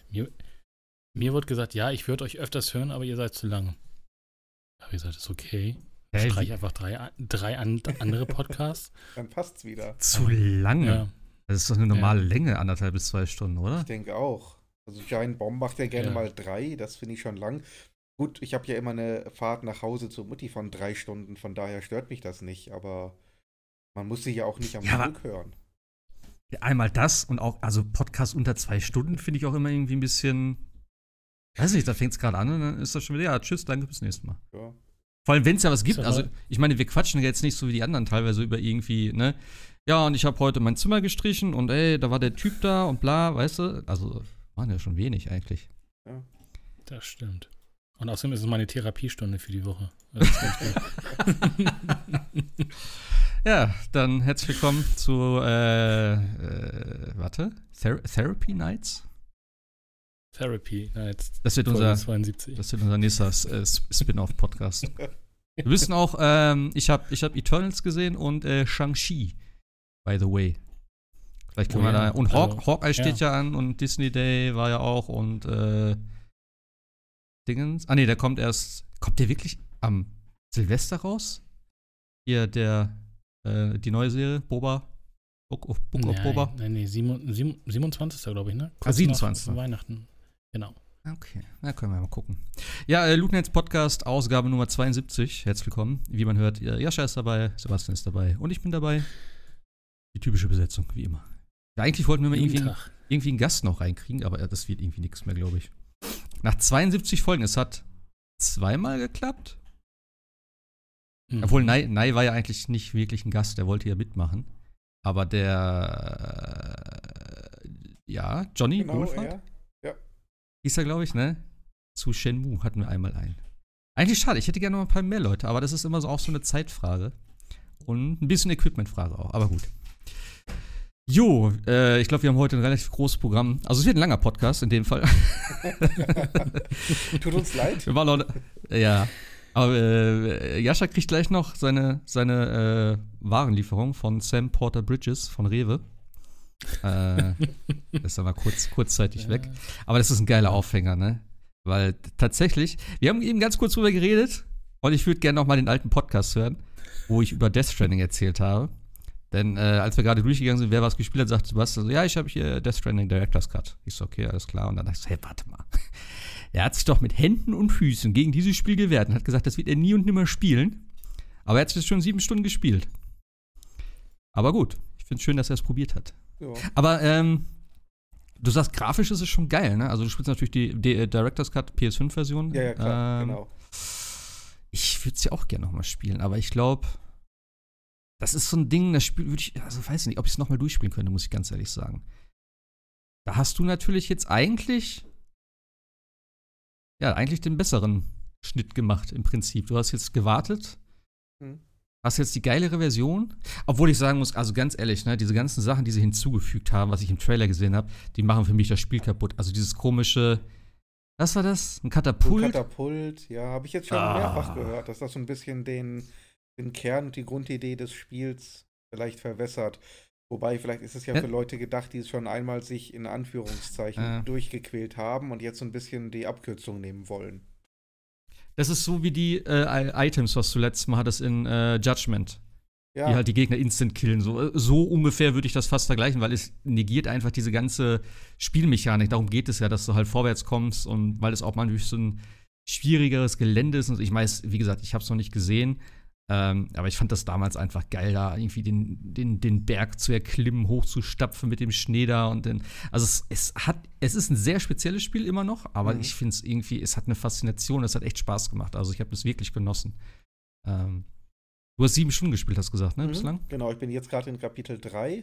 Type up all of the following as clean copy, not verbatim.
Mir wurde gesagt, ja, ich würde euch öfters hören, aber ihr seid zu lang. Da habe ich gesagt, ist okay. Ich Hey, streiche einfach drei andere Podcasts. Dann passt's wieder. zu lange. Ja. Das ist doch eine normale Länge, 1,5 bis 2 Stunden, oder? Ich denke auch. Also Giant Bomb macht ja gerne Ja. mal 3, das finde ich schon lang. Gut, ich habe ja immer eine Fahrt nach Hause zur Mutti von 3 Stunden, von daher stört mich das nicht, aber man muss sie ja auch nicht am Ja, Stück hören. Ja, einmal das und auch, also Podcast unter 2 Stunden finde ich auch immer irgendwie ein bisschen, weiß nicht, da fängt es gerade an und dann ist das schon wieder, ja, tschüss, danke, bis nächstes Mal. Ja. Vor allem, wenn es ja was gibt, Sag also mal. ich meine, wir quatschen ja jetzt nicht so wie die anderen teilweise über irgendwie, ne, ja, und ich habe heute mein Zimmer gestrichen und ey, da war der Typ da und bla, weißt du, also waren ja schon wenig eigentlich. Das stimmt. Und außerdem ist es meine Therapiestunde für die Woche. Also das ist ganz gut. Ja, dann herzlich willkommen zu, Therapy Nights? Therapy Nights. Das wird Folge unser 72. Das wird unser nächster Spin-off-Podcast. Wir wissen auch, ich hab Eternals gesehen und Shang-Chi, by the way. Vielleicht können wir da. Und Hawkeye steht ja an und Disney Day war ja auch und Dingens. Ah, nee, der kommt erst. Kommt der wirklich am Silvester raus? Hier, die neue Serie, Boba. Book of Boba. Nein, 27. glaube ich, ne? Ah, 27. Nach Weihnachten. Genau. Okay, na können wir mal gucken. Ja, Lootnets Podcast, Ausgabe Nummer 72. Herzlich willkommen. Wie man hört, Jascha ist dabei, Sebastian ist dabei und ich bin dabei. Die typische Besetzung, wie immer. Ja, eigentlich wollten wir mal irgendwie einen Gast noch reinkriegen, aber das wird irgendwie nichts mehr, glaube ich. Nach 72 Folgen, es hat zweimal geklappt. Mhm. Obwohl, Nai war ja eigentlich nicht wirklich ein Gast, der wollte ja mitmachen. Aber Johnny Genau, Wohlfahrt. ja. Hieß er, glaube ich, ne? Zu Shenmue hatten wir einmal einen. Eigentlich schade, ich hätte gerne noch ein paar mehr Leute, aber das ist immer so auch so eine Zeitfrage. Und ein bisschen Equipmentfrage auch, aber gut. Jo, ich glaube, wir haben heute ein relativ großes Programm. Also es wird ein langer Podcast in dem Fall. Tut uns leid. Wir waren ja. Aber Jascha kriegt gleich noch seine Warenlieferung von Sam Porter Bridges von Rewe. Das ist dann mal kurzzeitig weg. Aber das ist ein geiler Aufhänger, ne? Weil tatsächlich, wir haben eben ganz kurz drüber geredet und ich würde gerne noch mal den alten Podcast hören, wo ich über Death Stranding erzählt habe. Denn als wir gerade durchgegangen sind, wer was gespielt hat, sagt Sebastian so, ja, ich habe hier Death Stranding Director's Cut. Ich so, okay, alles klar. Und dann dachte ich so, hey, warte mal. Er hat sich doch mit Händen und Füßen gegen dieses Spiel gewehrt und hat gesagt, das wird er nie und nimmer spielen. Aber er hat es schon 7 Stunden gespielt. Aber gut, ich finde es schön, dass er es probiert hat. Ja. Aber du sagst, grafisch ist es schon geil, ne? Also du spielst natürlich die Director's Cut PS5-Version. Ja, klar, genau. Ich würde es ja auch gerne nochmal spielen, aber ich glaube, das ist so ein Ding, das Spiel würde ich, also weiß nicht, ob ich es nochmal durchspielen könnte, muss ich ganz ehrlich sagen. Da hast du natürlich jetzt eigentlich den besseren Schnitt gemacht im Prinzip. Du hast jetzt gewartet, hast jetzt die geilere Version. Obwohl ich sagen muss, also ganz ehrlich, ne, diese ganzen Sachen, die sie hinzugefügt haben, was ich im Trailer gesehen habe, die machen für mich das Spiel kaputt. Also dieses komische, was war das? Ein Katapult? Ein Katapult, ja, habe ich jetzt schon mehrfach gehört, dass das so ein bisschen den Kern und die Grundidee des Spiels vielleicht verwässert. Wobei, vielleicht ist es ja für Leute gedacht, die es schon einmal sich in Anführungszeichen durchgequält haben und jetzt so ein bisschen die Abkürzung nehmen wollen. Das ist so wie die Items, was du letztes Mal hattest in Judgment. Ja. Die halt die Gegner instant killen. So ungefähr würde ich das fast vergleichen, weil es negiert einfach diese ganze Spielmechanik. Darum geht es ja, dass du halt vorwärts kommst und weil es auch mal durch so ein schwierigeres Gelände ist. Und ich weiß, wie gesagt, ich habe es noch nicht gesehen. Aber ich fand das damals einfach geil, da irgendwie den Berg zu erklimmen, hochzustapfen mit dem Schnee da und also es ist ein sehr spezielles Spiel immer noch, aber ich finde es irgendwie, es hat eine Faszination, es hat echt Spaß gemacht. Also ich habe das wirklich genossen. Du hast 7 Stunden gespielt, hast du gesagt, ne, bislang? Genau, ich bin jetzt gerade in Kapitel 3.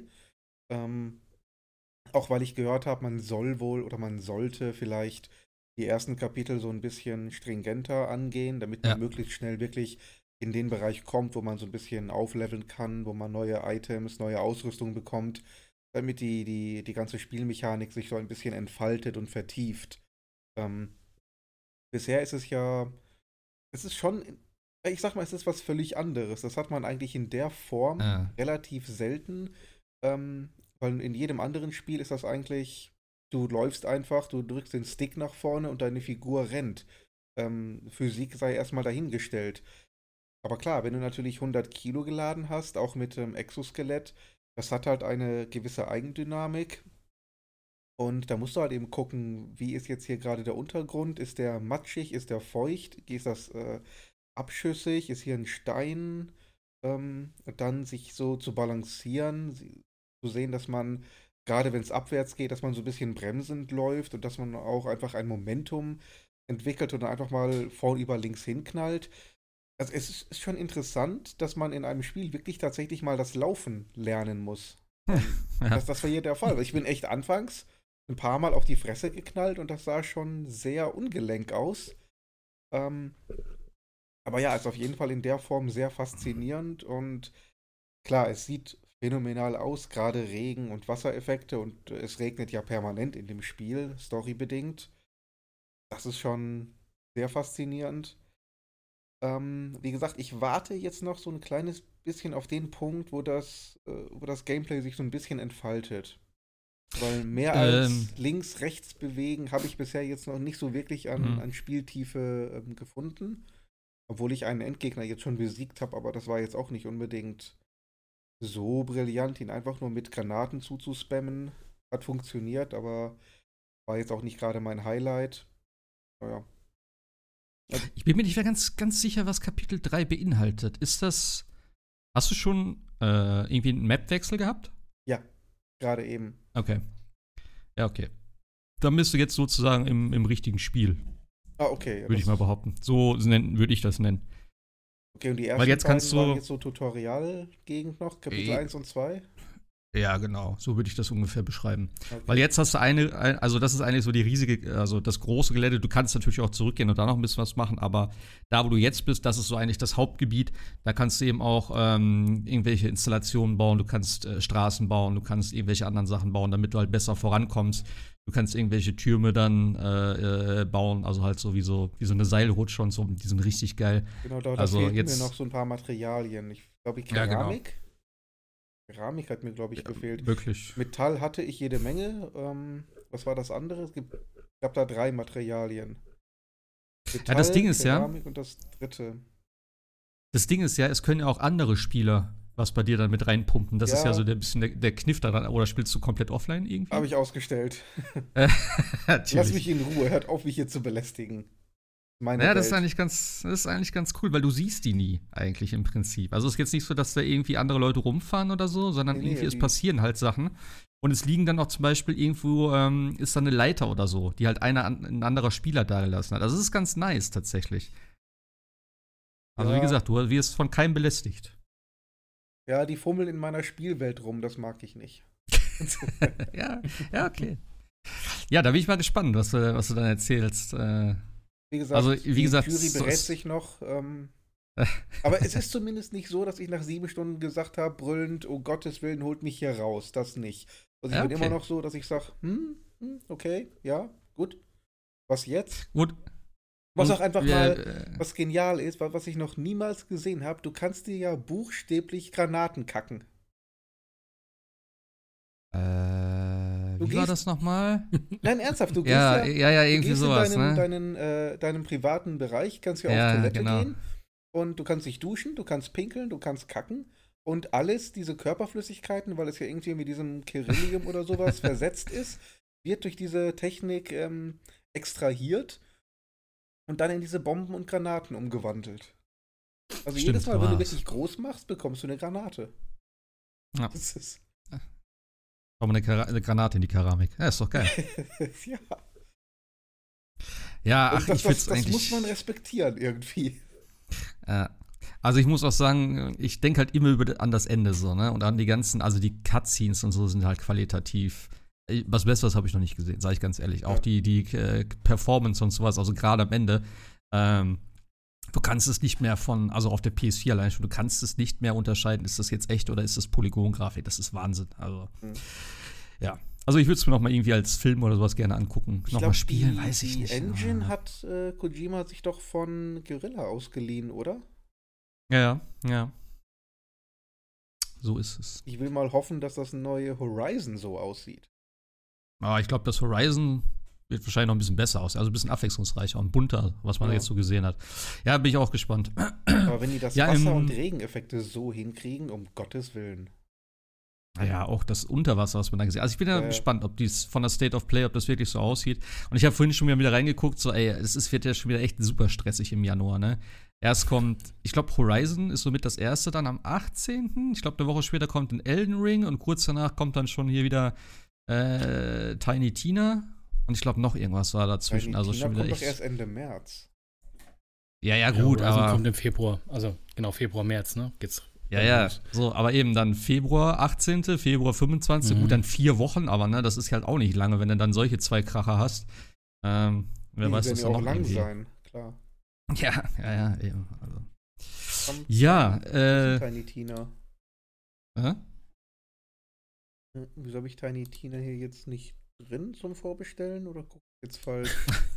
Auch weil ich gehört habe, man sollte vielleicht die ersten Kapitel so ein bisschen stringenter angehen, damit man möglichst schnell wirklich in den Bereich kommt, wo man so ein bisschen aufleveln kann, wo man neue Items, neue Ausrüstung bekommt, damit die ganze Spielmechanik sich so ein bisschen entfaltet und vertieft. Bisher ist es ist schon, ich sag mal, es ist was völlig anderes. Das hat man eigentlich in der Form relativ selten, weil in jedem anderen Spiel ist das eigentlich Du läufst einfach, du drückst den Stick nach vorne und deine Figur rennt. Physik sei erstmal dahingestellt. Aber klar, wenn du natürlich 100 Kilo geladen hast, auch mit Exoskelett, das hat halt eine gewisse Eigendynamik. Und da musst du halt eben gucken, wie ist jetzt hier gerade der Untergrund? Ist der matschig? Ist der feucht? Ist das abschüssig? Ist hier ein Stein? Dann sich so zu balancieren, zu sehen, dass man, gerade wenn es abwärts geht, dass man so ein bisschen bremsend läuft und dass man auch einfach ein Momentum entwickelt und dann einfach mal vornüber links hinknallt. Also es ist schon interessant, dass man in einem Spiel wirklich tatsächlich mal das Laufen lernen muss. Ja. Das war hier der Fall. Ich bin echt anfangs ein paar Mal auf die Fresse geknallt und das sah schon sehr ungelenk aus. Ähm, aber ja, ist auf jeden Fall in der Form sehr faszinierend und klar, es sieht phänomenal aus, gerade Regen- und Wassereffekte und es regnet ja permanent in dem Spiel, storybedingt. Das ist schon sehr faszinierend. Wie gesagt, ich warte jetzt noch so ein kleines bisschen auf den Punkt, wo das Gameplay sich so ein bisschen entfaltet. Weil mehr Ähm, als links, rechts bewegen habe ich bisher jetzt noch nicht so wirklich mhm. an Spieltiefe gefunden. Obwohl ich einen Endgegner jetzt schon besiegt habe, aber das war jetzt auch nicht unbedingt so brillant, ihn einfach nur mit Granaten zuzuspammen. Hat funktioniert, aber war jetzt auch nicht gerade mein Highlight. Naja. Ich bin mir nicht mehr ganz sicher, was Kapitel 3 beinhaltet. Hast du schon irgendwie einen Mapwechsel gehabt? Ja, gerade eben. Okay. Ja, okay. Dann bist du jetzt sozusagen im richtigen Spiel, Ah, okay. würde ich mal behaupten. Würde ich das nennen. Okay, und die Weil ersten jetzt kannst beiden waren du. jetzt so Tutorial-Gegend noch, Kapitel 1 und 2. Ja, genau. So würde ich das ungefähr beschreiben. Okay. Weil jetzt hast du also das ist eigentlich so die riesige, also das große Gelände. Du kannst natürlich auch zurückgehen und da noch ein bisschen was machen, aber da, wo du jetzt bist, das ist so eigentlich das Hauptgebiet. Da kannst du eben auch irgendwelche Installationen bauen, du kannst Straßen bauen, du kannst irgendwelche anderen Sachen bauen, damit du halt besser vorankommst. Du kannst irgendwelche Türme dann bauen, also halt so wie so eine Seilrutsche und so, die sind richtig geil. Genau, da Also fehlten jetzt, mir noch so ein paar Materialien. Ich glaube, ja, genau. Keramik. Keramik hat mir, glaube ich, gefehlt. Wirklich. Metall hatte ich jede Menge. Was war das andere? Gab da 3 Materialien. Ja, das Metall, Ding ist ja, Keramik und das dritte. es können ja auch andere Spieler was bei dir dann mit reinpumpen. Das ist ja so Ja, der bisschen der Kniff daran. Oder spielst du komplett offline habe irgendwie? ich ausgestellt. Lass mich Natürlich. in Ruhe. Hört auf, mich hier zu belästigen. Meine Naja, Welt. das ist eigentlich ganz cool, weil du siehst die nie, eigentlich im Prinzip. Also es ist jetzt nicht so, dass da irgendwie andere Leute rumfahren oder so, sondern Nee, irgendwie nee, es passieren halt Sachen. Und es liegen dann auch zum Beispiel irgendwo, ist da eine Leiter oder so, die halt ein anderer Spieler da gelassen hat. Also es ist ganz nice tatsächlich. Also wie ja, gesagt, du wirst von keinem belästigt. ja, die fummeln in meiner Spielwelt rum. Das mag ich nicht. Ja, ja, okay. Ja, da bin ich mal gespannt, was du dann erzählst. Wie Also, gesagt, wie die gesagt, Jury berät sich noch. Aber es ist zumindest nicht so, dass ich nach 7 Stunden gesagt habe, brüllend, um Gottes Willen, holt mich hier raus. Das nicht. Also ich ja, bin immer okay. noch so, dass ich sage, okay, ja, gut. Was jetzt? Gut. Was auch Und einfach wir, mal, was genial ist, was ich noch niemals gesehen habe, du kannst dir ja buchstäblich Granaten kacken. Du wie war gehst, das nochmal? nein, ernsthaft, Ja, ja, du irgendwie gehst in sowas, ne? deinem privaten Bereich, kannst ja auf Ja, Toilette genau. gehen und du kannst dich duschen, du kannst pinkeln, du kannst kacken und alles, diese Körperflüssigkeiten, weil es ja irgendwie mit diesem Kyrillium oder sowas versetzt ist, wird durch diese Technik extrahiert und dann in diese Bomben und Granaten umgewandelt. Also jedes Stimmt, Mal, wenn du war's. wirklich groß machst, bekommst du eine Granate. Ja, Das ist aber eine Granate in die Keramik. Ja, ist doch geil. ja, Ja, ach, ich find's das muss man eigentlich. respektieren irgendwie. Äh, also ich muss auch sagen, ich denke halt immer an das Ende so, ne? Und an die ganzen, also die Cutscenes und so sind halt qualitativ. Was Besseres habe ich noch nicht gesehen, sage ich ganz ehrlich. Auch Ja. die Performance und sowas, also gerade am Ende. Ähm, Du kannst es nicht mehr also auf der PS4 allein schon, du kannst es nicht mehr unterscheiden, ist das jetzt echt oder ist das Polygongrafik? Das ist Wahnsinn. Also, Hm. ja. Also ich würde es mir noch mal irgendwie als Film oder sowas gerne angucken. Ich Noch mal glaube, spielen, weiß ich die nicht. Engine hat Kojima sich doch von Guerrilla ausgeliehen, oder? Ja, ja. So ist es. Ich will mal hoffen, dass das neue Horizon so aussieht. Aber ich glaube, das Horizon wird wahrscheinlich noch ein bisschen besser aus. Also ein bisschen abwechslungsreicher und bunter, was man Ja. jetzt so gesehen hat. Ja, bin ich auch gespannt. Aber wenn die das Ja, Wasser- und Regeneffekte so hinkriegen, um Gottes Willen. Naja, auch das Unterwasser, was man da gesehen hat. Also ich bin ja gespannt, ob dies von der State of Play, ob das wirklich so aussieht. Und ich habe vorhin schon wieder reingeguckt, so, ey, wird ja schon wieder echt super stressig im Januar, ne? Erst kommt, ich glaube, Horizon ist somit das erste dann am 18. Ich glaube, eine Woche später kommt ein Elden Ring und kurz danach kommt dann schon hier wieder Tiny Tina. Und ich glaube, noch irgendwas war dazwischen. Tiny Also Tina schon wieder kommt echt. doch erst Ende März. Ja, gut, Horizon aber. kommt im Februar, also genau, Februar, März, ne? Geht's. Ja, so, aber eben dann Februar 18., Februar 25., gut, dann 4 Wochen, aber ne, das ist halt auch nicht lange, wenn du dann solche 2 Kracher hast. Wer Die weiß, werden was ja da auch noch lang irgendwie. sein, klar. Ja, eben. Also. Kommt Ja, Tiny Tina. Wieso habe ich Tiny Tina hier jetzt nicht drin zum Vorbestellen oder guck ich jetzt falsch?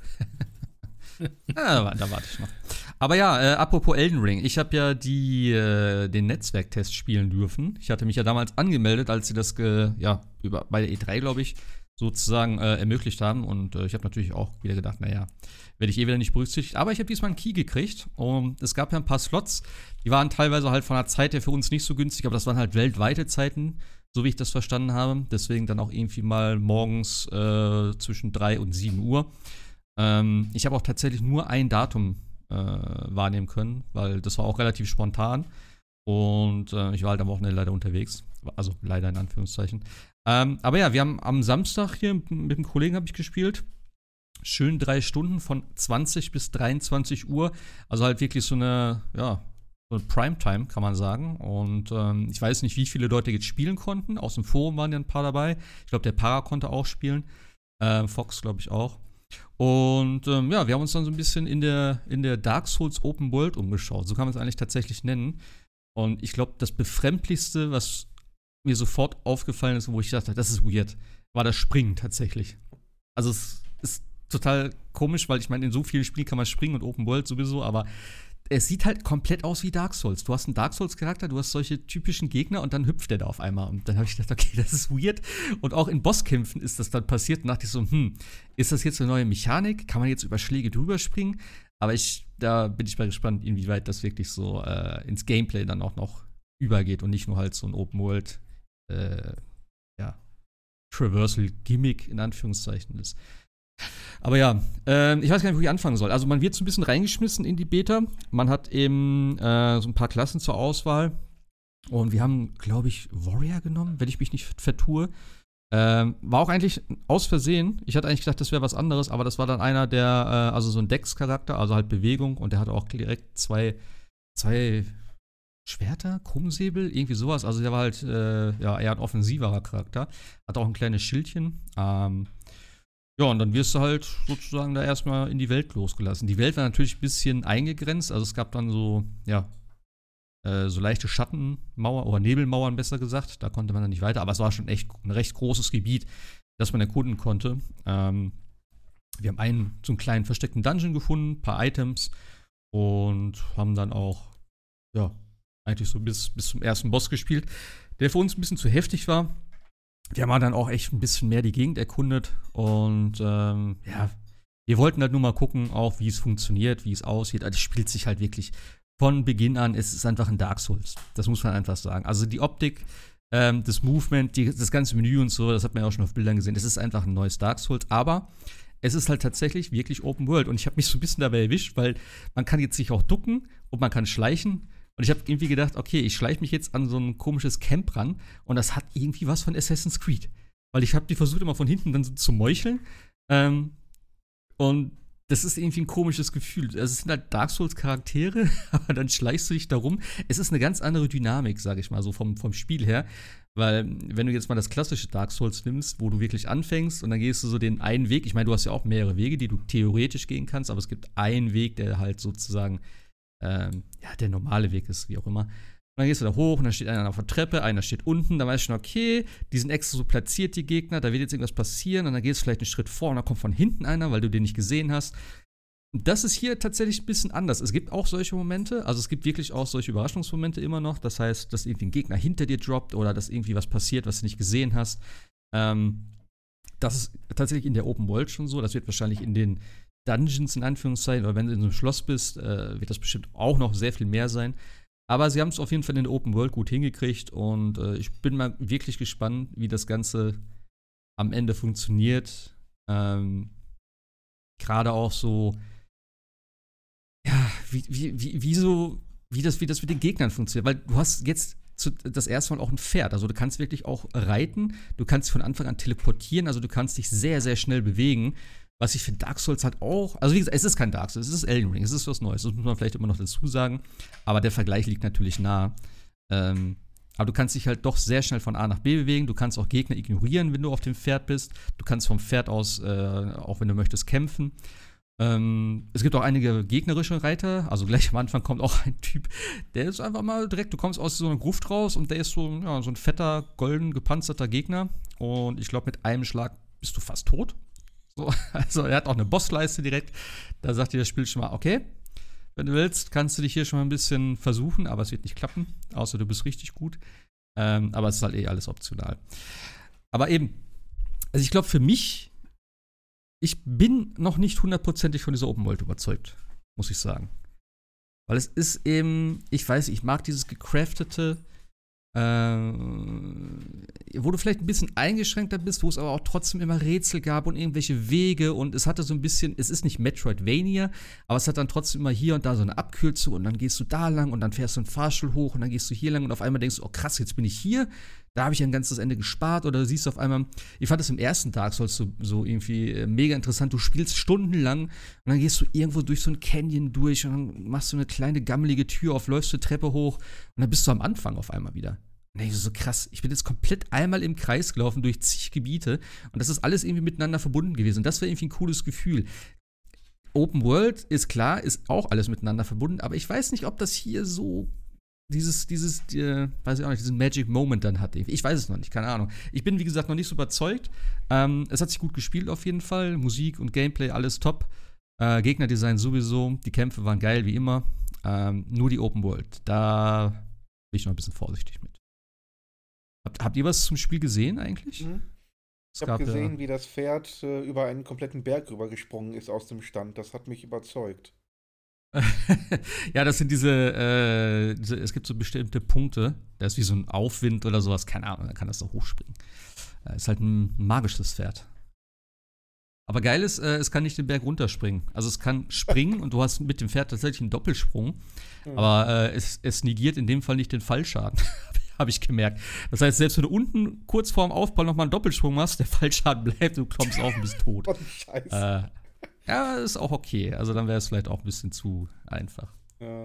Da warte ich noch. Aber ja, apropos Elden Ring. Ich habe ja den Netzwerktest spielen dürfen. Ich hatte mich ja damals angemeldet, als sie das bei der E3, glaube ich, sozusagen ermöglicht haben. Und ich habe natürlich auch wieder gedacht, naja, werde ich wieder nicht berücksichtigt. Aber ich habe diesmal einen Key gekriegt. Und es gab ja ein paar Slots. Die waren teilweise halt von der Zeit her für uns nicht so günstig, aber das waren halt weltweite Zeiten, so wie ich das verstanden habe. Deswegen dann auch irgendwie mal morgens zwischen 3 und 7 Uhr. Ich habe auch tatsächlich nur ein Datum wahrnehmen können, weil das war auch relativ spontan. Und ich war halt am Wochenende leider unterwegs. Also leider in Anführungszeichen. Aber ja, wir haben am Samstag hier mit einem Kollegen habe ich gespielt. Schön 3 Stunden von 20 bis 23 Uhr. Also halt wirklich so eine Primetime, kann man sagen. Und ich weiß nicht, wie viele Leute jetzt spielen konnten. Aus dem Forum waren ja ein paar dabei. Ich glaube, der Para konnte auch spielen. Fox, glaube ich, auch. Und wir haben uns dann so ein bisschen in der Dark Souls Open World umgeschaut. So kann man es eigentlich tatsächlich nennen. Und ich glaube, das Befremdlichste, was mir sofort aufgefallen ist, wo ich dachte, das ist weird, war das Springen tatsächlich. Also es ist total komisch, weil ich meine, in so vielen Spielen kann man springen und Open World sowieso, aber es sieht halt komplett aus wie Dark Souls. Du hast einen Dark Souls-Charakter, du hast solche typischen Gegner und dann hüpft der da auf einmal. Und dann habe ich gedacht, okay, das ist weird. Und auch in Bosskämpfen ist das dann passiert und dachte ich so, ist das jetzt eine neue Mechanik? Kann man jetzt über Schläge drüber springen? Aber da bin ich mal gespannt, inwieweit das wirklich so ins Gameplay dann auch noch übergeht und nicht nur halt so ein Open World Traversal-Gimmick in Anführungszeichen ist. Aber ja, ich weiß gar nicht, wo ich anfangen soll. Also man wird so ein bisschen reingeschmissen in die Beta. Man hat eben so ein paar Klassen zur Auswahl. Und wir haben, glaube ich, Warrior genommen, wenn ich mich nicht vertue. War auch eigentlich aus Versehen. Ich hatte eigentlich gedacht, das wäre was anderes, aber das war dann einer, der, also so ein Dex-Charakter, also halt Bewegung. Und der hatte auch direkt zwei Schwerter, Krummsäbel, irgendwie sowas. Also der war halt eher ein offensiverer Charakter. Hat auch ein kleines Schildchen. Ja, und dann wirst du halt sozusagen da erstmal in die Welt losgelassen. Die Welt war natürlich ein bisschen eingegrenzt, also es gab dann so leichte Schattenmauer oder Nebelmauern, besser gesagt. Da konnte man dann nicht weiter, aber es war schon echt ein recht großes Gebiet, das man erkunden konnte. Wir haben so einen kleinen versteckten Dungeon gefunden, ein paar Items und haben dann auch, eigentlich so bis zum ersten Boss gespielt, der für uns ein bisschen zu heftig war. Wir haben dann auch echt ein bisschen mehr die Gegend erkundet und wir wollten halt nur mal gucken, auch wie es funktioniert, wie es aussieht. Also es spielt sich halt wirklich von Beginn an, es ist einfach ein Dark Souls. Das muss man einfach sagen. Also die Optik, das Movement, das ganze Menü und so, das hat man ja auch schon auf Bildern gesehen. Es ist einfach ein neues Dark Souls, aber es ist halt tatsächlich wirklich Open World. Und ich habe mich so ein bisschen dabei erwischt, weil man kann jetzt sich auch ducken und man kann schleichen. Und ich habe irgendwie gedacht, okay, ich schleiche mich jetzt an so ein komisches Camp ran und das hat irgendwie was von Assassin's Creed. Weil ich habe die versucht, immer von hinten dann so zu meucheln. Und das ist irgendwie ein komisches Gefühl. Also es sind halt Dark Souls-Charaktere, aber dann schleichst du dich da rum. Es ist eine ganz andere Dynamik, sage ich mal, so vom Spiel her. Weil, wenn du jetzt mal das klassische Dark Souls nimmst, wo du wirklich anfängst und dann gehst du so den einen Weg. Ich meine, du hast ja auch mehrere Wege, die du theoretisch gehen kannst, aber es gibt einen Weg, der halt sozusagen der normale Weg ist, wie auch immer. Und dann gehst du da hoch und dann steht einer auf der Treppe, einer steht unten, dann weißt du schon, okay, die sind extra so platziert, die Gegner, da wird jetzt irgendwas passieren und dann gehst du vielleicht einen Schritt vor und dann kommt von hinten einer, weil du den nicht gesehen hast. Und das ist hier tatsächlich ein bisschen anders. Es gibt auch solche Momente, also es gibt wirklich auch solche Überraschungsmomente immer noch, das heißt, dass irgendwie ein Gegner hinter dir droppt oder dass irgendwie was passiert, was du nicht gesehen hast. Das ist tatsächlich in der Open World schon so. Das wird wahrscheinlich in den Dungeons in Anführungszeichen, oder wenn du in so einem Schloss bist, wird das bestimmt auch noch sehr viel mehr sein. Aber sie haben es auf jeden Fall in der Open World gut hingekriegt und ich bin mal wirklich gespannt, wie das Ganze am Ende funktioniert. Gerade auch so, ja, wie das mit den Gegnern funktioniert. Weil du hast jetzt das erste Mal auch ein Pferd. Also du kannst wirklich auch reiten, du kannst dich von Anfang an teleportieren, also du kannst dich sehr, sehr schnell bewegen. Was ich für Dark Souls halt auch, also wie gesagt, es ist kein Dark Souls, es ist Elden Ring, es ist was Neues, das muss man vielleicht immer noch dazu sagen, aber der Vergleich liegt natürlich nah. Aber du kannst dich halt doch sehr schnell von A nach B bewegen, du kannst auch Gegner ignorieren, wenn du auf dem Pferd bist, du kannst vom Pferd aus, auch wenn du möchtest, kämpfen. Es gibt auch einige gegnerische Reiter, also gleich am Anfang kommt auch ein Typ, der ist einfach mal direkt, du kommst aus so einer Gruft raus und der ist so, ja, so ein fetter, golden gepanzerter Gegner und ich glaube, mit einem Schlag bist du fast tot. So, also er hat auch eine Bossleiste direkt. Da sagt dir das Spiel schon mal, okay, wenn du willst, kannst du dich hier schon mal ein bisschen versuchen, aber es wird nicht klappen, außer du bist richtig gut. Aber es ist halt alles optional. Aber eben, also ich glaube für mich, ich bin noch nicht hundertprozentig von dieser Open World überzeugt, muss ich sagen. Weil es ist eben, ich weiß, ich mag dieses gecraftete, wo du vielleicht ein bisschen eingeschränkter bist, wo es aber auch trotzdem immer Rätsel gab und irgendwelche Wege und es hatte so ein bisschen, es ist nicht Metroidvania, aber es hat dann trotzdem immer hier und da so eine Abkürzung und dann gehst du da lang und dann fährst du einen Fahrstuhl hoch und dann gehst du hier lang und auf einmal denkst du, oh krass, jetzt bin ich hier, da habe ich ein ganzes Ende gespart oder du siehst auf einmal, ich fand das im ersten Dark Souls so irgendwie mega interessant, du spielst stundenlang und dann gehst du irgendwo durch so ein Canyon durch und dann machst du eine kleine gammelige Tür auf, läufst eine Treppe hoch und dann bist du am Anfang auf einmal wieder. Und ich so krass, ich bin jetzt komplett einmal im Kreis gelaufen durch zig Gebiete und das ist alles irgendwie miteinander verbunden gewesen und das wäre irgendwie ein cooles Gefühl. Open World ist klar, ist auch alles miteinander verbunden, aber ich weiß nicht, ob das hier so weiß ich auch nicht, diesen Magic Moment dann hat. Ich weiß es noch nicht, keine Ahnung. Ich bin, wie gesagt, noch nicht so überzeugt. Es hat sich gut gespielt auf jeden Fall. Musik und Gameplay, alles top. Gegnerdesign sowieso. Die Kämpfe waren geil, wie immer. Nur die Open World. Da bin ich noch ein bisschen vorsichtig mit. Habt ihr was zum Spiel gesehen eigentlich? Mhm. Ich habe gesehen, wie das Pferd über einen kompletten Berg rübergesprungen ist aus dem Stand. Das hat mich überzeugt. Ja, das sind es gibt so bestimmte Punkte, da ist wie so ein Aufwind oder sowas, keine Ahnung, dann kann das so hochspringen. Ist halt ein magisches Pferd. Aber geil ist, es kann nicht den Berg runterspringen. Also es kann springen und du hast mit dem Pferd tatsächlich einen Doppelsprung, aber es negiert in dem Fall nicht den Fallschaden, habe ich gemerkt. Das heißt, selbst wenn du unten kurz vorm Aufbau nochmal einen Doppelsprung machst, der Fallschaden bleibt, du kommst auf und bist tot. Oh, Scheiße. Ja, ist auch okay. Also dann wäre es vielleicht auch ein bisschen zu einfach. Ja.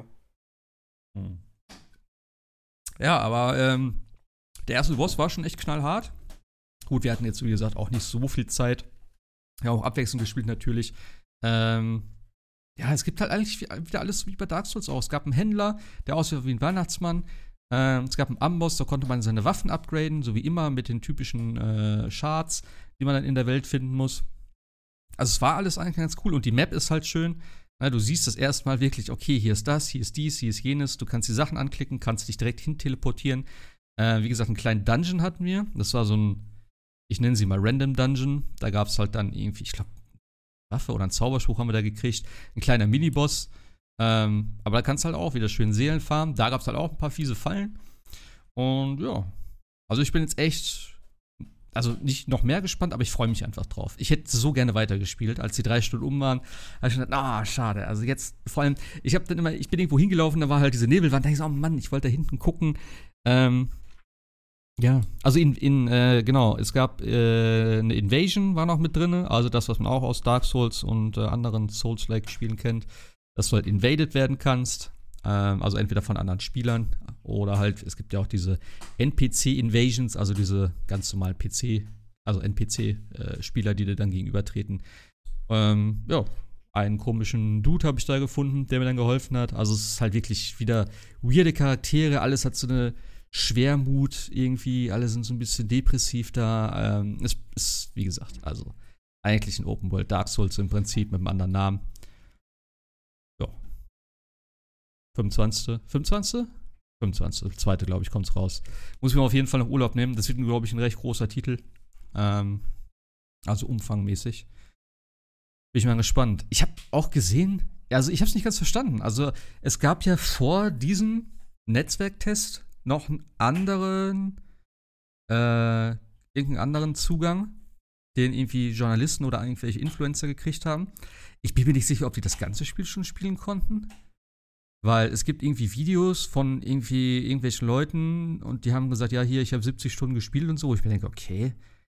Ja, aber der erste Boss war schon echt knallhart. Gut, wir hatten jetzt, wie gesagt, auch nicht so viel Zeit. Ja, auch abwechselnd gespielt natürlich. Ja, es gibt halt eigentlich wieder alles wie bei Dark Souls auch. Es gab einen Händler, der aussieht wie ein Weihnachtsmann. Es gab einen Amboss, da konnte man seine Waffen upgraden, so wie immer mit den typischen Shards, die man dann in der Welt finden muss. Also es war alles eigentlich ganz cool und die Map ist halt schön. Ja, du siehst das erstmal wirklich, okay, hier ist das, hier ist dies, hier ist jenes. Du kannst die Sachen anklicken, kannst dich direkt hin teleportieren. Wie gesagt, einen kleinen Dungeon hatten wir. Das war so ein, ich nenne sie mal Random Dungeon. Da gab es halt dann irgendwie, ich glaube, Waffe oder einen Zauberspruch haben wir da gekriegt. Ein kleiner Miniboss. Aber da kannst du halt auch wieder schön Seelen farmen. Da gab es halt auch ein paar fiese Fallen. Und ja, also ich bin jetzt echt, also nicht noch mehr gespannt, aber ich freue mich einfach drauf. Ich hätte so gerne weitergespielt, als die 3 Stunden waren. Habe ich gedacht, schade. Also jetzt, vor allem, ich bin irgendwo hingelaufen, da war halt diese Nebelwand. Da dachte ich so, oh Mann, ich wollte da hinten gucken. Ja, also genau, es gab eine Invasion, war noch mit drin. Also das, was man auch aus Dark Souls und anderen Souls-like-Spielen kennt, dass du halt invaded werden kannst. Also entweder von anderen Spielern oder halt, es gibt ja auch diese NPC-Invasions, also diese ganz normalen NPC-Spieler, die dir dann gegenübertreten. Ja, einen komischen Dude habe ich da gefunden, der mir dann geholfen hat. Also es ist halt wirklich wieder weirde Charaktere, alles hat so eine Schwermut irgendwie, alle sind so ein bisschen depressiv da. Es ist, wie gesagt, also eigentlich ein Open World Dark Souls im Prinzip mit einem anderen Namen. Ja. 25. 2. glaube ich, kommt's raus. Muss ich mir auf jeden Fall noch Urlaub nehmen. Das wird, glaube ich, ein recht großer Titel. Also umfangmäßig. Bin ich mal gespannt. Ich habe auch gesehen, also ich habe es nicht ganz verstanden. Also es gab ja vor diesem Netzwerktest noch einen anderen, irgendeinen anderen Zugang, den irgendwie Journalisten oder irgendwelche Influencer gekriegt haben. Ich bin mir nicht sicher, ob die das ganze Spiel schon spielen konnten. Weil es gibt irgendwie Videos von irgendwelchen Leuten und die haben gesagt, ja, hier, ich habe 70 Stunden gespielt und so. Ich mir denke, okay,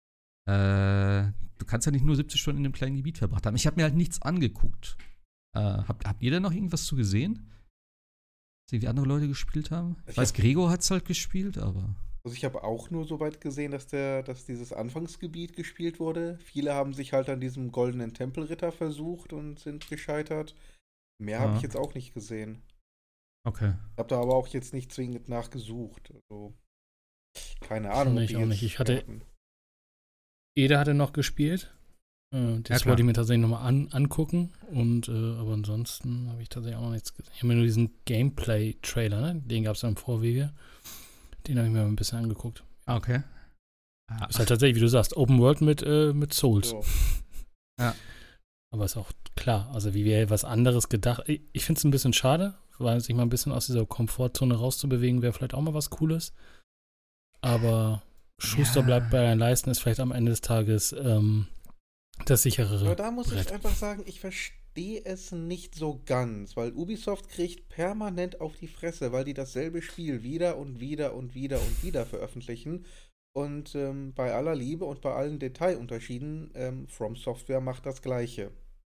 du kannst ja nicht nur 70 Stunden in einem kleinen Gebiet verbracht haben. Ich habe mir halt nichts angeguckt. Habt ihr denn noch irgendwas zu gesehen? Dass irgendwie andere Leute gespielt haben? Ich weiß, Gregor hat's halt gespielt, aber. Also ich habe auch nur so weit gesehen, dass dieses Anfangsgebiet gespielt wurde. Viele haben sich halt an diesem goldenen Tempelritter versucht und sind gescheitert. Mehr habe ich jetzt auch nicht gesehen. Okay. Ich habe da aber auch jetzt nicht zwingend nachgesucht. Also, keine Ahnung. Ich auch nicht. Ede hatte noch gespielt. Das wollte ich mir tatsächlich nochmal angucken. Aber ansonsten habe ich tatsächlich auch noch nichts gesehen. Ich habe mir nur diesen Gameplay-Trailer, ne? Den gab es im Vorwege. Den habe ich mir mal ein bisschen angeguckt. Okay. Ist halt tatsächlich, wie du sagst, Open World mit Souls. So. Ja. Aber ist auch klar, also wie wir was anderes gedacht. Ich finde es ein bisschen schade, weil sich mal ein bisschen aus dieser Komfortzone rauszubewegen, wäre vielleicht auch mal was Cooles. Aber Schuster bleibt bei deinen Leisten, ist vielleicht am Ende des Tages das sicherere. Aber da muss Brett. ich einfach sagen, ich verstehe es nicht so ganz, weil Ubisoft kriegt permanent auf die Fresse, weil die dasselbe Spiel wieder und wieder und wieder und wieder veröffentlichen. Und bei aller Liebe und bei allen Detailunterschieden, From Software macht das Gleiche.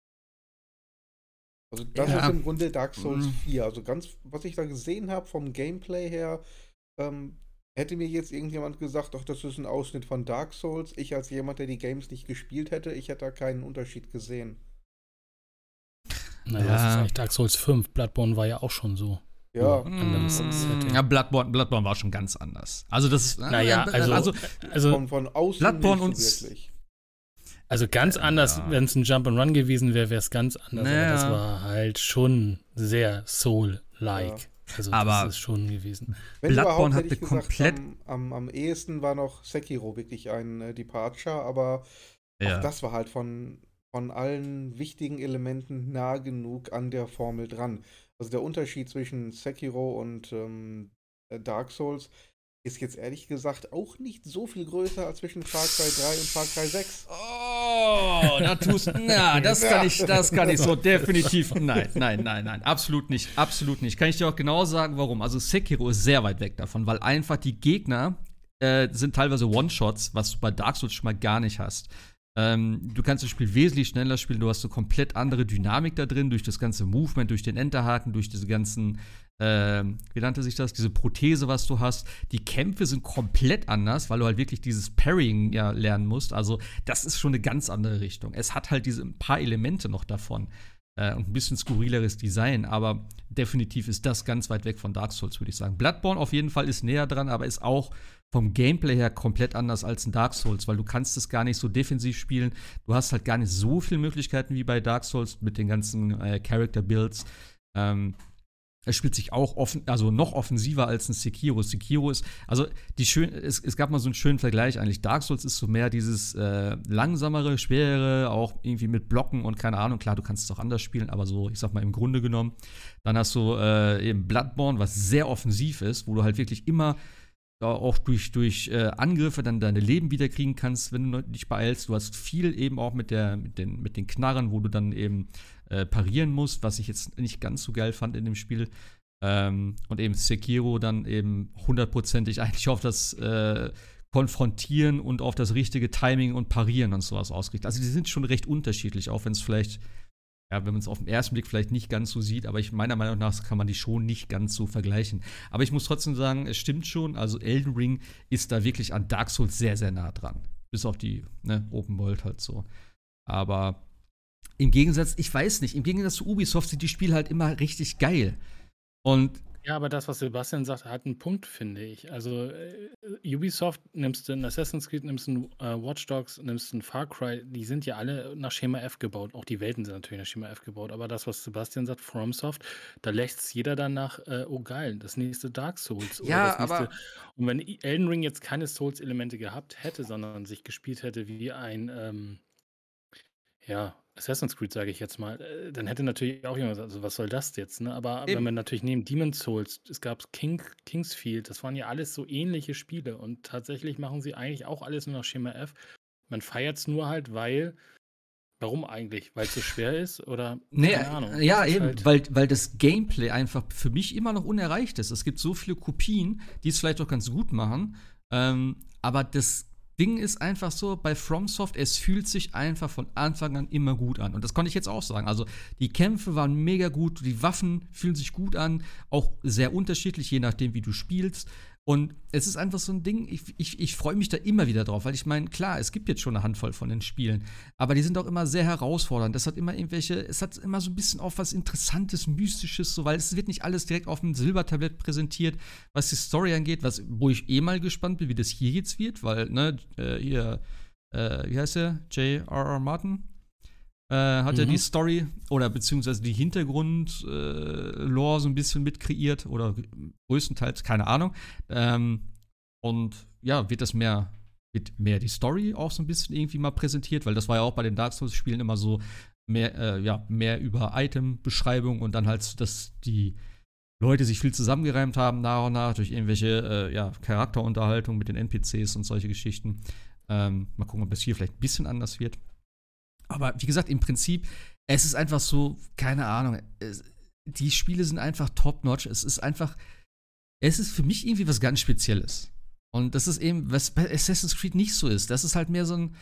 Also das ist im Grunde Dark Souls 4. Also ganz, was ich da gesehen habe vom Gameplay her, hätte mir jetzt irgendjemand gesagt, ach, das ist ein Ausschnitt von Dark Souls. Ich als jemand, der die Games nicht gespielt hätte, ich hätte da keinen Unterschied gesehen. Naja, das ist eigentlich Dark Souls 5. Bloodborne war ja auch schon so. Ja. Ja, Bloodborne war schon ganz anders. Also das ist. Also von außen Bloodborne nicht so und wirklich. Also ganz anders, wenn es ein Jump'n'Run gewesen wäre, wäre es ganz anders. Aber das war halt schon sehr Soul-like. Ja. Also aber das ist schon gewesen. Wenn Bloodborne hat mir komplett. Am ehesten war noch Sekiro wirklich ein Departure, aber auch das war halt von allen wichtigen Elementen nah genug an der Formel dran. Also der Unterschied zwischen Sekiro und Dark Souls ist jetzt ehrlich gesagt auch nicht so viel größer als zwischen Far Cry 3 und Far Cry 6. Oh, das kann ich so definitiv. Nein, absolut nicht. Kann ich dir auch genau sagen, warum. Also Sekiro ist sehr weit weg davon, weil einfach die Gegner sind teilweise One-Shots, was du bei Dark Souls schon mal gar nicht hast. Du kannst das Spiel wesentlich schneller spielen, du hast so komplett andere Dynamik da drin, durch das ganze Movement, durch den Enterhaken, durch diese ganzen, wie nannte sich das, diese Prothese, was du hast. Die Kämpfe sind komplett anders, weil du halt wirklich dieses Parrying ja lernen musst. Also das ist schon eine ganz andere Richtung. Es hat halt diese ein paar Elemente noch davon und ein bisschen skurrileres Design, aber definitiv ist das ganz weit weg von Dark Souls, würde ich sagen. Bloodborne auf jeden Fall ist näher dran, aber ist auch vom Gameplay her komplett anders als ein Dark Souls, weil du kannst es gar nicht so defensiv spielen. Du hast halt gar nicht so viele Möglichkeiten wie bei Dark Souls mit den ganzen Character-Builds. Es spielt sich auch noch offensiver als ein Sekiro. Sekiro ist, also es gab mal so einen schönen Vergleich eigentlich. Dark Souls ist so mehr dieses langsamere, schwerere, auch irgendwie mit Blocken und keine Ahnung. Klar, du kannst es auch anders spielen, aber so, ich sag mal, im Grunde genommen. Dann hast du eben Bloodborne, was sehr offensiv ist, wo du halt wirklich immer auch durch Angriffe dann deine Leben wiederkriegen kannst, wenn du dich beeilst. Du hast viel eben auch mit den Knarren, wo du dann eben parieren musst, was ich jetzt nicht ganz so geil fand in dem Spiel. Und eben Sekiro dann eben 100%ig eigentlich auf das Konfrontieren und auf das richtige Timing und Parieren und sowas ausgerichtet. Also die sind schon recht unterschiedlich, auch wenn es vielleicht wenn man es auf den ersten Blick vielleicht nicht ganz so sieht, aber meiner Meinung nach kann man die schon nicht ganz so vergleichen. Aber ich muss trotzdem sagen, es stimmt schon, also Elden Ring ist da wirklich an Dark Souls sehr, sehr nah dran. Bis auf die Open World halt so. Aber im Gegensatz zu Ubisoft sind die Spiele halt immer richtig geil. Und ja, aber das, was Sebastian sagt, hat einen Punkt, finde ich. Also Ubisoft, nimmst du einen Assassin's Creed, nimmst du einen Watch Dogs, nimmst du einen Far Cry, die sind ja alle nach Schema F gebaut. Auch die Welten sind natürlich nach Schema F gebaut. Aber das, was Sebastian sagt, FromSoft, da lächzt jeder danach, oh geil, das nächste Dark Souls. Ja, aber und wenn Elden Ring jetzt keine Souls-Elemente gehabt hätte, sondern sich gespielt hätte wie ein ja, Assassin's Creed, sage ich jetzt mal, dann hätte natürlich auch jemand gesagt: „Also, was soll das jetzt“, ne? Aber wenn Eben. wir natürlich nehmen Demon's Souls, es gab Kingsfield, das waren ja alles so ähnliche Spiele und tatsächlich machen sie eigentlich auch alles nur nach Schema F. Man feiert's nur halt, weil warum eigentlich? Weil's so schwer ist oder Nee, keine Ahnung. Es ja, ist eben, halt weil das Gameplay einfach für mich immer noch unerreicht ist. Es gibt so viele Kopien, die es vielleicht auch ganz gut machen. Aber das Ding ist einfach so, bei FromSoft, es fühlt sich einfach von Anfang an immer gut an. Und das konnte ich jetzt auch sagen. Also, die Kämpfe waren mega gut, die Waffen fühlen sich gut an, auch sehr unterschiedlich, je nachdem, wie du spielst. Und es ist einfach so ein Ding, ich freue mich da immer wieder drauf, weil ich meine, klar, es gibt jetzt schon eine Handvoll von den Spielen, aber die sind auch immer sehr herausfordernd. Es hat immer so ein bisschen auch was Interessantes, Mystisches, so, weil es wird nicht alles direkt auf dem Silbertablett präsentiert, was die Story angeht, wo ich mal gespannt bin, wie das hier jetzt wird, weil, ne, wie heißt der? J.R.R. Martin? Hat ja die Story oder beziehungsweise die Hintergrund-Lore so ein bisschen mit kreiert oder größtenteils, keine Ahnung. Und ja, wird mehr die Story auch so ein bisschen irgendwie mal präsentiert, weil das war ja auch bei den Dark Souls-Spielen immer so mehr über Item-Beschreibung und dann halt, dass die Leute sich viel zusammengereimt haben nach und nach durch irgendwelche Charakterunterhaltung mit den NPCs und solche Geschichten. Mal gucken, ob das hier vielleicht ein bisschen anders wird. Aber wie gesagt, im Prinzip, es ist einfach so, keine Ahnung, die Spiele sind einfach top-notch. Es ist für mich irgendwie was ganz Spezielles. Und das ist eben, was bei Assassin's Creed nicht so ist. Das ist halt mehr so ein,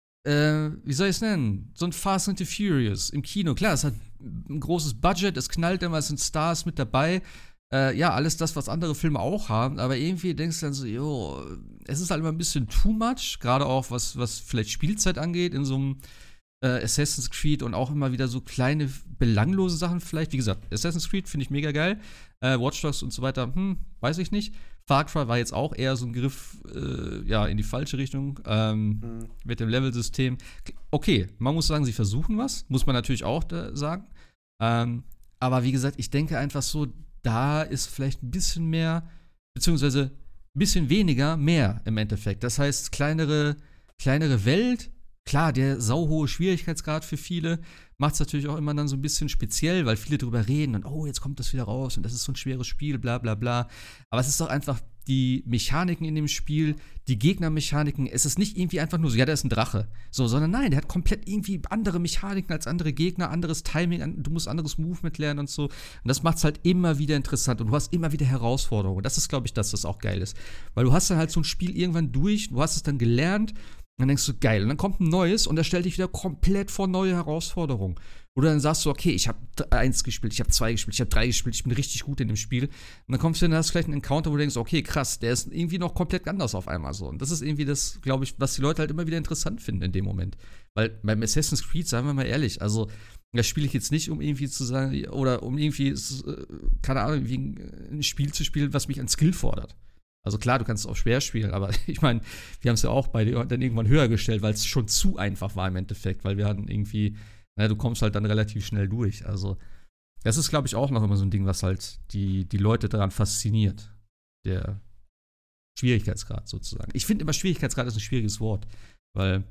wie soll ich es nennen? So ein Fast and the Furious im Kino. Klar, es hat ein großes Budget, es knallt immer, es sind Stars mit dabei. Alles das, was andere Filme auch haben, aber irgendwie denkst du dann so, jo, es ist halt immer ein bisschen too much, gerade auch was vielleicht Spielzeit angeht, in so einem Assassin's Creed und auch immer wieder so kleine, belanglose Sachen vielleicht. Wie gesagt, Assassin's Creed finde ich mega geil. Watch Dogs und so weiter, weiß ich nicht. Far Cry war jetzt auch eher so ein Griff in die falsche Richtung mit dem Level-System. Okay, man muss sagen, sie versuchen was, muss man natürlich auch sagen. Aber wie gesagt, ich denke einfach so, da ist vielleicht ein bisschen mehr, beziehungsweise ein bisschen weniger mehr im Endeffekt. Das heißt, kleinere Welt. Klar, der sauhohe Schwierigkeitsgrad für viele macht es natürlich auch immer dann so ein bisschen speziell, weil viele drüber reden und oh, jetzt kommt das wieder raus und das ist so ein schweres Spiel, bla bla bla. Aber es ist doch einfach die Mechaniken in dem Spiel, die Gegnermechaniken. Es ist nicht irgendwie einfach nur so, ja, der ist ein Drache. So, sondern nein, der hat komplett irgendwie andere Mechaniken als andere Gegner, anderes Timing, du musst anderes Movement lernen und so. Und das macht es halt immer wieder interessant und du hast immer wieder Herausforderungen. Und das ist, glaube ich, das auch geil ist. Weil du hast dann halt so ein Spiel irgendwann durch, du hast es dann gelernt. Dann denkst du, geil. Und dann kommt ein neues und das stellt dich wieder komplett vor neue Herausforderungen. Oder dann sagst du, okay, ich habe 1 gespielt, ich habe 2 gespielt, ich habe 3 gespielt, ich bin richtig gut in dem Spiel. Und dann kommst du hin, hast vielleicht einen Encounter, wo du denkst, okay, krass, der ist irgendwie noch komplett anders auf einmal so. Und das ist irgendwie das, glaube ich, was die Leute halt immer wieder interessant finden in dem Moment. Weil beim Assassin's Creed, sagen wir mal ehrlich, also das spiele ich jetzt nicht, um irgendwie zu sagen, oder um irgendwie, keine Ahnung, ein Spiel zu spielen, was mich an Skill fordert. Also klar, du kannst es auch schwer spielen, aber ich meine, wir haben es ja auch beide dann irgendwann höher gestellt, weil es schon zu einfach war im Endeffekt, weil wir hatten irgendwie, du kommst halt dann relativ schnell durch. Also das ist, glaube ich, auch noch immer so ein Ding, was halt die Leute daran fasziniert. Der Schwierigkeitsgrad sozusagen. Ich finde immer, Schwierigkeitsgrad ist ein schwieriges Wort, weil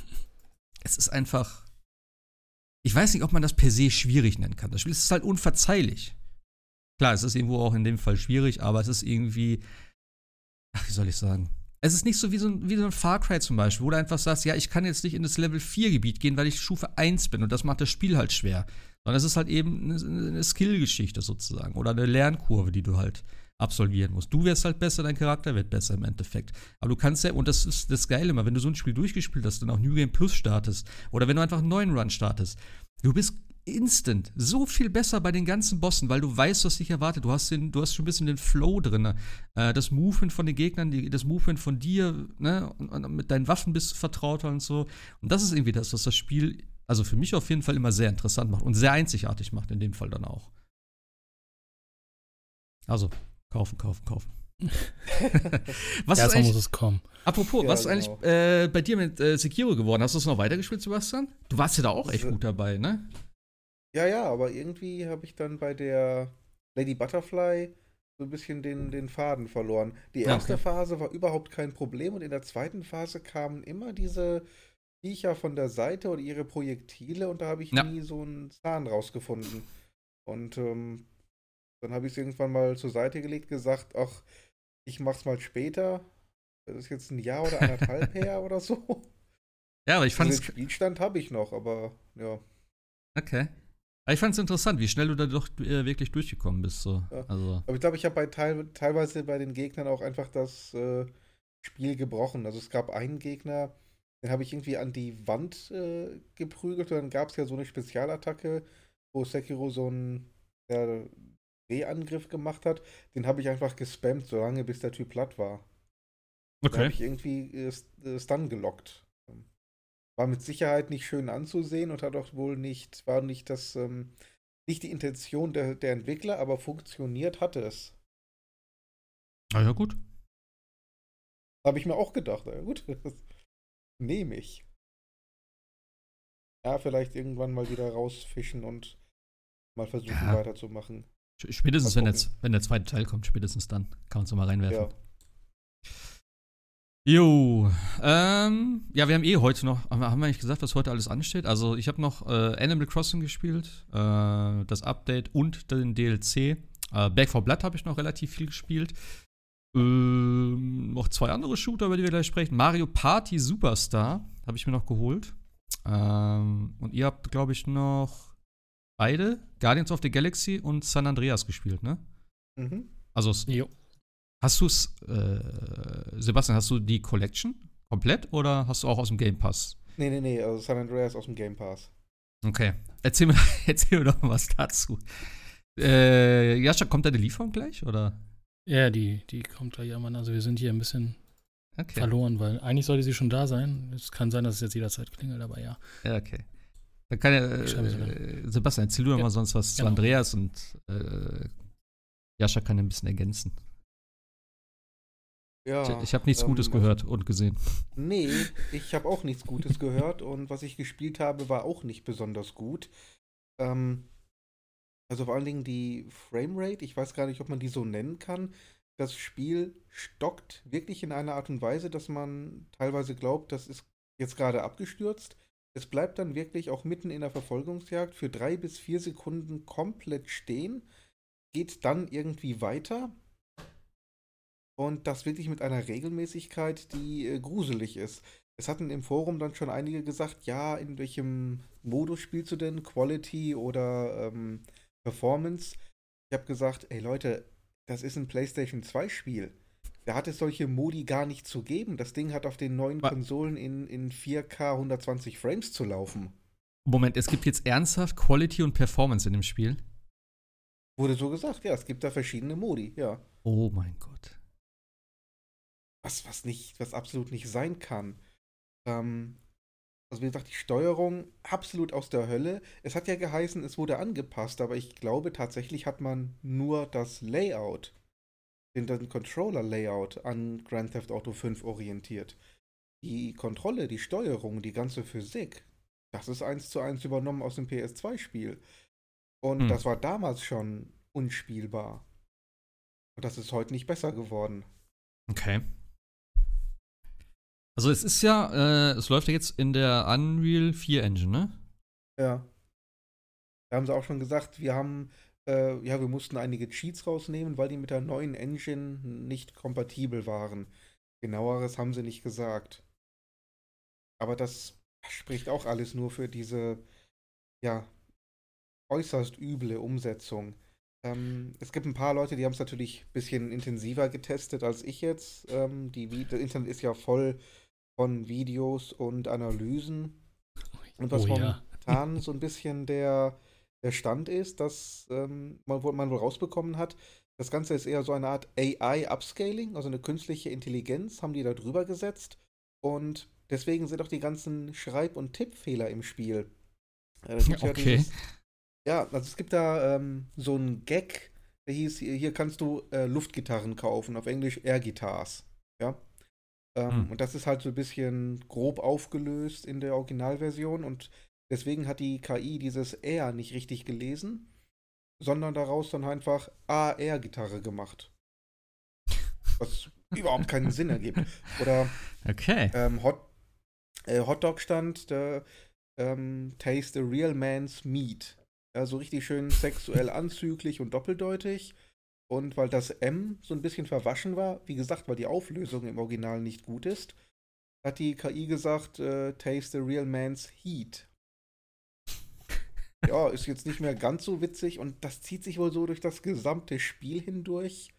es ist einfach, ich weiß nicht, ob man das per se schwierig nennen kann. Das Spiel ist halt unverzeihlich. Klar, es ist irgendwo auch in dem Fall schwierig, aber es ist irgendwie, wie soll ich sagen? Es ist nicht so wie so ein Far Cry zum Beispiel, wo du einfach sagst, ja, ich kann jetzt nicht in das Level 4 Gebiet gehen, weil ich Stufe 1 bin und das macht das Spiel halt schwer. Sondern es ist halt eben eine Skill-Geschichte sozusagen oder eine Lernkurve, die du halt absolvieren musst. Du wirst halt besser, dein Charakter wird besser im Endeffekt. Aber du kannst ja, und das ist das Geile immer, wenn du so ein Spiel durchgespielt hast und auch New Game Plus startest oder wenn du einfach einen neuen Run startest, du bist instant so viel besser bei den ganzen Bossen, weil du weißt, was dich erwartet. Du hast schon ein bisschen den Flow drin. Das Movement von den Gegnern, das Movement von dir, ne? Und mit deinen Waffen bist du vertrauter und so. Und das ist irgendwie das, was das Spiel, also für mich auf jeden Fall immer sehr interessant macht und sehr einzigartig macht, in dem Fall dann auch. Also, kaufen. Was Erstmal muss es kommen. Apropos, Ja, was ist eigentlich bei dir mit Sekiro geworden? Hast du es noch weitergespielt, Sebastian? Du warst ja da auch echt gut dabei, ne? Ja, aber irgendwie habe ich dann bei der Lady Butterfly so ein bisschen den Faden verloren. Die erste Okay. Phase war überhaupt kein Problem und in der zweiten Phase kamen immer diese Viecher von der Seite oder ihre Projektile und da habe ich Ja. nie so einen Zahn rausgefunden. Und dann habe ich es irgendwann mal zur Seite gelegt, gesagt, ach, ich mach's mal später. Das ist jetzt ein Jahr oder anderthalb her oder so. Ja, aber ich Also fand's. den Spielstand habe ich noch, aber ja. Okay. Aber ich fand's interessant, wie schnell du da doch wirklich durchgekommen bist. So. Ja. Also, Aber ich glaube, ich habe teilweise bei den Gegnern auch einfach das Spiel gebrochen. Also es gab einen Gegner, den habe ich irgendwie an die Wand geprügelt und dann gab es ja so eine Spezialattacke, wo Sekiro so einen Drehangriff gemacht hat. Den habe ich einfach gespammt, solange bis der Typ platt war. Da habe ich irgendwie Stun gelockt. War mit Sicherheit nicht schön anzusehen und hat auch wohl war nicht nicht die Intention der Entwickler, aber funktioniert hatte es. Ah ja, gut. Habe ich mir auch gedacht, na gut, das nehme ich. Ja, vielleicht irgendwann mal wieder rausfischen und mal versuchen Ja. weiterzumachen. Spätestens, Mal wenn gucken. wenn der zweite Teil kommt, spätestens dann. Kann man es mal reinwerfen. Ja. Jo, ja, wir haben heute noch, haben wir eigentlich gesagt, was heute alles ansteht? Also, ich habe noch Animal Crossing gespielt, das Update und den DLC. Back 4 Blood habe ich noch relativ viel gespielt. Noch 2 andere Shooter, über die wir gleich sprechen. Mario Party Superstar habe ich mir noch geholt. Und ihr habt, glaube ich, noch beide, Guardians of the Galaxy und San Andreas gespielt, ne? Mhm. Also, Jo. hast du es, Sebastian, hast du die Collection komplett oder hast du auch aus dem Game Pass? Nee, also San Andreas aus dem Game Pass. Okay. Erzähl mir doch mal was dazu. Jascha, kommt deine Lieferung gleich, oder? Ja, die kommt gleich irgendwann. Also wir sind hier ein bisschen Okay. verloren, weil eigentlich sollte sie schon da sein. Es kann sein, dass es jetzt jederzeit klingelt, aber ja. Ja, okay. Dann kann Ich schreibe sie Sebastian, erzähl du doch Ja, mal sonst was zu genau. Andreas und Jascha kann ein bisschen ergänzen. Ja. Ich habe nichts Gutes gehört und gesehen. Nee, ich habe auch nichts Gutes gehört und was ich gespielt habe, war auch nicht besonders gut. Also vor allen Dingen die Framerate, ich weiß gar nicht, ob man die so nennen kann. Das Spiel stockt wirklich in einer Art und Weise, dass man teilweise glaubt, das ist jetzt gerade abgestürzt. Es bleibt dann wirklich auch mitten in der Verfolgungsjagd für 3 bis 4 Sekunden komplett stehen, geht dann irgendwie weiter und das wirklich mit einer Regelmäßigkeit, die gruselig ist. Es hatten im Forum dann schon einige gesagt, ja, in welchem Modus spielst du denn? Quality oder Performance? Ich habe gesagt, ey Leute, das ist ein PlayStation 2 Spiel. Da hat es solche Modi gar nicht zu geben. Das Ding hat auf den neuen Wa- Konsolen in 4K 120 Frames zu laufen. Moment, es gibt jetzt ernsthaft Quality und Performance in dem Spiel? Wurde so gesagt, ja, es gibt da verschiedene Modi, ja. Oh mein Gott. Was absolut nicht sein kann. Also wie gesagt, die Steuerung absolut aus der Hölle. Es hat ja geheißen, es wurde angepasst, aber ich glaube tatsächlich hat man nur das Layout, den Controller-Layout an Grand Theft Auto 5 orientiert. Die Kontrolle, die Steuerung, die ganze Physik, das ist 1:1 übernommen aus dem PS2-Spiel. Und das war damals schon unspielbar. Und das ist heute nicht besser geworden. Okay. Also es ist ja, es läuft ja jetzt in der Unreal 4 Engine, ne? Ja. Da haben sie auch schon gesagt, wir mussten einige Cheats rausnehmen, weil die mit der neuen Engine nicht kompatibel waren. Genaueres haben sie nicht gesagt. Aber das spricht auch alles nur für diese, ja, äußerst üble Umsetzung. Es gibt ein paar Leute, die haben es natürlich ein bisschen intensiver getestet als ich jetzt. Das Internet ist ja voll von Videos und Analysen. Und was Oh ja. momentan so ein bisschen der Stand ist, dass man wohl rausbekommen hat, das Ganze ist eher so eine Art AI-Upscaling, also eine künstliche Intelligenz, haben die da drüber gesetzt. Und deswegen sind auch die ganzen Schreib- und Tippfehler im Spiel. Das gibt ja Okay. also es gibt da so einen Gag, der hieß, hier kannst du Luftgitarren kaufen, auf Englisch Air-Guitars. Ja. Und das ist halt so ein bisschen grob aufgelöst in der Originalversion und deswegen hat die KI dieses R nicht richtig gelesen, sondern daraus dann einfach AR-Gitarre gemacht. Was überhaupt keinen Sinn ergibt. Oder Okay. Hotdog-Stand, Taste a real man's meat. Ja, so richtig schön sexuell anzüglich und doppeldeutig. Und weil das M so ein bisschen verwaschen war, wie gesagt, weil die Auflösung im Original nicht gut ist, hat die KI gesagt, Taste the real man's heat. Ja, ist jetzt nicht mehr ganz so witzig und das zieht sich wohl so durch das gesamte Spiel hindurch.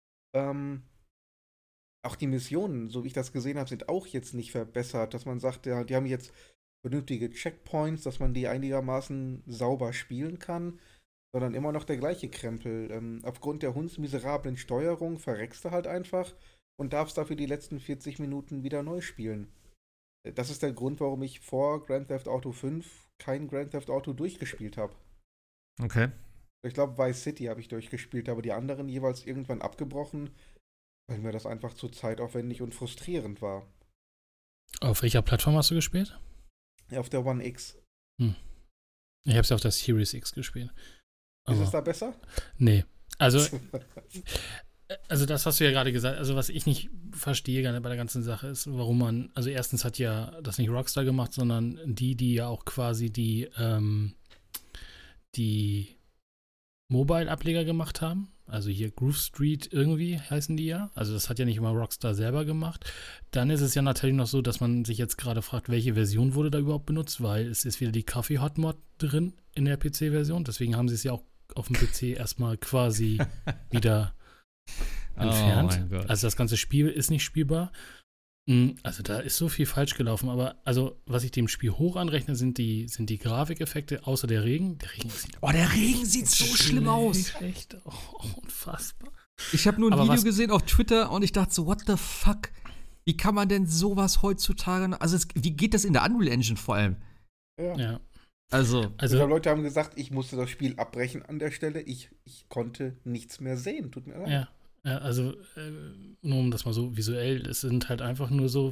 Auch die Missionen, so wie ich das gesehen habe, sind auch jetzt nicht verbessert, dass man sagt, ja, die haben jetzt vernünftige Checkpoints, dass man die einigermaßen sauber spielen kann, sondern immer noch der gleiche Krempel. Aufgrund der hundsmiserablen Steuerung verreckst du halt einfach und darfst dafür die letzten 40 Minuten wieder neu spielen. Das ist der Grund, warum ich vor Grand Theft Auto 5 kein Grand Theft Auto durchgespielt habe. Okay. Ich glaube, Vice City habe ich durchgespielt, aber die anderen jeweils irgendwann abgebrochen, weil mir das einfach zu zeitaufwendig und frustrierend war. Auf welcher Plattform hast du gespielt? Ja, auf der One X. Ich habe es auf der Series X gespielt. Ist es da besser? Nee. Also das hast du ja gerade gesagt, also was ich nicht verstehe gerade bei der ganzen Sache ist, warum man, also erstens hat ja das nicht Rockstar gemacht, sondern die ja auch quasi die Mobile-Ableger gemacht haben. Also hier Groove Street irgendwie heißen die ja. Also das hat ja nicht immer Rockstar selber gemacht. Dann ist es ja natürlich noch so, dass man sich jetzt gerade fragt, welche Version wurde da überhaupt benutzt, weil es ist wieder die Coffee Hot Mod drin in der PC-Version. Deswegen haben sie es ja auch auf dem PC erstmal quasi wieder entfernt. Oh mein Gott. Also das ganze Spiel ist nicht spielbar. Also da ist so viel falsch gelaufen, aber also was ich dem Spiel hoch anrechne, sind die Grafikeffekte, außer der Regen. Der Regen sieht der Regen sieht so schlimm aus. Echt unfassbar. Ich habe nur ein Aber Video gesehen auf Twitter und ich dachte so, what the fuck? Wie kann man denn sowas heutzutage, wie geht das in der Unreal Engine vor allem? Ja. Also Leute haben gesagt, ich musste das Spiel abbrechen an der Stelle. Ich konnte nichts mehr sehen. Tut mir leid. Ja. Ja, also nur um das mal so visuell, es sind halt einfach nur so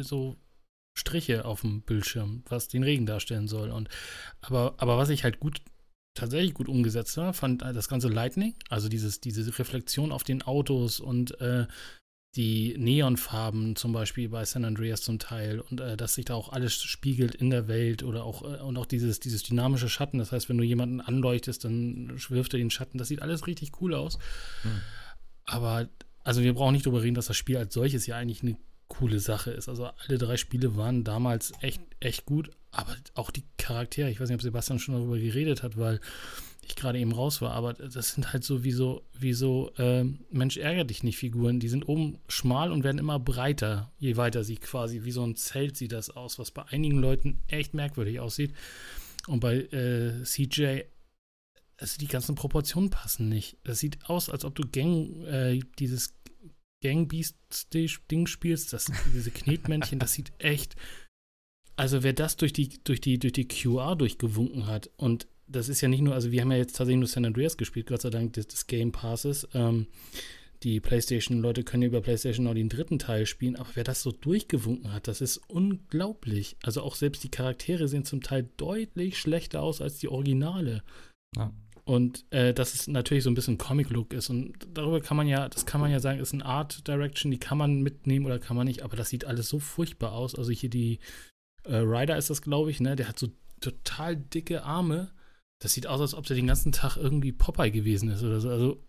Striche auf dem Bildschirm, was den Regen darstellen soll. Aber was ich halt tatsächlich gut umgesetzt habe, fand das ganze Lightning, also diese Reflexion auf den Autos und die Neonfarben zum Beispiel bei San Andreas zum Teil und dass sich da auch alles spiegelt in der Welt oder auch und auch dieses dynamische Schatten, das heißt, wenn du jemanden anleuchtest, dann wirft er den Schatten, das sieht alles richtig cool aus. Aber, also wir brauchen nicht drüber reden, dass das Spiel als solches ja eigentlich eine coole Sache ist. Also alle 3 Spiele waren damals echt gut, aber auch die Charaktere, ich weiß nicht, ob Sebastian schon darüber geredet hat, weil ich gerade eben raus war, aber das sind halt so wie so Mensch, ärgere dich nicht Figuren, die sind oben schmal und werden immer breiter, je weiter sie quasi, wie so ein Zelt sieht das aus, was bei einigen Leuten echt merkwürdig aussieht. Und bei CJ, also die ganzen Proportionen passen nicht. Das sieht aus, als ob du dieses Gang-Beast-Ding spielst, diese Knetmännchen, das sieht echt, also wer das durch die QR durchgewunken hat, und das ist ja nicht nur, also wir haben ja jetzt tatsächlich nur San Andreas gespielt, Gott sei Dank des Game Passes, die PlayStation-Leute können ja über PlayStation noch den 3. Teil spielen, aber wer das so durchgewunken hat, das ist unglaublich. Also auch selbst die Charaktere sehen zum Teil deutlich schlechter aus als die Originale. Ja. Und dass es natürlich so ein bisschen Comic-Look ist. Und das kann man ja sagen, ist eine Art Direction, die kann man mitnehmen oder kann man nicht. Aber das sieht alles so furchtbar aus. Also hier die Ryder ist das, glaube ich, ne? Der hat so total dicke Arme. Das sieht aus, als ob der den ganzen Tag irgendwie Popeye gewesen ist oder so.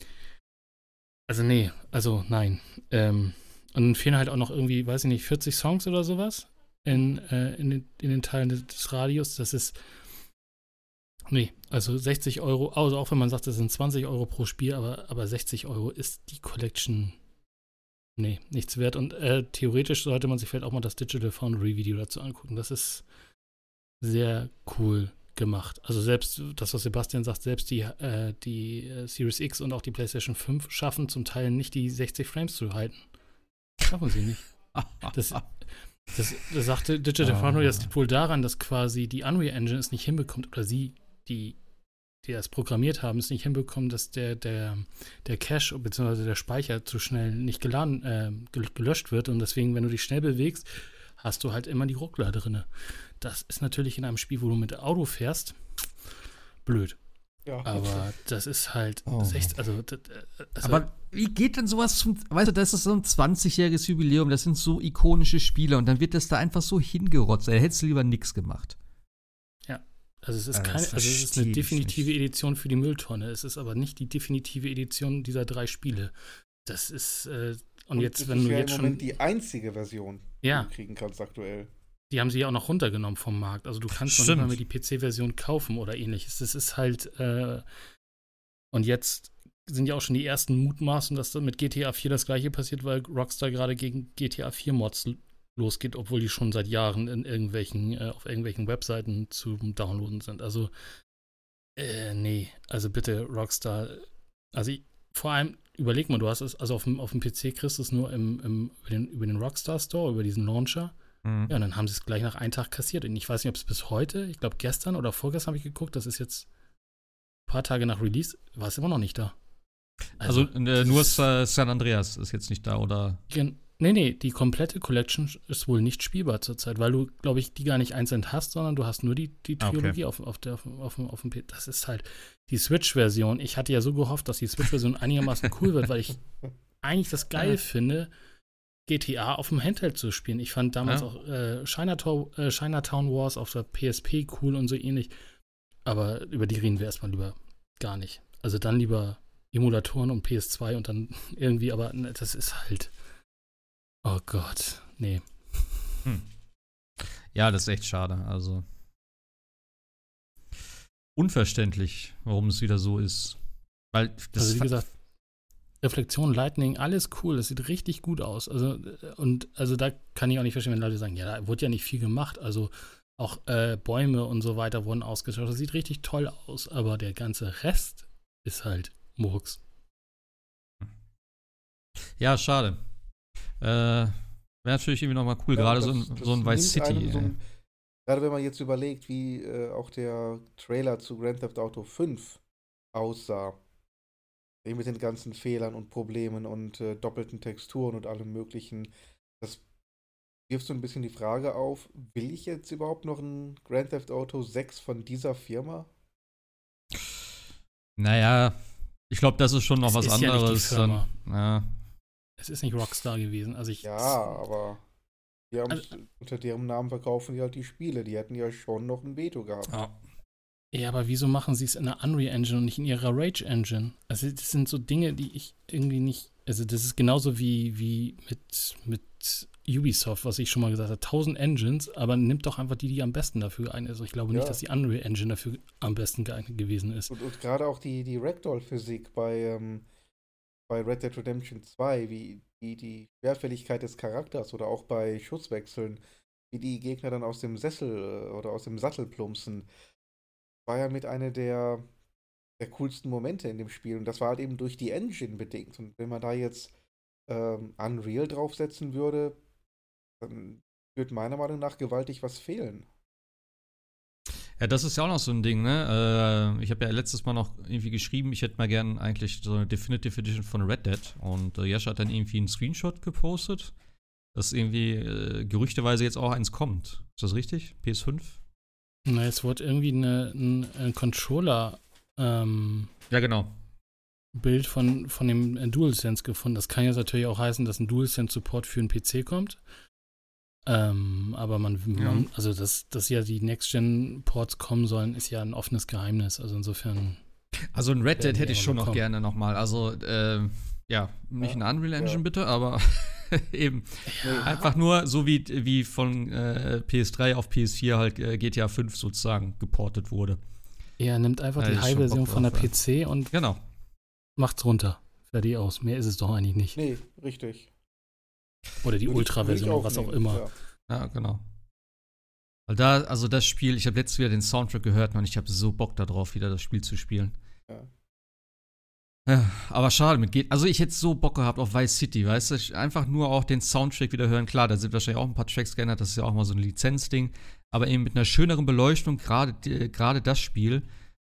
Also nein. Und dann fehlen halt auch noch irgendwie, weiß ich nicht, 40 Songs oder sowas in den Teilen des Radios. Das ist also 60 €, also auch wenn man sagt, das sind 20 € pro Spiel, aber 60 € ist die Collection, nichts wert. Und theoretisch sollte man sich vielleicht auch mal das Digital Foundry Video dazu angucken. Das ist sehr cool gemacht. Also selbst das, was Sebastian sagt, selbst die Series X und auch die PlayStation 5 schaffen zum Teil nicht, die 60 Frames zu halten. Schaffen sie nicht. Das sagte Digital Foundry, das liegt wohl daran, dass quasi die Unreal Engine es nicht hinbekommt, oder die das programmiert haben, es nicht hinbekommen, dass der Cache bzw. der Speicher zu schnell nicht gelöscht wird, und deswegen, wenn du dich schnell bewegst, hast du halt immer die Ruckler drin. Das ist natürlich in einem Spiel, wo du mit Auto fährst, blöd. Ja. Aber das ist halt, Oh. das ist echt, also Aber wie geht denn sowas weißt du, das ist so ein 20-jähriges Jubiläum, das sind so ikonische Spiele und dann wird das da einfach so hingerotzt. Da hättest du lieber nichts gemacht. Also es ist Das keine, also es ist verstehe eine ich definitive nicht. Edition für die Mülltonne. Es ist aber nicht die definitive Edition dieser 3 Spiele. Das ist, und jetzt, das wenn ist du ja jetzt im schon, Moment die einzige Version, die ja, du kriegen kannst aktuell. die haben sie ja auch noch runtergenommen vom Markt. Also du kannst noch nicht Stimmt. mal mehr die PC-Version kaufen oder ähnliches. Das ist halt, und jetzt sind ja auch schon die ersten Mutmaßen, dass da mit GTA 4 das gleiche passiert, weil Rockstar gerade gegen GTA 4 Mods losgeht, obwohl die schon seit Jahren in irgendwelchen, auf irgendwelchen Webseiten zum Downloaden sind. Also, nee, also bitte Rockstar. Also vor allem, überleg mal, du hast es, also auf dem PC kriegst du es nur über den Rockstar Store, über diesen Launcher. Mhm. Ja, und dann haben sie es gleich nach einem Tag kassiert. Und ich weiß nicht, ob es bis heute, ich glaube gestern oder vorgestern habe ich geguckt, das ist jetzt ein paar Tage nach Release, war es immer noch nicht da. Also nur das- San Andreas ist jetzt nicht da, oder? Nee, die komplette Collection ist wohl nicht spielbar zurzeit, weil du, glaube ich, die gar nicht einzeln hast, sondern du hast nur die Trilogie auf dem PC. Das ist halt die Switch-Version. Ich hatte ja so gehofft, dass die Switch-Version einigermaßen cool wird, weil ich eigentlich das geil finde, GTA auf dem Handheld zu spielen. Ich fand damals Ja. auch Chinatown Wars auf der PSP cool und so ähnlich. Aber über die reden wir erstmal lieber gar nicht. Also dann lieber Emulatoren und PS2 und dann irgendwie, aber das ist halt. Oh Gott, nee. Ja, das ist echt schade. Also unverständlich, warum es wieder so ist. Weil das Also wie gesagt, Reflexion, Lightning, alles cool, das sieht richtig gut aus. Also, und also da kann ich auch nicht verstehen, wenn Leute sagen, ja, da wurde ja nicht viel gemacht. Also auch Bäume und so weiter wurden ausgetauscht. Das sieht richtig toll aus, aber der ganze Rest ist halt Murks. ja, schade. Wäre natürlich irgendwie nochmal cool, Ja, gerade das- so das ein Vice nimmt City. einem so ein- Gerade wenn man jetzt überlegt, wie auch der Trailer zu Grand Theft Auto 5 aussah. Eben mit den ganzen Fehlern und Problemen und doppelten Texturen und allem möglichen. Das wirft so ein bisschen die Frage auf, will ich jetzt überhaupt noch ein Grand Theft Auto 6 von dieser Firma? Naja, ich glaube, das ist schon noch Es was ist ja nicht die anderes. Firma. Ja. Es ist nicht Rockstar gewesen. Also Ja, aber die haben unter deren Namen verkaufen die halt die Spiele. Die hätten ja schon noch ein Veto gehabt. Ja, aber wieso machen sie es in der Unreal Engine und nicht in ihrer Rage Engine? Also das sind so Dinge, die ich irgendwie nicht. Also das ist genauso wie mit Ubisoft, was ich schon mal gesagt habe. 1000 Engines, aber nimmt doch einfach die am besten dafür geeignet ist. Also ich glaube nicht, Ja. dass die Unreal Engine dafür am besten geeignet gewesen ist. Und gerade auch die Ragdoll-Physik bei Red Dead Redemption 2, wie die Schwerfälligkeit des Charakters oder auch bei Schusswechseln, wie die Gegner dann aus dem Sessel oder aus dem Sattel plumpsen, war ja mit einer der coolsten Momente in dem Spiel. Und das war halt eben durch die Engine bedingt. Und wenn man da jetzt Unreal draufsetzen würde, dann würde meiner Meinung nach gewaltig was fehlen. Ja, das ist ja auch noch so ein Ding, ne? Ich habe ja letztes Mal noch irgendwie geschrieben, ich hätte mal gern eigentlich so eine Definitive Edition von Red Dead. Und Jascha hat dann irgendwie einen Screenshot gepostet, dass irgendwie gerüchteweise jetzt auch eins kommt. Ist das richtig? PS5? Na, es wurde irgendwie ein Controller Ja, genau. Bild von dem DualSense gefunden. Das kann jetzt natürlich auch heißen, dass ein DualSense-Support für einen PC kommt. Aber also dass ja die Next-Gen-Ports kommen sollen, ist ja ein offenes Geheimnis. Also insofern. Also ein Red Dead Werden die hätte ich aber schon noch bekommen. gerne nochmal. Also, ja, nicht Ja, eine Unreal Engine ja. bitte, aber eben Nee, einfach nur so wie von PS3 auf PS4 halt GTA 5 sozusagen geportet wurde. Ja, nimmt einfach Da die hätte ich schon High-Version Bock von der drauf, PC und Genau. macht's runter. Fertig aus. Mehr ist es doch eigentlich nicht. nee, richtig. Oder die Würde ich Ultra-Version oder was auch nehmen, immer. ja. Ja, genau. Weil also das Spiel, ich habe letztens wieder den Soundtrack gehört und ich habe so Bock darauf, wieder das Spiel zu spielen. Ja. Ja, aber schade, also ich hätte so Bock gehabt auf Vice City, weißt du, einfach nur auch den Soundtrack wieder hören. Klar, da sind wahrscheinlich auch ein paar Tracks geändert, das ist ja auch mal so ein Lizenzding, aber eben mit einer schöneren Beleuchtung, gerade das Spiel.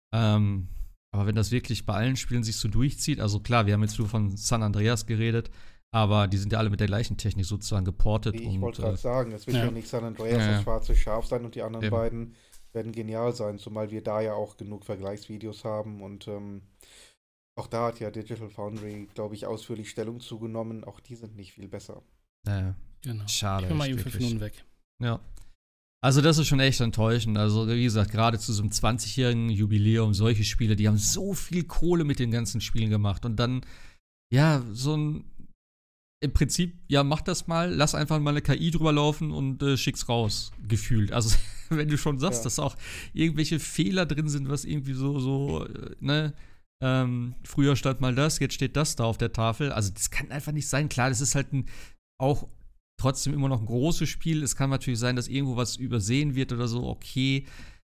Aber wenn das wirklich bei allen Spielen sich so durchzieht, also klar, wir haben jetzt nur von San Andreas geredet, aber die sind ja alle mit der gleichen Technik sozusagen geportet. Ich wollte gerade sagen, es wird ja. ja nicht San Andreas Ja, ja. das schwarze Schaf sein und die anderen Eben. beiden werden genial sein, zumal wir da ja auch genug Vergleichsvideos haben und auch da hat ja Digital Foundry, glaube ich, ausführlich Stellung zugenommen. Auch die sind nicht viel besser. Naja, Genau. schade. Ich bin mal echt, eben 5 wirklich. Minuten weg. Ja. Also das ist schon echt enttäuschend. Also wie gesagt, gerade zu so einem 20-jährigen Jubiläum, solche Spiele, die haben so viel Kohle mit den ganzen Spielen gemacht. Und dann, ja, so ein, im Prinzip, ja, mach das mal, lass einfach mal eine KI drüber laufen und schick's raus, gefühlt. Also wenn du schon sagst, Ja. dass auch irgendwelche Fehler drin sind, was irgendwie ne, früher stand mal das, jetzt steht das da auf der Tafel. Also das kann einfach nicht sein. Klar, das ist halt auch trotzdem immer noch ein großes Spiel. Es kann natürlich sein, dass irgendwo was übersehen wird oder so, okay.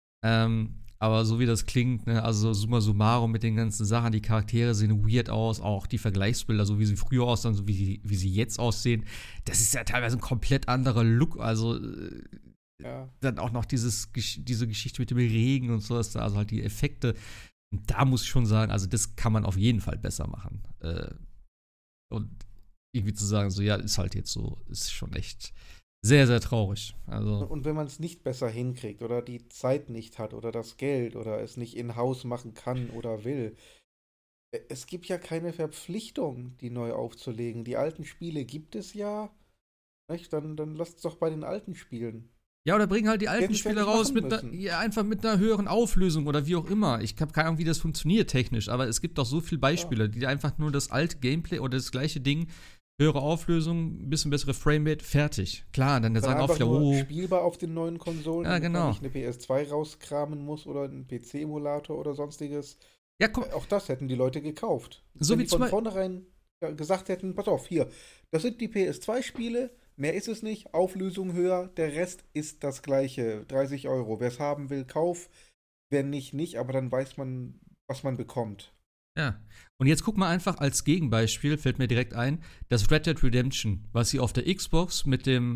Aber so wie das klingt, ne, also summa summarum mit den ganzen Sachen, die Charaktere sehen weird aus, auch die Vergleichsbilder, so wie sie früher aussahen, so wie sie jetzt aussehen, das ist ja teilweise ein komplett anderer Look. Also Ja. dann auch noch diese Geschichte mit dem Regen und so, also halt die Effekte. Und da muss ich schon sagen, also das kann man auf jeden Fall besser machen. Und irgendwie zu sagen, so ja, ist halt jetzt so, ist schon echt sehr, sehr traurig. Also, Und wenn man es nicht besser hinkriegt oder die Zeit nicht hat oder das Geld oder es nicht in-house machen kann oder will, es gibt ja keine Verpflichtung, die neu aufzulegen. Die alten Spiele gibt es ja, nicht? Dann lasst es doch bei den alten spielen. ja, oder bringen halt die alten Hätten sie ja Spiele nicht raus machen müssen. ja, einfach mit einer höheren Auflösung oder wie auch immer. Ich habe keine Ahnung, wie das funktioniert technisch, aber es gibt doch so viele Beispiele, die einfach nur das alte Gameplay oder das gleiche Ding, höhere Auflösung, ein bisschen bessere Framerate, fertig. Klar, dann Dann sagen auch einfach viele, nur oh, spielbar auf den neuen Konsolen, ja, damit genau. man nicht eine PS2 rauskramen muss oder einen PC-Emulator oder sonstiges. Ja, komm, Auch das hätten die Leute gekauft. so Wenn wie die zum von Beispiel. vornherein gesagt hätten, pass auf, hier, das sind die PS2-Spiele, mehr ist es nicht, Auflösung höher, der Rest ist das gleiche, 30 Euro. Wer es haben will, kauf, wer nicht, aber dann weiß man, was man bekommt. Ja. Und jetzt guck mal einfach als Gegenbeispiel, fällt mir direkt ein, das Red Dead Redemption, was sie auf der Xbox mit dem,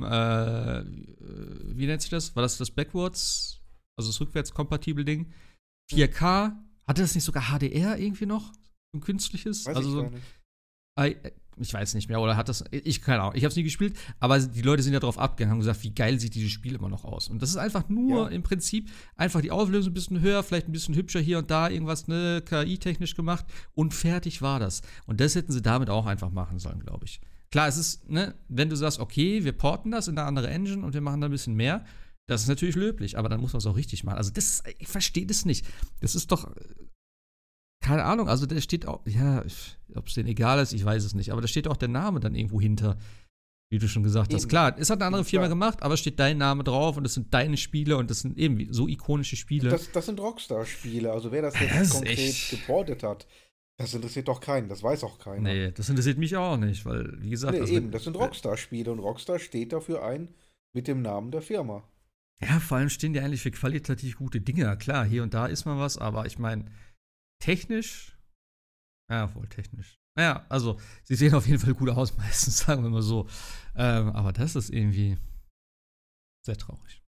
wie nennt sich das? War das Backwards, also das rückwärtskompatible Ding? 4K, hatte das nicht sogar HDR irgendwie noch? Ein künstliches? Weiß Also ich so gar ein, nicht. ich weiß nicht mehr, oder hat das, ich keine Ahnung, ich habe es nie gespielt, aber die Leute sind ja drauf abgegangen, haben gesagt, wie geil sieht dieses Spiel immer noch aus. Und das ist einfach nur Ja. im Prinzip einfach die Auflösung ein bisschen höher, vielleicht ein bisschen hübscher hier und da, irgendwas, ne, KI-technisch gemacht und fertig war das. Und das hätten sie damit auch einfach machen sollen, glaube ich. Klar, es ist, ne, wenn du sagst, okay, wir porten das in eine andere Engine und wir machen da ein bisschen mehr, das ist natürlich löblich, aber dann muss man es auch richtig machen. Also das, ich verstehe das nicht. Das ist doch, keine Ahnung, also da steht auch, ja, ob es denen egal ist, ich weiß es nicht, aber da steht auch der Name dann irgendwo hinter, wie du schon gesagt hast. Eben. Klar, es hat eine andere Eben, Firma klar. gemacht, aber steht dein Name drauf und es sind deine Spiele und das sind eben so ikonische Spiele. Das sind Rockstar-Spiele, also wer das jetzt Das ist konkret echt- geportet hat, das interessiert doch keinen, das weiß auch keiner. Nee, das interessiert mich auch nicht, weil, wie gesagt, Nee, also, eben, das sind Rockstar-Spiele und Rockstar steht dafür ein mit dem Namen der Firma. Ja, vor allem stehen die eigentlich für qualitativ gute Dinge. Klar, hier und da ist mal was, aber ich meine, technisch, ja, wohl technisch. Naja, also, sie sehen auf jeden Fall gut aus, meistens, sagen wir mal so. Aber das ist irgendwie sehr traurig.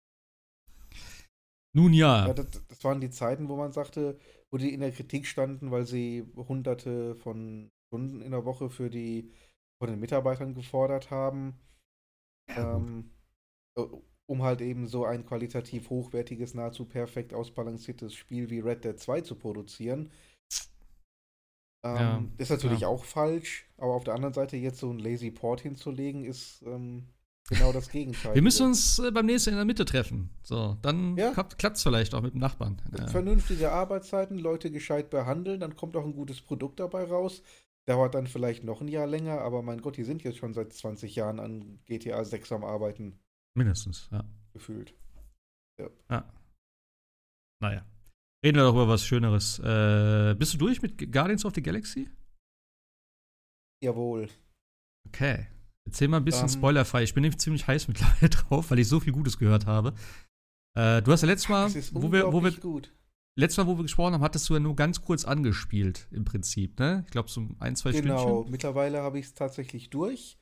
Nun Ja, ja. das waren die Zeiten, wo man sagte, wo die in der Kritik standen, weil sie hunderte von Stunden in der Woche von den Mitarbeitern gefordert haben, Ja, gut. um halt eben so ein qualitativ hochwertiges, nahezu perfekt ausbalanciertes Spiel wie Red Dead 2 zu produzieren. Ja, Ist natürlich ja. auch falsch, aber auf der anderen Seite jetzt so ein Lazy Port hinzulegen, ist genau das Gegenteil. Wir müssen uns beim nächsten in der Mitte treffen. So, dann Ja. klappt es vielleicht auch mit dem Nachbarn. Ja. Vernünftige Arbeitszeiten, Leute gescheit behandeln, dann kommt auch ein gutes Produkt dabei raus. Dauert dann vielleicht noch ein Jahr länger, aber mein Gott, die sind jetzt schon seit 20 Jahren an GTA 6 am Arbeiten, Mindestens, ja. gefühlt. Ja. Naja. Reden wir doch über was Schöneres. Bist du durch mit Guardians of the Galaxy? Jawohl. Okay. Erzähl mal ein bisschen Ähm. spoilerfrei. Ich bin nämlich ziemlich heiß mittlerweile drauf, weil ich so viel Gutes gehört habe. Du hast ja letztes Mal, Es ist wo wir unglaublich gut. gesprochen haben, hattest du ja nur ganz kurz angespielt, im Prinzip, ne? Ich glaube, so ein, zwei Genau, Stündchen. mittlerweile habe ich es tatsächlich durch.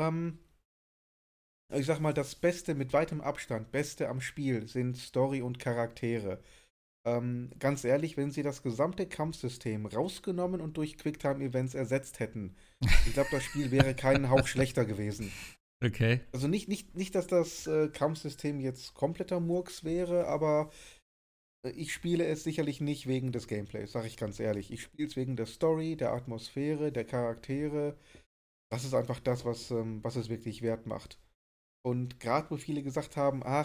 Ich sag mal, das Beste mit weitem Abstand, Beste am Spiel sind Story und Charaktere. Ganz ehrlich, wenn sie das gesamte Kampfsystem rausgenommen und durch Quicktime-Events ersetzt hätten, ich glaube, das Spiel wäre keinen Hauch schlechter gewesen. Okay. Also nicht, dass das Kampfsystem jetzt kompletter Murks wäre, aber Ich spiele es sicherlich nicht wegen des Gameplays, sage ich ganz ehrlich. Ich spiele es wegen der Story, der Atmosphäre, der Charaktere. Das ist einfach das, was es wirklich wert macht. Und gerade wo viele gesagt haben, ach,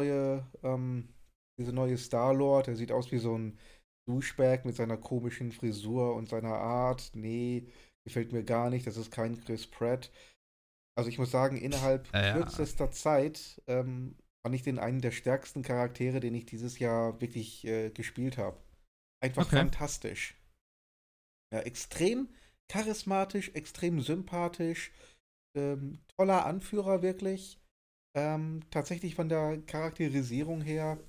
diese neue Star-Lord, der sieht aus wie so ein Douchebag mit seiner komischen Frisur und seiner Art. Nee, gefällt mir gar nicht, das ist kein Chris Pratt. Also ich muss sagen, innerhalb Ja. kürzester Zeit fand ich den einen der stärksten Charaktere, den ich dieses Jahr wirklich gespielt habe. Einfach Okay. fantastisch. Ja, extrem charismatisch, extrem sympathisch, toller Anführer wirklich. Tatsächlich von der Charakterisierung her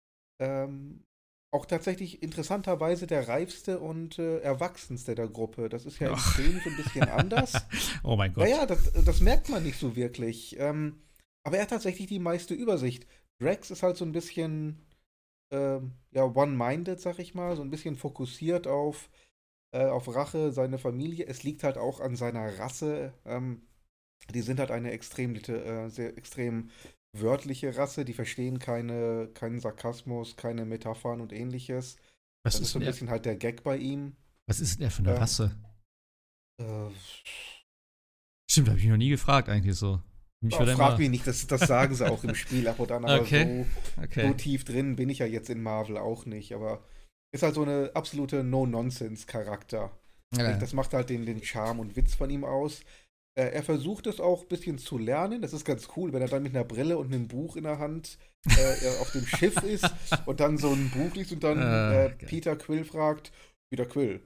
auch tatsächlich interessanterweise der reifste und erwachsenste der Gruppe. Das ist ja im Ach. Film so ein bisschen anders. Oh mein Gott. Naja, das merkt man nicht so wirklich. Aber er hat tatsächlich die meiste Übersicht. Drax ist halt so ein bisschen ja, one-minded, sag ich mal, so ein bisschen fokussiert auf Rache, seine Familie. Es liegt halt auch an seiner Rasse. Die sind halt eine sehr extrem wörtliche Rasse, die verstehen keinen Sarkasmus, keine Metaphern und ähnliches. Was Das ist ist so denn ein er, bisschen halt der Gag bei ihm. was ist denn er für eine Ähm, Rasse? Äh, Stimmt, habe ich mich noch nie gefragt eigentlich so. Mich würde frag immer. mich nicht, das sagen sie auch im Spiel ab und an, aber Okay. so Okay. tief drin bin ich ja jetzt in Marvel auch nicht. Aber ist halt so eine absolute No-Nonsense-Charakter. Ja. Das macht halt den Charme und Witz von ihm aus. Er versucht es auch ein bisschen zu lernen. Das ist ganz cool, wenn er dann mit einer Brille und einem Buch in der Hand auf dem Schiff ist und dann so ein Buch liest und dann Geil. Peter Quill fragt, Peter Quill,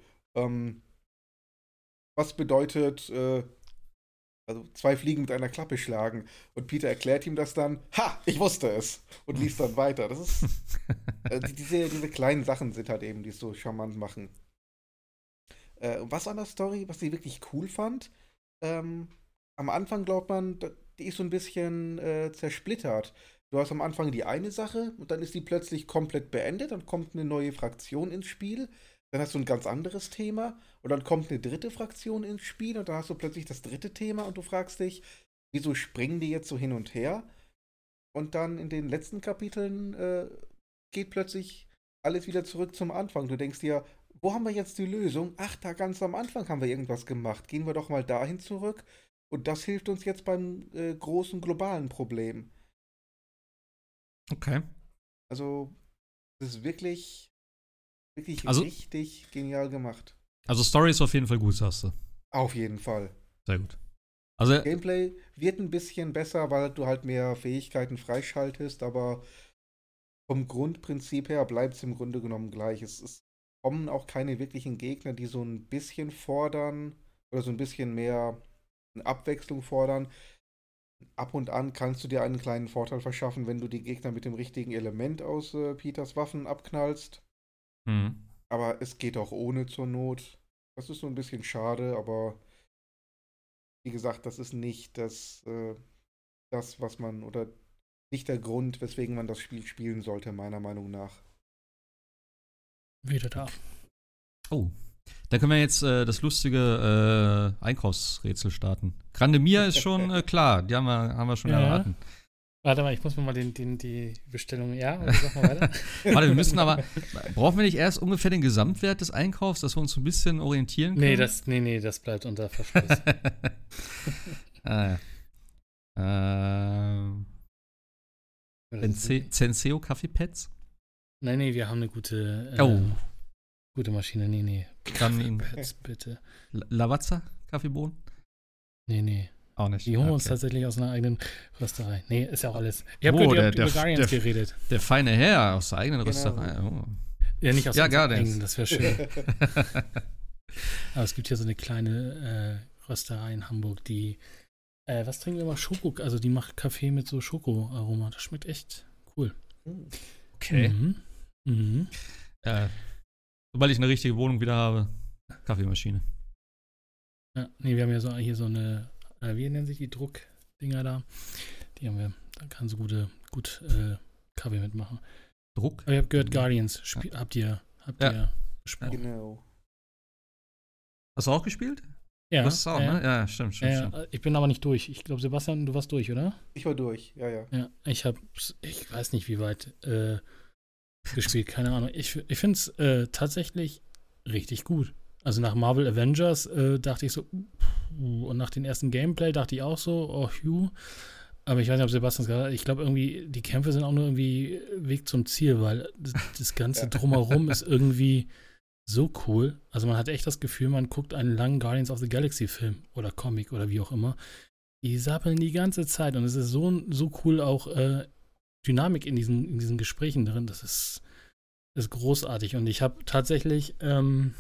was bedeutet, also zwei Fliegen mit einer Klappe schlagen? Und Peter erklärt ihm das dann, ha, ich wusste es! Und liest dann weiter. Das ist, diese kleinen Sachen sind halt eben, die es so charmant machen. Was an der Story, was ich wirklich cool fand, am Anfang glaubt man, die ist so ein bisschen zersplittert. Du hast am Anfang die eine Sache und dann ist die plötzlich komplett beendet, dann kommt eine neue Fraktion ins Spiel, dann hast du ein ganz anderes Thema und dann kommt eine dritte Fraktion ins Spiel und dann hast du plötzlich das dritte Thema und du fragst dich, wieso springen die jetzt so hin und her? Und dann in den letzten Kapiteln geht plötzlich alles wieder zurück zum Anfang. Du denkst dir, wo haben wir jetzt die Lösung? Ach, da ganz am Anfang haben wir irgendwas gemacht. Gehen wir doch mal dahin zurück. Und das hilft uns jetzt beim großen globalen Problem. Okay. Also, das ist wirklich Also- richtig genial gemacht. Also Story ist auf jeden Fall gut, sagst du. Auf jeden Fall. Sehr gut. Also, Gameplay wird ein bisschen besser, weil du halt mehr Fähigkeiten freischaltest, aber vom Grundprinzip her bleibt es im Grunde genommen gleich. Es kommen auch keine wirklichen Gegner, die so ein bisschen fordern oder so ein bisschen mehr Abwechslung fordern. Ab und an kannst du dir einen kleinen Vorteil verschaffen, wenn du die Gegner mit dem richtigen Element aus Peters Waffen abknallst. Aber es geht auch ohne zur Not. Das ist so ein bisschen schade, aber wie gesagt, das ist nicht was man, oder nicht der Grund, weswegen man das Spiel spielen sollte, meiner Meinung nach. Wieder da. oh. Da können wir jetzt das lustige Einkaufsrätsel starten. Grande Mia ist schon klar, die haben wir schon Ja. erraten. Warte mal, ich muss mir mal die Bestellung. Ja, oder sag mal weiter. Warte, wir müssen aber. Brauchen wir nicht erst ungefähr den Gesamtwert des Einkaufs, dass wir uns so ein bisschen orientieren können? Nee, das bleibt unter Verschluss. Ah, ja. Senseo Kaffeepads? Nee, wir haben eine gute, gute Maschine. Nee. Dann Pads, bitte. Lavazza Kaffeebohnen? Nee. Auch nicht. Die holen wir uns Okay. tatsächlich aus einer eigenen Rösterei. Nee, ist ja auch alles. Ihr habt Oh, gehört, ihr der- habt über Guardians der- geredet. Der feine Herr aus der eigenen Genau. Rösterei. Oh. Ja, nicht aus Ja, unserer Guardians. eigenen, das wäre schön. Aber es gibt hier so eine kleine Rösterei in Hamburg, die, was trinken wir immer? Schoko, also die macht Kaffee mit so Schokoaroma. Das schmeckt echt cool. Okay. Mhm. Sobald ich eine richtige Wohnung wieder habe, Kaffeemaschine. Ja, nee, wir haben ja hier so eine, wie nennen sich die Druckdinger da? Die haben wir, da kann so gut Kaffee mitmachen. Druck? Aber ihr habt gehört, Guardians, habt ihr gesprochen? Genau. Hast du auch gespielt? Ja, Du hast es auch, ne? Ja, stimmt. ja, ich bin aber nicht durch. Ich glaube, Sebastian, du warst durch, oder? Ich war durch, ja. Ja, ich weiß nicht, wie weit gespielt, keine Ahnung. Ich finde es tatsächlich richtig gut. Also nach Marvel Avengers dachte ich so, und nach dem ersten Gameplay dachte ich auch so, oh, Hugh. Aber ich weiß nicht, ob Sebastian es gesagt hat. Ich glaube irgendwie, die Kämpfe sind auch nur irgendwie Weg zum Ziel, weil das Ganze drumherum ist irgendwie so cool. Also man hat echt das Gefühl, man guckt einen langen Guardians of the Galaxy Film oder Comic oder wie auch immer. Die sappeln die ganze Zeit und es ist so cool auch Dynamik in diesen Gesprächen drin. Das ist großartig. Und ich habe tatsächlich, um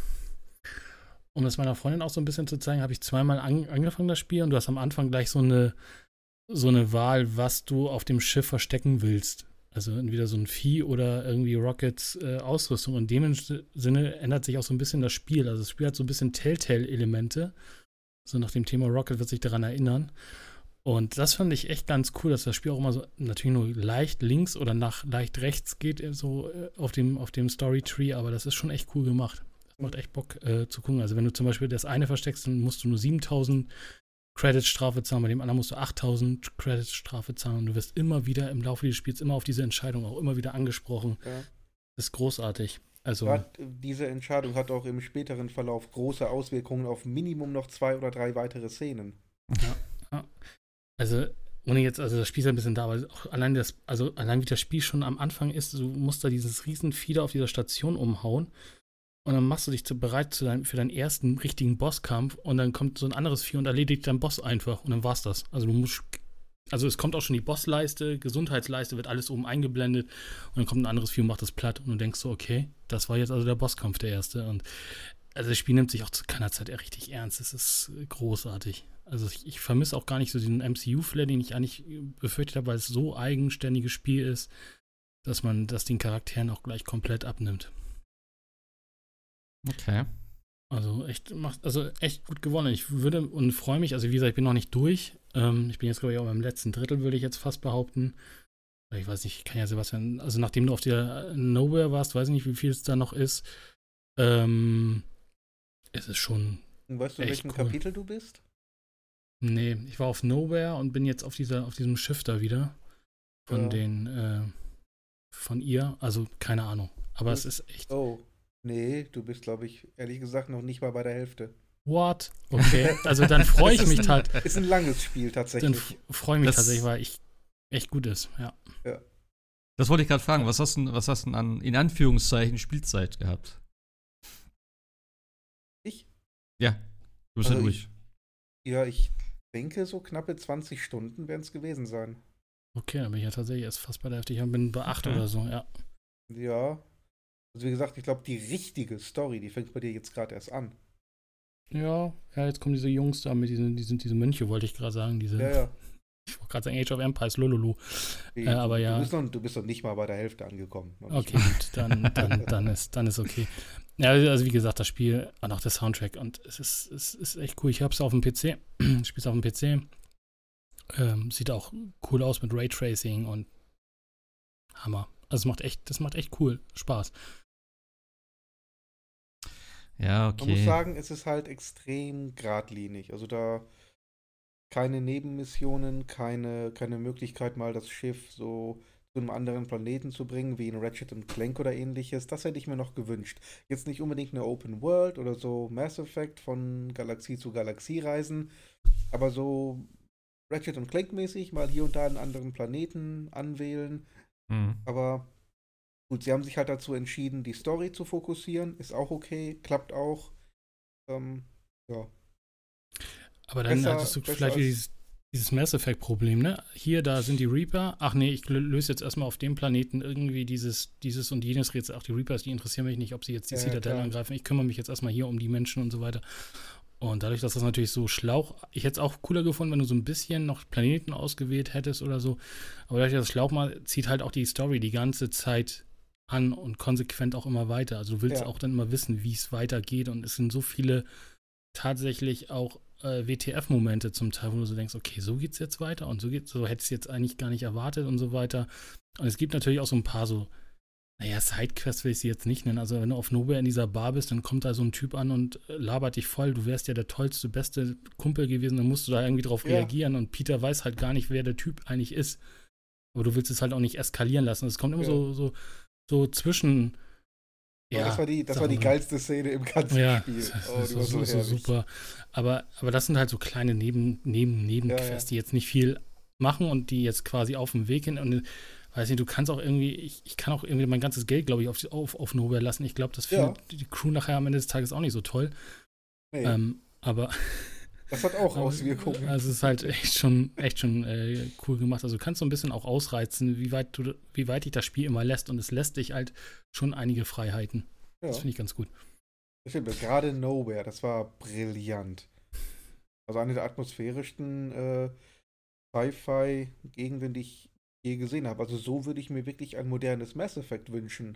das meiner Freundin auch so ein bisschen zu zeigen, habe ich zweimal angefangen das Spiel und du hast am Anfang gleich so eine Wahl, was du auf dem Schiff verstecken willst. Also entweder so ein Vieh oder irgendwie Rockets Ausrüstung. Und in dem Sinne ändert sich auch so ein bisschen das Spiel. Also das Spiel hat so ein bisschen Telltale-Elemente. So nach dem Thema Rocket wird sich daran erinnern. Und das fand ich echt ganz cool, dass das Spiel auch immer so natürlich nur leicht links oder nach leicht rechts geht, so auf dem Story-Tree. Aber das ist schon echt cool gemacht. Das macht echt Bock zu gucken. Also wenn du zum Beispiel das eine versteckst, dann musst du nur 7.000 Credits Strafe zahlen, bei dem anderen musst du 8.000 Credits Strafe zahlen und du wirst immer wieder im Laufe des Spiels immer auf diese Entscheidung auch immer wieder angesprochen. Ja. Das ist großartig. Also diese Entscheidung hat auch im späteren Verlauf große Auswirkungen auf Minimum noch 2 oder 3 weitere Szenen. Ja. Also das Spiel ist ein bisschen da, aber auch allein wie das Spiel schon am Anfang ist, du musst da dieses riesen Fieder auf dieser Station umhauen. Und dann machst du dich bereit für deinen ersten richtigen Bosskampf und dann kommt so ein anderes Vieh und erledigt deinen Boss einfach und dann war's das. Also es kommt auch schon die Bossleiste, Gesundheitsleiste, wird alles oben eingeblendet und dann kommt ein anderes Vieh und macht das platt und du denkst so, okay, das war jetzt also der Bosskampf, der erste. Und also das Spiel nimmt sich auch zu keiner Zeit richtig ernst. Es ist großartig. Also ich vermisse auch gar nicht so diesen MCU-Flair, den ich eigentlich befürchtet habe, weil es so eigenständiges Spiel ist, dass man das den Charakteren auch gleich komplett abnimmt. Okay. Also echt gut gewonnen. Ich würde und freue mich, also wie gesagt, ich bin noch nicht durch. Ich bin jetzt, glaube ich, auch im letzten Drittel, würde ich jetzt fast behaupten. Ich weiß nicht, ich kann ja Sebastian, also nachdem du auf der Nowhere warst, weiß ich nicht, wie viel es da noch ist. Es ist schon. Weißt du, in welchem Kapitel du bist? Nee, ich war auf Nowhere und bin jetzt auf diesem Schiff da wieder. Von ihr. Also, keine Ahnung. Aber es ist echt. Oh. Nee, du bist, glaube ich, ehrlich gesagt noch nicht mal bei der Hälfte. What? Okay, also dann freue ich mich halt. Ist ein langes Spiel tatsächlich. Dann freue ich mich tatsächlich, weil ich echt gut ist, ja. Das wollte ich gerade fragen. Was hast du denn an, in Anführungszeichen, Spielzeit gehabt? Ich? Ja, du bist ja durch. Ich denke, so knappe 20 Stunden werden es gewesen sein. Okay, dann bin ich ja tatsächlich erst fast bei der Hälfte. Ich bin bei 8 oder so, ja. Ja. Also wie gesagt, ich glaube, die richtige Story, die fängt bei dir jetzt gerade erst an. Ja, jetzt kommen diese Jungs da mit diese Mönche, wollte ich gerade sagen. Ja. Ich wollte gerade sagen Age of Empires, lololo. Aber ja. Du bist noch nicht mal bei der Hälfte angekommen. Okay, gut, dann ist okay. Ja, also wie gesagt, das Spiel und auch der Soundtrack und es ist echt cool. Ich habe es auf dem PC, spiele es auf dem PC. Sieht auch cool aus mit Raytracing und Hammer. Also das macht echt cool Spaß. Ja, okay. Man muss sagen, es ist halt extrem geradlinig. Also da keine Nebenmissionen, keine Möglichkeit, mal das Schiff so zu einem anderen Planeten zu bringen, wie in Ratchet & Clank oder ähnliches. Das hätte ich mir noch gewünscht. Jetzt nicht unbedingt eine Open World oder so Mass Effect von Galaxie zu Galaxie reisen, aber so Ratchet & Clank mäßig mal hier und da einen anderen Planeten anwählen. Aber gut, sie haben sich halt dazu entschieden, die Story zu fokussieren. Ist auch okay, klappt auch. Ja. Aber dann hattest du vielleicht dieses Mass Effect-Problem, ne? Hier, da sind die Reaper. Ach nee, ich löse jetzt erstmal auf dem Planeten irgendwie dieses und jenes Rätsel. Ach, die Reapers, die interessieren mich nicht, ob sie jetzt die Citadel angreifen. Ich kümmere mich jetzt erstmal hier um die Menschen und so weiter. Und dadurch, dass das natürlich so ich hätte es auch cooler gefunden, wenn du so ein bisschen noch Planeten ausgewählt hättest oder so. Aber dadurch, dass Schlauch mal zieht halt auch die Story die ganze Zeit an und konsequent auch immer weiter. Also du willst auch dann immer wissen, wie es weitergeht. Und es sind so viele tatsächlich auch WTF-Momente zum Teil, wo du so denkst, okay, so geht's jetzt weiter und so hätte es jetzt eigentlich gar nicht erwartet und so weiter. Und es gibt natürlich auch so ein paar so, Sidequests will ich sie jetzt nicht nennen. Also wenn du auf Nowhere in dieser Bar bist, dann kommt da so ein Typ an und labert dich voll. Du wärst ja der tollste, beste Kumpel gewesen, dann musst du da irgendwie drauf reagieren und Peter weiß halt gar nicht, wer der Typ eigentlich ist. Aber du willst es halt auch nicht eskalieren lassen. Es kommt immer so so zwischen. Ja, das war die sagen wir- geilste Szene im ganzen Ja, Spiel. das Oh, die war so so herrlich. super. Aber das sind halt so kleine Nebenquests, Ja. die jetzt nicht viel machen und die jetzt quasi auf dem Weg hin. Und weiß nicht, du kannst auch irgendwie, ich kann auch irgendwie mein ganzes Geld, glaube ich, auf Nowhere lassen. Ich glaube, das Ja. findet die Crew nachher am Ende des Tages auch nicht so toll. Nee, Aber das hat auch Auswirkungen. also es ist halt echt schon cool gemacht. Also du kannst so ein bisschen auch ausreizen, wie weit dich das Spiel immer lässt. Und es lässt dich halt schon einige Freiheiten. Ja, Das finde ich ganz gut. das stimmt. Gerade Nowhere, das war brillant. Also eine der atmosphärischsten Sci-Fi-Gegenden, die ich je gesehen habe. Also so würde ich mir wirklich ein modernes Mass Effect wünschen.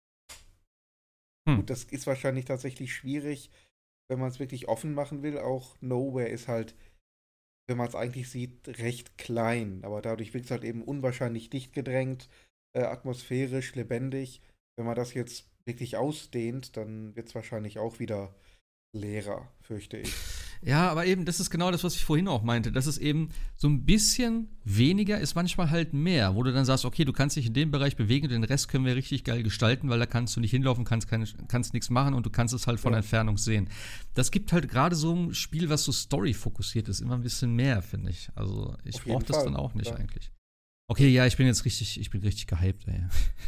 Gut, das ist wahrscheinlich tatsächlich schwierig, wenn man es wirklich offen machen will. Auch Nowhere ist halt, wenn man es eigentlich sieht, recht klein. Aber dadurch wirkt es halt eben unwahrscheinlich dicht gedrängt, atmosphärisch, lebendig. Wenn man das jetzt wirklich ausdehnt, dann wird es wahrscheinlich auch wieder leerer, fürchte ich. Ja, aber eben, das ist genau das, was ich vorhin auch meinte. Das ist eben so ein bisschen weniger ist manchmal halt mehr, wo du dann sagst, okay, du kannst dich in dem Bereich bewegen und den Rest können wir richtig geil gestalten, weil da kannst du nicht hinlaufen, kannst nichts machen und du kannst es halt von Entfernung sehen. Das gibt halt gerade so ein Spiel, was so Story-fokussiert ist, immer ein bisschen mehr, finde ich. Also ich Auf jeden brauche das Fall, dann auch nicht ja. eigentlich. Okay, ja, ich bin richtig gehypt, ey.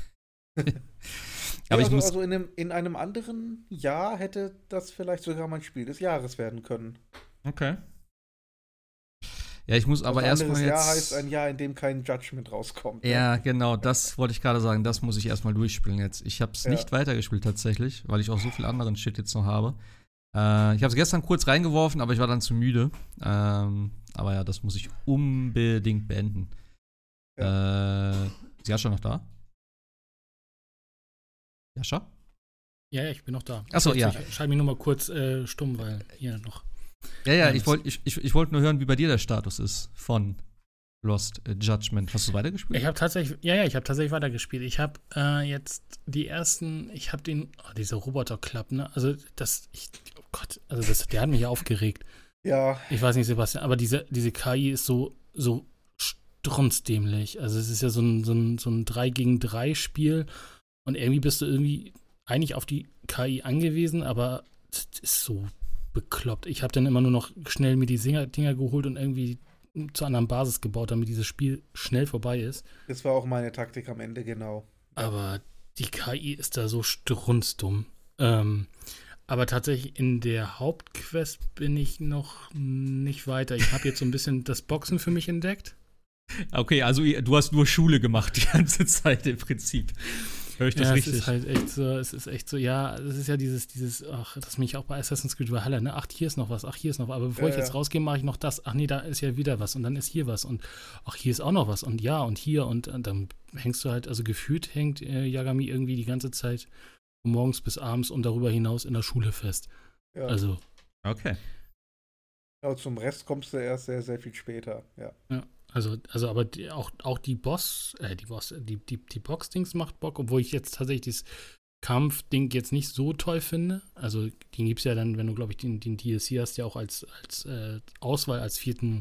Aber Ja, ich muss. also in einem anderen Jahr hätte das vielleicht sogar mein Spiel des Jahres werden können. Okay. Ja, ich muss aber Also erstmal anderes jetzt. Jahr heißt ein Jahr, in dem kein Judgment rauskommt. ne? Ja, genau, das wollte ich gerade sagen. Das muss ich erstmal durchspielen jetzt. Ich habe es Ja. nicht weitergespielt tatsächlich, weil ich auch so viel anderen Shit jetzt noch habe. Ich habe es gestern kurz reingeworfen, aber ich war dann zu müde. Aber ja, das muss ich unbedingt beenden. Ist Jascha noch da? Jascha? Ja, ich bin noch da. Ach so, ja. Ich schalte mich nur mal kurz stumm, weil hier noch. Ja, Ja, ich wollte nur hören, wie bei dir der Status ist von Lost Judgment. Hast du weitergespielt? Ich habe tatsächlich weitergespielt. Ich habe jetzt dieser Roboter Club, ne? Also oh Gott, der hat mich ja aufgeregt. Ja, Ich weiß nicht, Sebastian, aber diese KI ist so strunzdämlich. Also es ist ja so ein 3-gegen-3-Spiel und irgendwie bist du eigentlich auf die KI angewiesen, aber das ist so bekloppt. Ich habe dann immer nur noch schnell mir die Dinger geholt und irgendwie zur anderen Basis gebaut, damit dieses Spiel schnell vorbei ist. das war auch meine Taktik am Ende, genau. Aber die KI ist da so strunzdumm. Aber tatsächlich in der Hauptquest bin ich noch nicht weiter. Ich habe jetzt so ein bisschen das Boxen für mich entdeckt. Okay, also du hast nur Schule gemacht die ganze Zeit im Prinzip. Höre ich das richtig? Es ist echt so, ja, es ist ja das mich auch bei Assassin's Creed Valhalla, ne? Ach, hier ist noch was, aber bevor ich jetzt rausgehe, mache ich noch das. Ach nee, da ist ja wieder was und dann ist hier was und ach, hier ist auch noch was und ja und hier und dann hängst du halt, also gefühlt hängt Yagami irgendwie die ganze Zeit von morgens bis abends und darüber hinaus in der Schule fest. Ja. Also, Okay. Genau, zum Rest kommst du erst sehr, sehr viel später. Ja. also aber auch die Box-Dings macht Bock, obwohl ich jetzt tatsächlich dieses Kampfding jetzt nicht so toll finde. Also, den gibt es ja dann, wenn du, glaube ich, den DLC hast, ja auch als Auswahl, als vierten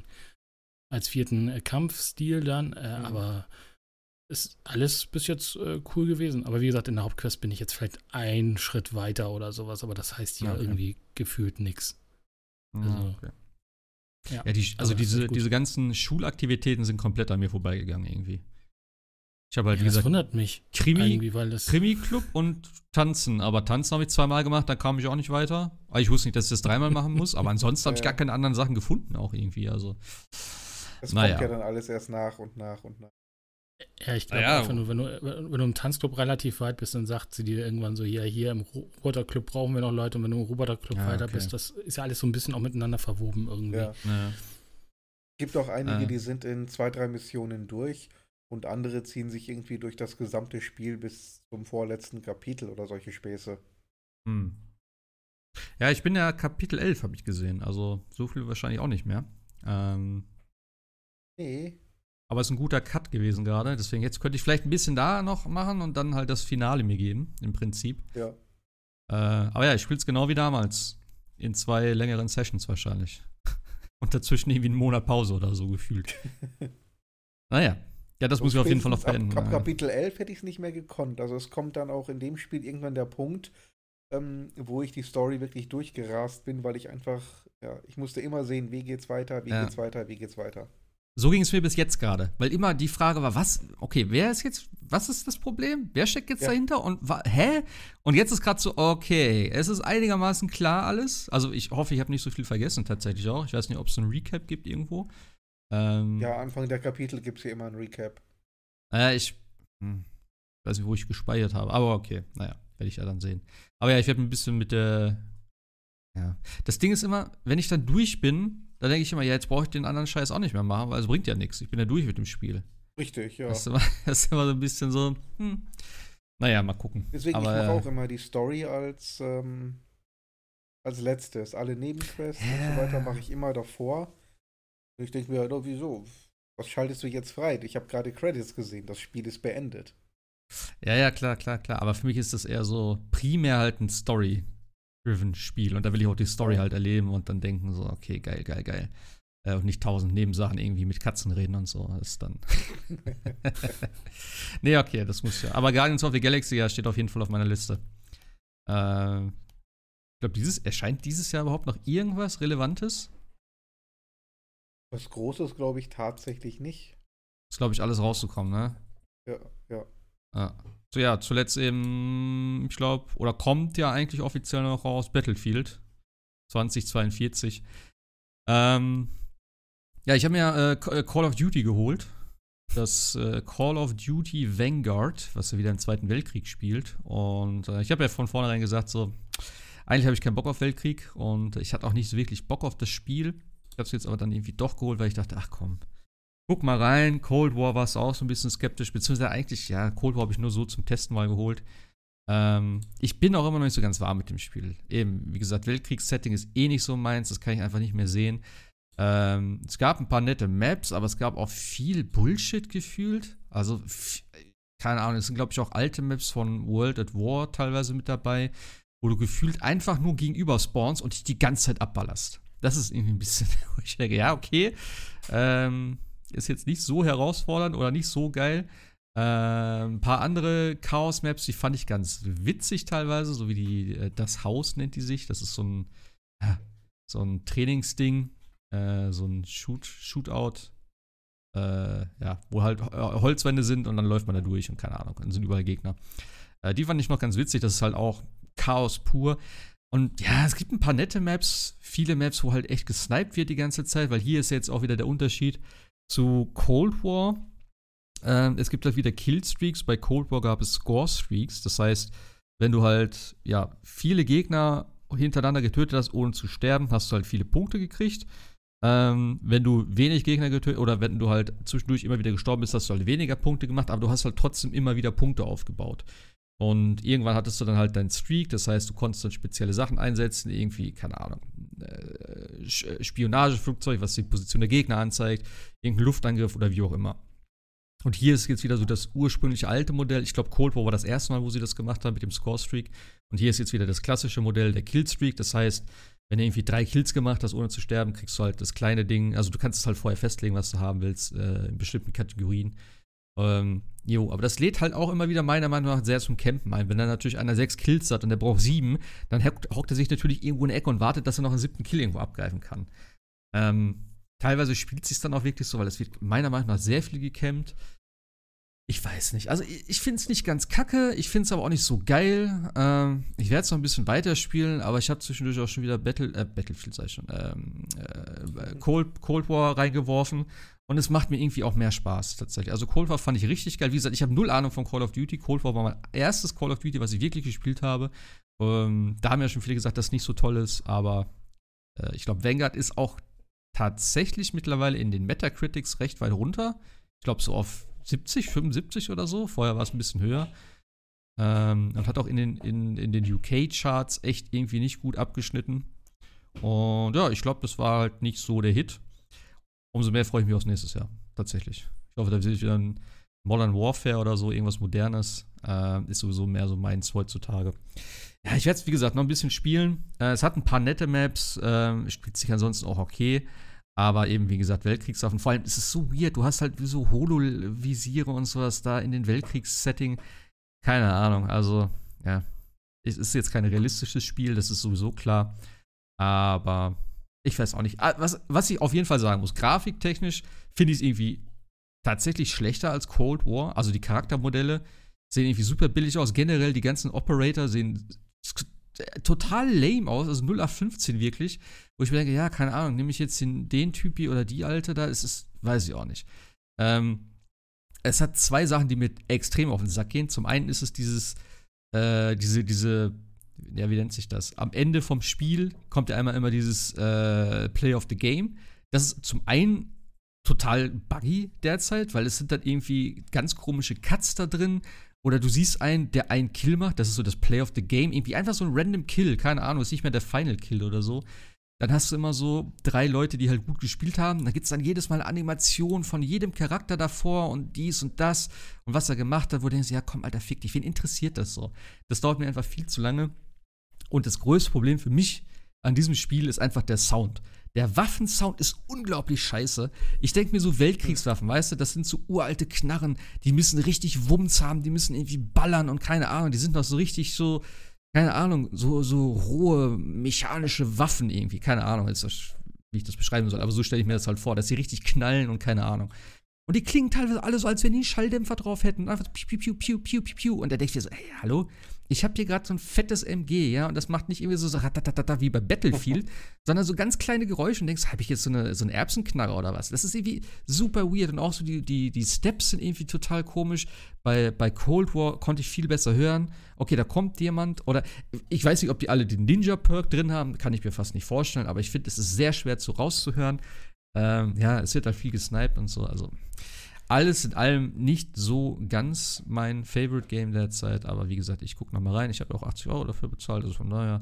Kampfstil dann. Aber ist alles bis jetzt cool gewesen. Aber wie gesagt, in der Hauptquest bin ich jetzt vielleicht einen Schritt weiter oder sowas, aber das heißt ja Okay. irgendwie gefühlt nichts. Also, Okay. Ja, Ja, aber ist gut. diese ganzen Schulaktivitäten sind komplett an mir vorbeigegangen irgendwie. Ich habe halt, wie Das gesagt, wundert mich Krimi- irgendwie, weil das Krimi-Club und Tanzen. Aber Tanzen habe ich 2-mal gemacht, da kam ich auch nicht weiter. Aber ich wusste nicht, dass ich das 3-mal machen muss. Aber ansonsten habe ich gar keine anderen Sachen gefunden, auch irgendwie. Also, Das Naja. kommt ja dann alles erst nach und nach und nach. Ja, ich glaube Naja. einfach nur, wenn du im Tanzclub relativ weit bist, dann sagt sie dir irgendwann so, ja, hier im Roboterclub brauchen wir noch Leute und wenn du im Roboterclub Ja, weiter okay. bist, das ist ja alles so ein bisschen auch miteinander verwoben irgendwie. Ja. ne. Gibt auch einige, Ah. die sind in 2-3 Missionen durch und andere ziehen sich irgendwie durch das gesamte Spiel bis zum vorletzten Kapitel oder solche Späße. Hm. Ja, ich bin ja Kapitel 11, habe ich gesehen. Also so viel wahrscheinlich auch nicht mehr. Nee. Aber es ist ein guter Cut gewesen gerade. Deswegen jetzt könnte ich vielleicht ein bisschen da noch machen und dann halt das Finale mir geben, im Prinzip. Ja. Aber ja, ich spiele es genau wie damals. In 2 längeren Sessions wahrscheinlich. Und dazwischen irgendwie einen Monat Pause oder so gefühlt. Naja. Ja, das So muss ich auf jeden Fall noch spätestens beenden. ab Kapitel 11 hätte ich es nicht mehr gekonnt. Also es kommt dann auch in dem Spiel irgendwann der Punkt, wo ich die Story wirklich durchgerast bin, weil ich einfach, ja, ich musste immer sehen, wie geht's weiter, wie Ja. geht's weiter, wie geht's weiter. So ging es mir bis jetzt gerade, weil immer die Frage war, was ist das Problem? Wer steckt jetzt Ja. dahinter und hä? Und jetzt ist gerade so, okay, es ist einigermaßen klar alles. Also ich hoffe, ich habe nicht so viel vergessen tatsächlich auch. Ich weiß nicht, ob es so ein Recap gibt irgendwo. Ja, Anfang der Kapitel gibt es hier immer ein Recap. Ich weiß nicht, wo ich gespeichert habe, aber okay, naja, werde ich ja dann sehen. Aber ja, ich werde ein bisschen mit der, ja. Das Ding ist immer, wenn ich dann durch bin, dann denke ich immer, ja, jetzt brauche ich den anderen Scheiß auch nicht mehr machen, weil es bringt ja nichts. Ich bin ja durch mit dem Spiel. Richtig, ja. Das ist immer so ein bisschen so, naja, mal gucken. Deswegen, aber, ich mache auch immer die Story als letztes. Alle Nebenquests und so weiter mache ich immer davor. Und ich denke mir, oh, wieso? Was schaltest du jetzt frei? Ich habe gerade Credits gesehen, das Spiel ist beendet. Ja, klar. Aber für mich ist das eher so primär halt ein Story-driven Spiel. Und da will ich auch die Story halt erleben und dann denken so, okay, geil. Und nicht 1000 Nebensachen irgendwie mit Katzen reden und so. Das ist dann. Nee, okay, das muss ja. Aber Guardians of the Galaxy ja, steht auf jeden Fall auf meiner Liste. Ich glaube, erscheint dieses Jahr überhaupt noch irgendwas Relevantes? Was Großes glaube ich tatsächlich nicht. Ist, glaube ich, alles rausgekommen, ne? Ja. So, ja, zuletzt eben, ich glaube, oder kommt ja eigentlich offiziell noch raus, Battlefield 2042. Ja, ich habe mir Call of Duty geholt. Das Call of Duty Vanguard, was ja wieder im Zweiten Weltkrieg spielt. Und ich habe ja von vornherein gesagt, so, eigentlich habe ich keinen Bock auf Weltkrieg und ich hatte auch nicht so wirklich Bock auf das Spiel. Ich habe es jetzt aber dann irgendwie doch geholt, weil ich dachte, ach komm, guck mal rein. Cold War warst du auch so ein bisschen skeptisch, beziehungsweise eigentlich, ja, Cold War habe ich nur so zum Testen mal geholt. Ich bin auch immer noch nicht so ganz warm mit dem Spiel. Eben, wie gesagt, Weltkriegssetting ist eh nicht so meins, das kann ich einfach nicht mehr sehen. Es gab ein paar nette Maps, aber es gab auch viel Bullshit gefühlt. Also, keine Ahnung, es sind, glaube ich, auch alte Maps von World at War teilweise mit dabei, wo du gefühlt einfach nur gegenüber spawnst und dich die ganze Zeit abballerst. Das ist irgendwie ein bisschen, wo ich denke, ja, okay, ist jetzt nicht so herausfordernd oder nicht so geil. Ein paar andere Chaos-Maps, die fand ich ganz witzig teilweise, so wie das Haus nennt die sich. Das ist so ein Trainingsding, so ein Shootout, ja, wo halt Holzwände sind und dann läuft man da durch und keine Ahnung, dann sind überall Gegner. Die fand ich noch ganz witzig, das ist halt auch Chaos pur. Und ja, es gibt ein paar nette Maps, viele Maps, wo halt echt gesniped wird die ganze Zeit, weil hier ist jetzt auch wieder der Unterschied zu Cold War. Es gibt halt wieder Killstreaks, bei Cold War gab es Score-Streaks, das heißt, wenn du halt, ja, viele Gegner hintereinander getötet hast, ohne zu sterben, hast du halt viele Punkte gekriegt. Wenn du wenig Gegner getötet oder wenn du halt zwischendurch immer wieder gestorben bist, hast du halt weniger Punkte gemacht, aber du hast halt trotzdem immer wieder Punkte aufgebaut. Und irgendwann hattest du dann halt deinen Streak, das heißt, du konntest dann spezielle Sachen einsetzen, irgendwie, keine Ahnung, Spionageflugzeug, was die Position der Gegner anzeigt, irgendein Luftangriff oder wie auch immer. Und hier ist jetzt wieder so das ursprüngliche alte Modell. Ich glaube, Cold War war das erste Mal, wo sie das gemacht haben mit dem Score-Streak. Und hier ist jetzt wieder das klassische Modell, der Killstreak. Das heißt, wenn du irgendwie 3 Kills gemacht hast, ohne zu sterben, kriegst du halt das kleine Ding. Also du kannst es halt vorher festlegen, was du haben willst, in bestimmten Kategorien. Aber das lädt halt auch immer wieder meiner Meinung nach sehr zum Campen ein. Wenn dann natürlich einer 6 Kills hat und der braucht 7, dann hockt er sich natürlich irgendwo in der Ecke und wartet, dass er noch einen 7. Kill irgendwo abgreifen kann. Teilweise spielt es sich dann auch wirklich so, weil es wird meiner Meinung nach sehr viel gecampt. Ich weiß nicht. Also ich finde es nicht ganz kacke, ich finde es aber auch nicht so geil. Ich werde es noch ein bisschen weiterspielen, aber ich habe zwischendurch auch schon wieder Battlefield, sag ich schon, Cold War reingeworfen. Und es macht mir irgendwie auch mehr Spaß, tatsächlich. Also Cold War fand ich richtig geil. Wie gesagt, ich habe 0 Ahnung von Call of Duty. Cold War war mein erstes Call of Duty, was ich wirklich gespielt habe. Da haben ja schon viele gesagt, dass es nicht so toll ist, aber ich glaube, Vanguard ist auch tatsächlich mittlerweile in den Metacritics recht weit runter. Ich glaube, so auf 70, 75 oder so. Vorher war es ein bisschen höher. Und hat auch in den UK-Charts echt irgendwie nicht gut abgeschnitten. Und ja, ich glaube, das war halt nicht so der Hit. Umso mehr freue ich mich aufs nächstes Jahr, tatsächlich. Ich hoffe, da wird wieder ein Modern Warfare oder so, irgendwas Modernes. Ist sowieso mehr so meins heutzutage. Ja, ich werde es, wie gesagt, noch ein bisschen spielen. Es hat ein paar nette Maps, spielt sich ansonsten auch okay. Aber eben, wie gesagt, Weltkriegswaffen. Vor allem ist es so weird. Du hast halt wie so Holo-Visiere und sowas da in den Weltkriegssetting. Keine Ahnung. Also, ja. Es ist jetzt kein realistisches Spiel, das ist sowieso klar. Aber ich weiß auch nicht. Was ich auf jeden Fall sagen muss, grafiktechnisch finde ich es irgendwie tatsächlich schlechter als Cold War. Also die Charaktermodelle sehen irgendwie super billig aus. Generell die ganzen Operator sehen total lame aus, also 0815 wirklich. Wo ich mir denke, ja, keine Ahnung, nehme ich jetzt den Typi oder die Alte da, weiß ich auch nicht. Es hat zwei Sachen, die mir extrem auf den Sack gehen. Zum einen ist es ja, wie nennt sich das? Am Ende vom Spiel kommt ja einmal immer dieses Play of the Game. Das ist zum einen total buggy derzeit, weil es sind dann irgendwie ganz komische Cuts da drin. Oder du siehst einen, der einen Kill macht, das ist so das Play of the Game, irgendwie einfach so ein random Kill, keine Ahnung, ist nicht mehr der Final Kill oder so. Dann hast du immer so 3 Leute, die halt gut gespielt haben. Da gibt es dann jedes Mal eine Animation von jedem Charakter davor und dies und das und was er gemacht hat, wo du denkst, ja komm, Alter, fick dich, wen interessiert das so? Das dauert mir einfach viel zu lange. Und das größte Problem für mich an diesem Spiel ist einfach der Sound. Der Waffensound ist unglaublich scheiße. Ich denke mir so Weltkriegswaffen, weißt du, das sind so uralte Knarren, die müssen richtig Wumms haben, die müssen irgendwie ballern und keine Ahnung, die sind noch so richtig so, keine Ahnung, so rohe mechanische Waffen irgendwie, keine Ahnung, wie ich das beschreiben soll, aber so stelle ich mir das halt vor, dass sie richtig knallen und keine Ahnung. Und die klingen teilweise alle so, als wenn die einen Schalldämpfer drauf hätten. Und einfach so piu, piu, piu, piu, piu, piu. Und da denke ich mir so, hey, hallo? Ich habe hier gerade so ein fettes MG, ja? Und das macht nicht irgendwie so ratatatata wie bei Battlefield, sondern so ganz kleine Geräusche und denkst, habe ich jetzt so eine Erbsenknarre oder was? Das ist irgendwie super weird. Und auch so die Steps sind irgendwie total komisch. Bei Cold War konnte ich viel besser hören. Okay, da kommt jemand. Oder ich weiß nicht, ob die alle den Ninja-Perk drin haben. Kann ich mir fast nicht vorstellen. Aber ich finde, es ist sehr schwer rauszuhören. Ja, es wird halt viel gesniped und so. Also alles in allem nicht so ganz mein Favorite Game derzeit. Aber wie gesagt, ich gucke noch mal rein. Ich habe auch 80 € dafür bezahlt. Also von daher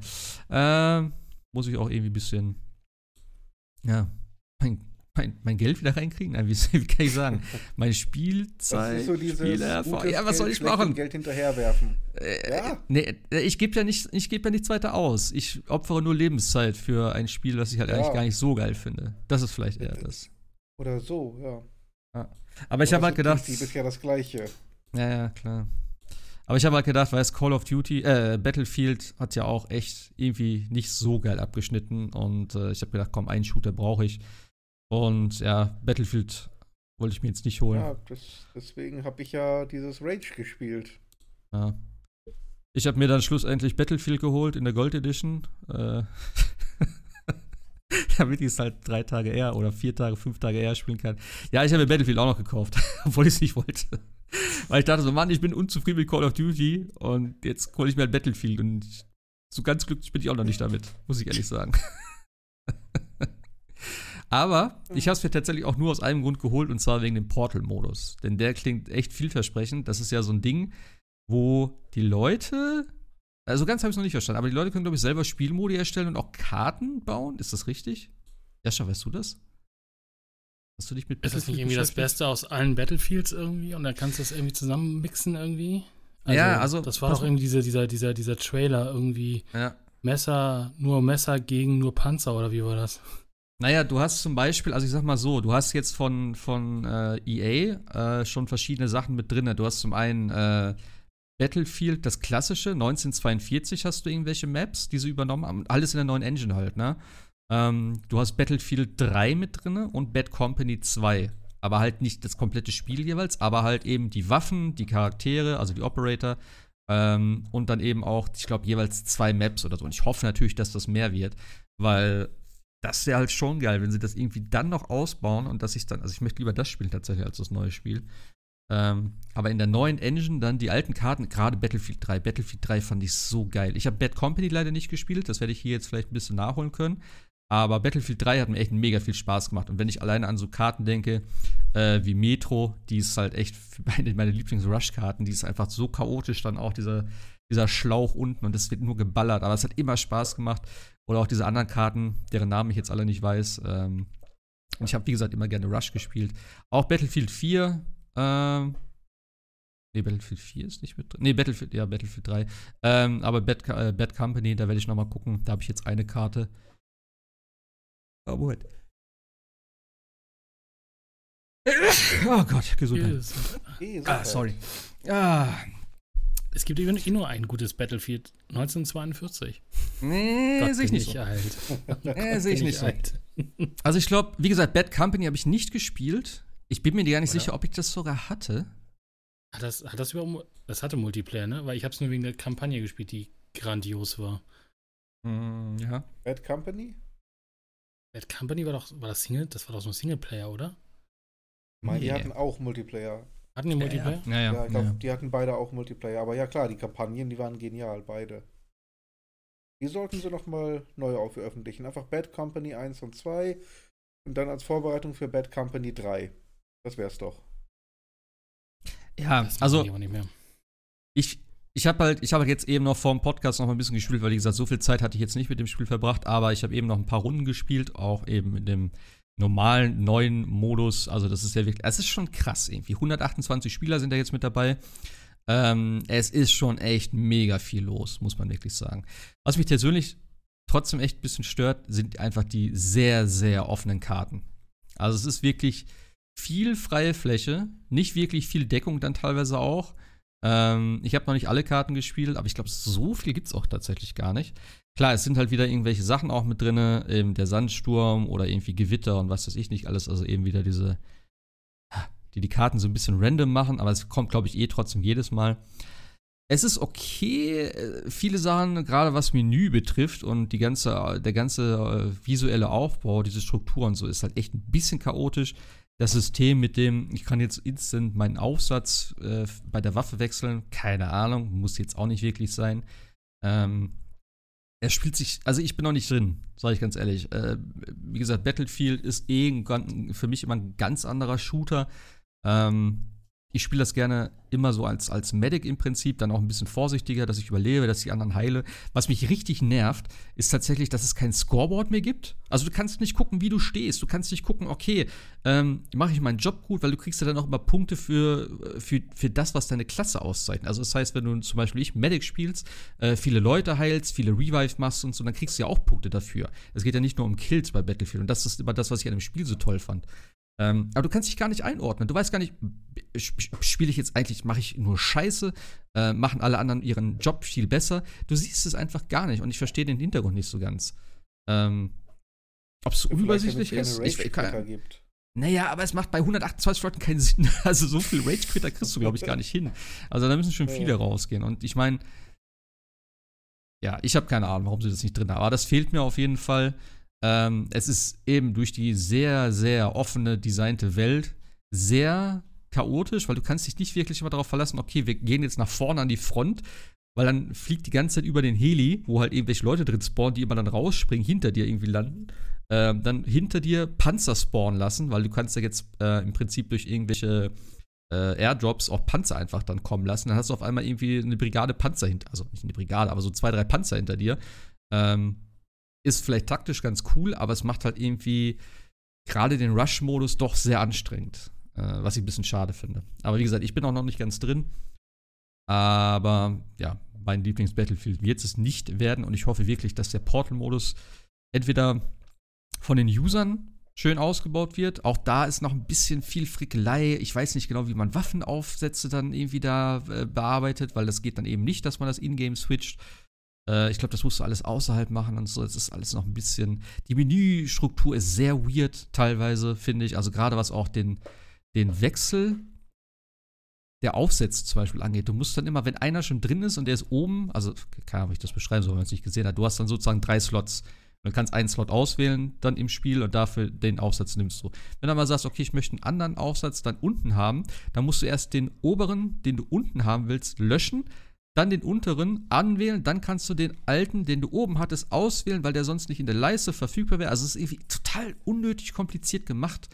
muss ich auch irgendwie ein bisschen, ja, mein Geld wieder reinkriegen. Nein, wie kann ich sagen? Meine Spielzeit, das ist so dieses ja, was soll ich machen? Geld hinterherwerfen. Ja. Nee, ich gebe ja nichts weiter aus. Ich opfere nur Lebenszeit für ein Spiel, was ich halt eigentlich gar nicht so geil finde. Das ist vielleicht eher das. Oder so, ja. Aber ich habe halt gedacht. Die ist ja das Gleiche. Ja, klar. Aber ich habe halt gedacht, weil es Call of Duty, Battlefield hat ja auch echt irgendwie nicht so geil abgeschnitten. Und ich habe gedacht, komm, einen Shooter brauche ich. Und ja, Battlefield wollte ich mir jetzt nicht holen. Ja, deswegen habe ich ja dieses Rage gespielt. Ja. Ich habe mir dann schlussendlich Battlefield geholt in der Gold Edition. Damit ich es halt 3 Tage eher oder 4 Tage, 5 Tage eher spielen kann. Ja, ich habe mir Battlefield auch noch gekauft, obwohl ich es nicht wollte. Weil ich dachte so, Mann, ich bin unzufrieden mit Call of Duty und jetzt hole ich mir halt Battlefield und so ganz glücklich bin ich auch noch nicht damit, muss ich ehrlich sagen. Aber ich habe es mir tatsächlich auch nur aus einem Grund geholt und zwar wegen dem Portal-Modus. Denn der klingt echt vielversprechend. Das ist ja so ein Ding, wo die Leute, also ganz habe ich es noch nicht verstanden, aber die Leute können, glaube ich, selber Spielmodi erstellen und auch Karten bauen. Ist das richtig? Jascha, weißt du das? Hast du dich mit Ist das nicht irgendwie das Beste aus allen Battlefields irgendwie und dann kannst du das irgendwie zusammenmixen irgendwie? Ja, also das war doch irgendwie dieser Trailer irgendwie. Ja. Nur Messer gegen nur Panzer oder wie war das? Naja, du hast zum Beispiel, also ich sag mal so, du hast jetzt von EA schon verschiedene Sachen mit drin. Du hast zum einen Battlefield, das klassische, 1942 hast du irgendwelche Maps, die sie übernommen haben. Alles in der neuen Engine halt, ne? Du hast Battlefield 3 mit drin und Bad Company 2. Aber halt nicht das komplette Spiel jeweils, aber halt eben die Waffen, die Charaktere, also die Operator. Und dann eben auch, ich glaube, jeweils 2 Maps oder so. Und ich hoffe natürlich, dass das mehr wird, weil das wäre halt schon geil, wenn sie das irgendwie dann noch ausbauen und dass ich dann, also ich möchte lieber das spielen tatsächlich als das neue Spiel. Aber in der neuen Engine dann die alten Karten, gerade Battlefield 3. Battlefield 3 fand ich so geil. Ich habe Bad Company leider nicht gespielt, das werde ich hier jetzt vielleicht ein bisschen nachholen können. Aber Battlefield 3 hat mir echt mega viel Spaß gemacht. Und wenn ich alleine an so Karten denke, wie Metro, die ist halt echt meine Lieblings-Rush-Karten, die ist einfach so chaotisch dann auch, dieser Schlauch unten und es wird nur geballert. Aber es hat immer Spaß gemacht. Oder auch diese anderen Karten, deren Namen ich jetzt alle nicht weiß. Und ich habe, wie gesagt, immer gerne Rush gespielt. Auch Battlefield 4. Battlefield 4 ist nicht mit drin. Battlefield 3. Aber Bad Company, da werde ich noch mal gucken. Da habe ich jetzt eine Karte. Oh, Moment. Oh Gott, Gesundheit. Gesundheit. Sorry. Es gibt eben nur ein gutes Battlefield. 1942. Nee, Gott, sehe ich bin nicht so. alt. Sehe ich Bin nicht so. alt. Also ich glaube, wie gesagt, Bad Company habe ich nicht gespielt. Ich bin mir gar nicht Oder? sicher, ob ich das sogar hatte. Hat das überhaupt, das hatte Multiplayer, ne? Weil ich habe es nur wegen der Kampagne gespielt, die grandios war. Ja. Bad Company? Bad Company war das Single, das war doch so ein Singleplayer, oder? Die Nee. hatten auch Multiplayer. Hatten die Multiplayer? Ja, ich glaube, Ja. die hatten beide auch Multiplayer. Aber ja, klar, die Kampagnen, die waren genial, beide. Die sollten sie nochmal neu veröffentlichen. Einfach Bad Company 1 und 2 und dann als Vorbereitung für Bad Company 3. Das wär's doch. Ja, Das machen also die aber nicht mehr. ich habe halt jetzt eben noch vor dem Podcast noch mal ein bisschen gespielt, weil wie gesagt, so viel Zeit hatte ich jetzt nicht mit dem Spiel verbracht, aber ich habe eben noch ein paar Runden gespielt, auch eben in dem normalen neuen Modus. Also das ist ja wirklich, es ist schon krass irgendwie. 128 Spieler sind da jetzt mit dabei. Es ist schon echt mega viel los, muss man wirklich sagen. Was mich persönlich trotzdem echt ein bisschen stört, sind einfach die sehr, sehr offenen Karten. Also es ist wirklich viel freie Fläche, nicht wirklich viel Deckung dann teilweise auch. Ich habe noch nicht alle Karten gespielt, aber ich glaube, so viel gibt es auch tatsächlich gar nicht. Klar, es sind halt wieder irgendwelche Sachen auch mit drin, eben der Sandsturm oder irgendwie Gewitter und was weiß ich nicht alles. Also eben wieder diese, die Karten so ein bisschen random machen, aber es kommt, glaube ich, trotzdem jedes Mal. Es ist okay, viele Sachen, gerade was Menü betrifft und der ganze visuelle Aufbau, diese Struktur und so, ist halt echt ein bisschen chaotisch. Das System, mit dem ich kann jetzt instant meinen Aufsatz bei der Waffe wechseln, keine Ahnung, muss jetzt auch nicht wirklich sein. Er spielt sich, also ich bin noch nicht drin, sage ich ganz ehrlich. Wie gesagt, Battlefield ist für mich immer ein ganz anderer Shooter. Ich spiele das gerne immer so als Medic im Prinzip, dann auch ein bisschen vorsichtiger, dass ich überlebe, dass ich die anderen heile. Was mich richtig nervt, ist tatsächlich, dass es kein Scoreboard mehr gibt. Also du kannst nicht gucken, wie du stehst. Du kannst nicht gucken, okay, mache ich meinen Job gut, weil du kriegst ja dann auch immer Punkte für das, was deine Klasse auszeichnet. Also das heißt, wenn du zum Beispiel Medic spielst, viele Leute heilst, viele Revive machst und so, dann kriegst du ja auch Punkte dafür. Es geht ja nicht nur um Kills bei Battlefield. Und das ist immer das, was ich an dem Spiel so toll fand. Aber du kannst dich gar nicht einordnen. Du weißt gar nicht, spiele ich jetzt eigentlich, mache ich nur Scheiße, machen alle anderen ihren Job viel besser. Du siehst es einfach gar nicht und ich verstehe den Hintergrund nicht so ganz. Ob es so unübersichtlich ist? Gibt. Naja, aber es macht bei 128 Leuten keinen Sinn. Also so viel Rage-Quitter kriegst du, glaube ich, gar nicht hin. Also da müssen schon viele rausgehen. Und ich meine, ja, ich habe keine Ahnung, warum sie das nicht drin haben. Aber das fehlt mir auf jeden Fall. Es ist eben durch die sehr, sehr offene, designte Welt sehr chaotisch, weil du kannst dich nicht wirklich immer darauf verlassen, okay, wir gehen jetzt nach vorne an die Front, weil dann fliegt die ganze Zeit über den Heli, wo halt irgendwelche Leute drin spawnen, die immer dann rausspringen, hinter dir irgendwie landen, dann hinter dir Panzer spawnen lassen, weil du kannst ja jetzt im Prinzip durch irgendwelche Airdrops auch Panzer einfach dann kommen lassen. Dann hast du auf einmal irgendwie eine Brigade Panzer also nicht eine Brigade, aber so 2, 3 Panzer hinter dir. Ist vielleicht taktisch ganz cool, aber es macht halt irgendwie gerade den Rush-Modus doch sehr anstrengend. Was ich ein bisschen schade finde. Aber wie gesagt, ich bin auch noch nicht ganz drin. Aber ja, mein Lieblings-Battlefield wird es nicht werden. Und ich hoffe wirklich, dass der Portal-Modus entweder von den Usern schön ausgebaut wird. Auch da ist noch ein bisschen viel Frickelei. Ich weiß nicht genau, wie man Waffenaufsätze dann irgendwie da bearbeitet, weil das geht dann eben nicht, dass man das Ingame switcht. Ich glaube, das musst du alles außerhalb machen und so. Es ist alles noch ein bisschen. Die Menüstruktur ist sehr weird, teilweise, finde ich. Also, gerade was auch den Wechsel der Aufsätze zum Beispiel angeht. Du musst dann immer, wenn einer schon drin ist und der ist oben, also, keine Ahnung, wie ich das beschreiben soll, wenn man es nicht gesehen hat, du hast dann sozusagen 3 Slots. Du kannst einen Slot auswählen, dann im Spiel und dafür den Aufsatz nimmst du. Wenn du aber sagst, okay, ich möchte einen anderen Aufsatz dann unten haben, dann musst du erst den oberen, den du unten haben willst, löschen. Dann den unteren anwählen, dann kannst du den alten, den du oben hattest, auswählen, weil der sonst nicht in der Leiste verfügbar wäre. Also es ist irgendwie total unnötig kompliziert gemacht.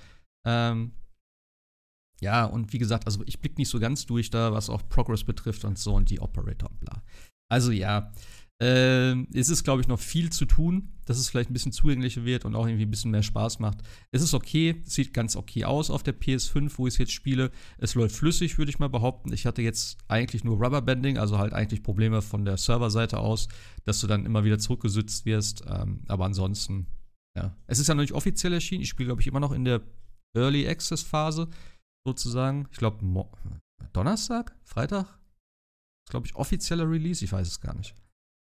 Ja, und wie gesagt, also ich blick nicht so ganz durch da, was auch Progress betrifft und so und die Operator und bla. Also ja, es ist, glaube ich, noch viel zu tun, dass es vielleicht ein bisschen zugänglicher wird und auch irgendwie ein bisschen mehr Spaß macht. Es ist okay, es sieht ganz okay aus auf der PS5, wo ich es jetzt spiele. Es läuft flüssig, würde ich mal behaupten. Ich hatte jetzt eigentlich nur Rubberbanding, also halt eigentlich Probleme von der Serverseite aus, dass du dann immer wieder zurückgesetzt wirst. Aber ansonsten, ja. Es ist ja noch nicht offiziell erschienen. Ich spiele, glaube ich, immer noch in der Early Access Phase sozusagen. Ich glaube, Donnerstag? Freitag? Ist, glaube ich, offizieller Release. Ich weiß es gar nicht.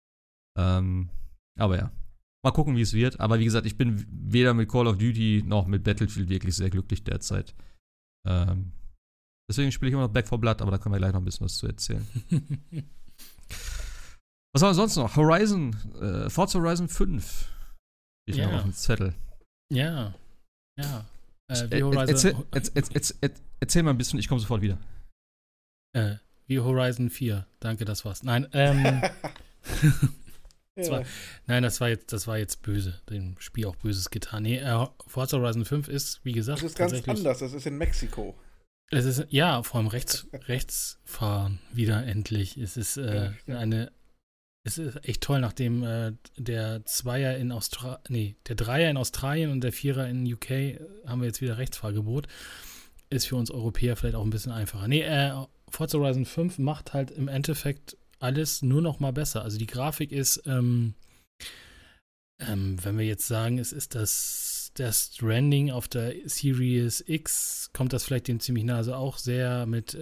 Aber ja. Mal gucken, wie es wird. Aber wie gesagt, ich bin weder mit Call of Duty noch mit Battlefield wirklich sehr glücklich derzeit. Deswegen spiele ich immer noch Back 4 Blood, aber da können wir gleich noch ein bisschen was zu erzählen. Was haben wir sonst noch? Forza Horizon 5. Ich noch auf dem Zettel. Ja. Erzähl mal ein bisschen, ich komme sofort wieder. Wie Horizon 4. Danke, das war's. Nein, das war jetzt böse. Dem Spiel auch Böses getan. Nee, Forza Horizon 5 ist, wie gesagt, das ist ganz anders. Das ist in Mexiko. Es ist, ja, vor allem Rechtsfahren wieder endlich. Es ist es ist echt toll, nachdem der Dreier in Australien und der Vierer in UK haben wir jetzt wieder Rechtsfahrgebot. Ist für uns Europäer vielleicht auch ein bisschen einfacher. Nee, Forza Horizon 5 macht halt im Endeffekt alles nur noch mal besser. Also die Grafik ist, wenn wir jetzt sagen, es ist der Stranding auf der Series X, kommt das vielleicht dem ziemlich nah. Also auch sehr mit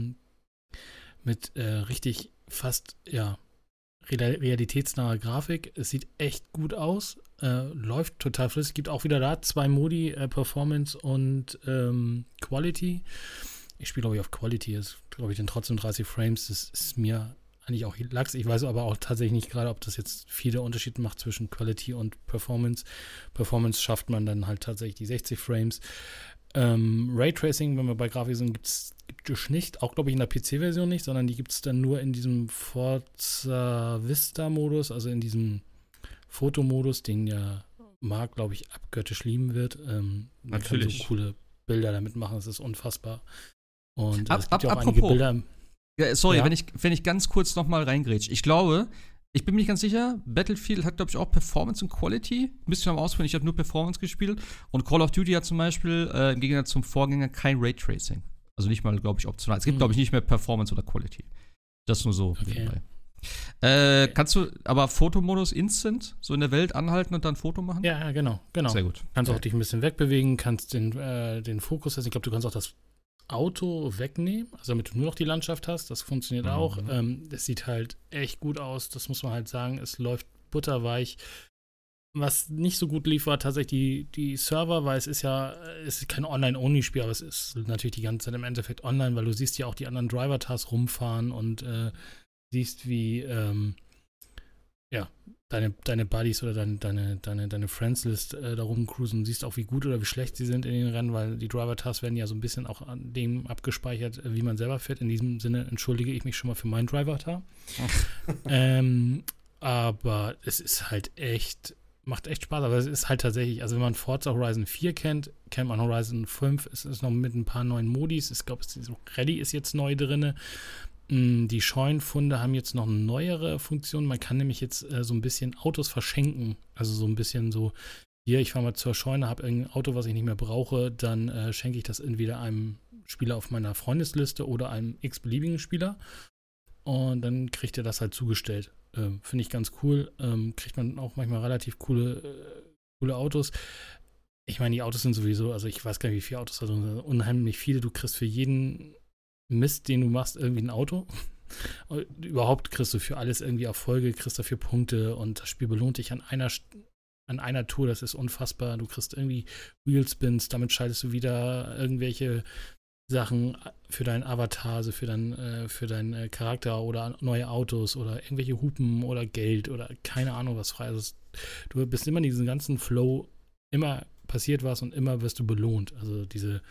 richtig fast, ja, realitätsnaher Grafik. Es sieht echt gut aus. Läuft total flüssig. Es gibt auch wieder da 2 Modi, Performance und Quality. Ich spiele, glaube ich, auf Quality. Das ist, glaube ich, dann trotzdem 30 Frames. Das ist mir eigentlich auch Lachs. Ich weiß aber auch tatsächlich nicht gerade, ob das jetzt viel der Unterschied macht zwischen Quality und Performance. Performance schafft man dann halt tatsächlich die 60 Frames. Raytracing, wenn wir bei Grafik sind, gibt es nicht. Auch, glaube ich, in der PC-Version nicht, sondern die gibt es dann nur in diesem Forza Vista-Modus, also in diesem Fotomodus, den ja Marc, glaube ich, abgöttisch lieben wird. Man kann so coole Bilder damit machen, das ist unfassbar. Und es gibt ja auch einige Bilder. Ja, sorry, ja. Wenn ich ganz kurz noch mal reingrätsch. Ich glaube, ich bin mir nicht ganz sicher, Battlefield hat, glaube ich, auch Performance und Quality. Müsste ich mal ausprobieren, ich habe nur Performance gespielt. Und Call of Duty hat zum Beispiel im Gegensatz zum Vorgänger kein Raytracing. Also nicht mal, glaube ich, optional. Es gibt, glaube ich, nicht mehr Performance oder Quality. Das nur so. Okay. Kannst du aber Fotomodus instant so in der Welt anhalten und dann ein Foto machen? Ja, genau. Sehr gut. Kannst auch dich ein bisschen wegbewegen, kannst den Fokus, also ich glaube, du kannst auch das Auto wegnehmen, also damit du nur noch die Landschaft hast. Das funktioniert auch. Das sieht halt echt gut aus, das muss man halt sagen. Es läuft butterweich. Was nicht so gut lief, war tatsächlich die Server, weil es ist kein Online-Only-Spiel, aber es ist natürlich die ganze Zeit im Endeffekt online, weil du siehst ja auch die anderen Driver-Tars rumfahren und siehst, wie deine Buddies oder deine Friends-List da rumcruisen, siehst auch, wie gut oder wie schlecht sie sind in den Rennen, weil die Driver-Tars werden ja so ein bisschen auch an dem abgespeichert, wie man selber fährt. In diesem Sinne entschuldige ich mich schon mal für meinen Driver-Tar. Aber es ist halt macht echt Spaß, aber es ist halt tatsächlich, also wenn man Forza Horizon 4 kennt man Horizon 5, es ist noch mit ein paar neuen Modis. Ich glaube, Rallye ist jetzt neu drin. Die Scheunenfunde haben jetzt noch eine neuere Funktion. Man kann nämlich jetzt so ein bisschen Autos verschenken. Also so ein bisschen so, hier, ich fahre mal zur Scheune, habe irgendein Auto, was ich nicht mehr brauche, dann schenke ich das entweder einem Spieler auf meiner Freundesliste oder einem x-beliebigen Spieler. Und dann kriegt er das halt zugestellt. Finde ich ganz cool. Kriegt man auch manchmal relativ coole Autos. Ich meine, die Autos sind sowieso, also ich weiß gar nicht, wie viele Autos, also unheimlich viele. Du kriegst für jeden Mist, den du machst, irgendwie ein Auto. Überhaupt kriegst du für alles irgendwie Erfolge, kriegst dafür Punkte und das Spiel belohnt dich an einer Tour, das ist unfassbar. Du kriegst irgendwie Wheelspins, damit schaltest du wieder irgendwelche Sachen für deinen Avatar, also für deinen Charakter oder neue Autos oder irgendwelche Hupen oder Geld oder keine Ahnung was frei. Also du bist immer in diesem ganzen Flow, immer passiert was und immer wirst du belohnt. Also dieses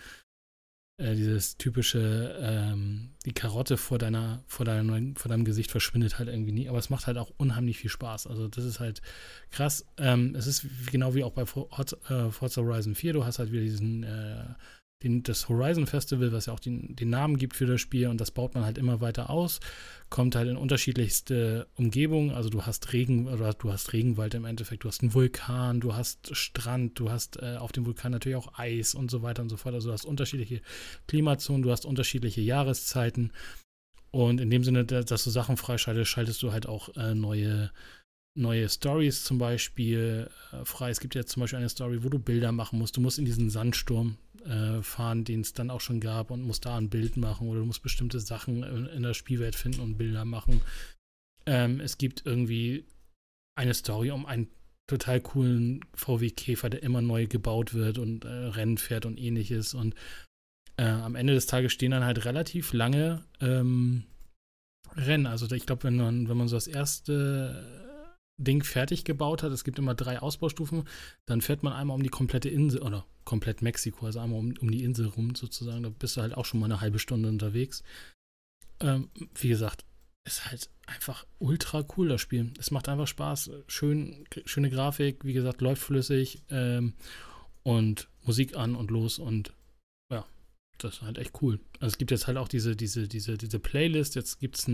typische, die Karotte vor deinem Gesicht verschwindet halt irgendwie nie, aber es macht halt auch unheimlich viel Spaß. Also das ist halt krass. Es ist genau wie auch bei Forza Horizon 4, du hast halt wieder das Horizon Festival, was ja auch den Namen gibt für das Spiel, und das baut man halt immer weiter aus, kommt halt in unterschiedlichste Umgebungen, also du hast Regenwald im Endeffekt, du hast einen Vulkan, du hast Strand, du hast auf dem Vulkan natürlich auch Eis und so weiter und so fort, also du hast unterschiedliche Klimazonen, du hast unterschiedliche Jahreszeiten und in dem Sinne, dass du Sachen freischaltest, schaltest du halt auch neue Stories zum Beispiel frei. Es gibt ja zum Beispiel eine Story, wo du Bilder machen musst. Du musst in diesen Sandsturm. fahren, den es dann auch schon gab und musst da ein Bild machen oder du musst bestimmte Sachen in der Spielwelt finden und Bilder machen. Es gibt irgendwie eine Story um einen total coolen VW Käfer, der immer neu gebaut wird und Rennen fährt und ähnliches. Und am Ende des Tages stehen dann halt relativ lange Rennen. Also ich glaube, wenn man so das erste Ding fertig gebaut hat, es gibt immer 3 Ausbaustufen, dann fährt man einmal um die komplette Insel oder komplett Mexiko, also einmal um die Insel rum sozusagen. Da bist du halt auch schon mal eine halbe Stunde unterwegs. Wie gesagt, ist halt einfach ultra cool, das Spiel. Es macht einfach Spaß. Schöne Grafik, wie gesagt, läuft flüssig und Musik an und los und ja, das ist halt echt cool. Also es gibt jetzt halt auch diese Playlist, jetzt gibt es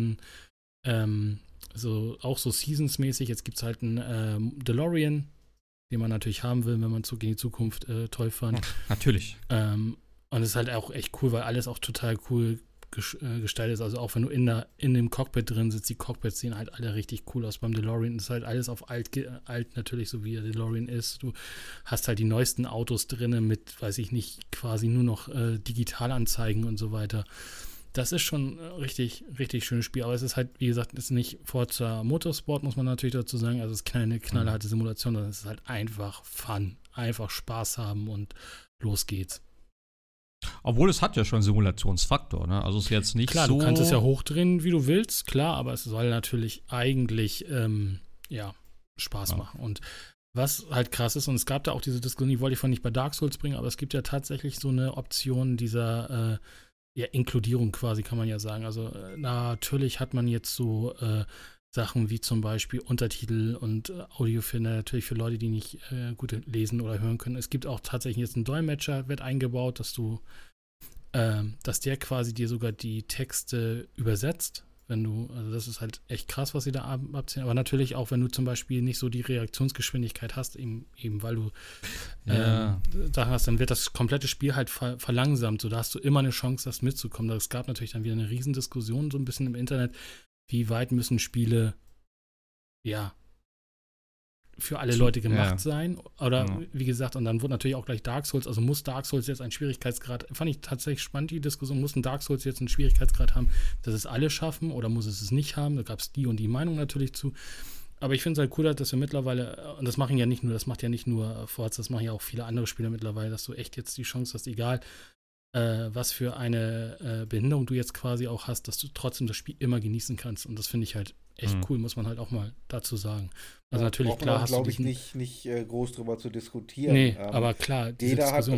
auch so Seasons-mäßig, jetzt gibt es halt einen DeLorean, den man natürlich haben will, wenn man Zurück in die Zukunft toll fand. Natürlich. Und es ist halt auch echt cool, weil alles auch total cool gestaltet ist. Also auch wenn du in dem Cockpit drin sitzt, die Cockpits sehen halt alle richtig cool aus beim DeLorean. Das ist halt alles auf alt natürlich, so wie der DeLorean ist. Du hast halt die neuesten Autos drin mit, weiß ich nicht, quasi nur noch Digitalanzeigen und so weiter. Das ist schon richtig, richtig schönes Spiel. Aber es ist halt, wie gesagt, ist nicht Forza Motorsport, muss man natürlich dazu sagen. Also es ist keine knallharte Simulation, sondern es ist halt einfach Fun. Einfach Spaß haben und los geht's. Obwohl es hat ja schon Simulationsfaktor, ne? Also es ist jetzt nicht klar, so. Du kannst es ja hochdrehen, wie du willst, klar, aber es soll natürlich eigentlich, Spaß machen. Und was halt krass ist, und es gab da auch diese Diskussion, die wollte ich von nicht bei Dark Souls bringen, aber es gibt ja tatsächlich so eine Option dieser Inkludierung quasi, kann man ja sagen. Also natürlich hat man jetzt so Sachen wie zum Beispiel Untertitel und Audio natürlich für Leute, die nicht gut lesen oder hören können. Es gibt auch tatsächlich jetzt einen Dolmetscher, wird eingebaut, dass der quasi dir sogar die Texte übersetzt, also das ist halt echt krass, was sie da abziehen. Aber natürlich auch, wenn du zum Beispiel nicht so die Reaktionsgeschwindigkeit hast, eben weil du Sachen hast, dann wird das komplette Spiel halt verlangsamt. So, da hast du immer eine Chance, das mitzukommen. Es gab natürlich dann wieder eine Riesendiskussion so ein bisschen im Internet, wie weit müssen Spiele, für alle Leute gemacht sein. Oder wie gesagt, und dann wurde natürlich auch gleich Dark Souls, also muss Dark Souls jetzt einen Schwierigkeitsgrad, fand ich tatsächlich spannend, die Diskussion, muss ein Dark Souls jetzt einen Schwierigkeitsgrad haben, dass es alle schaffen oder muss es nicht haben? Da gab es die und die Meinung natürlich zu. Aber ich finde es halt cool, dass wir mittlerweile, und das macht ja nicht nur Forza, das machen ja auch viele andere Spiele mittlerweile, dass du echt jetzt die Chance hast, egal was für eine Behinderung du jetzt quasi auch hast, dass du trotzdem das Spiel immer genießen kannst. Und das finde ich halt echt cool, muss man halt auch mal dazu sagen. Also natürlich, klar hast du glaube ich, nicht groß drüber zu diskutieren. Nee, aber klar, jeder hat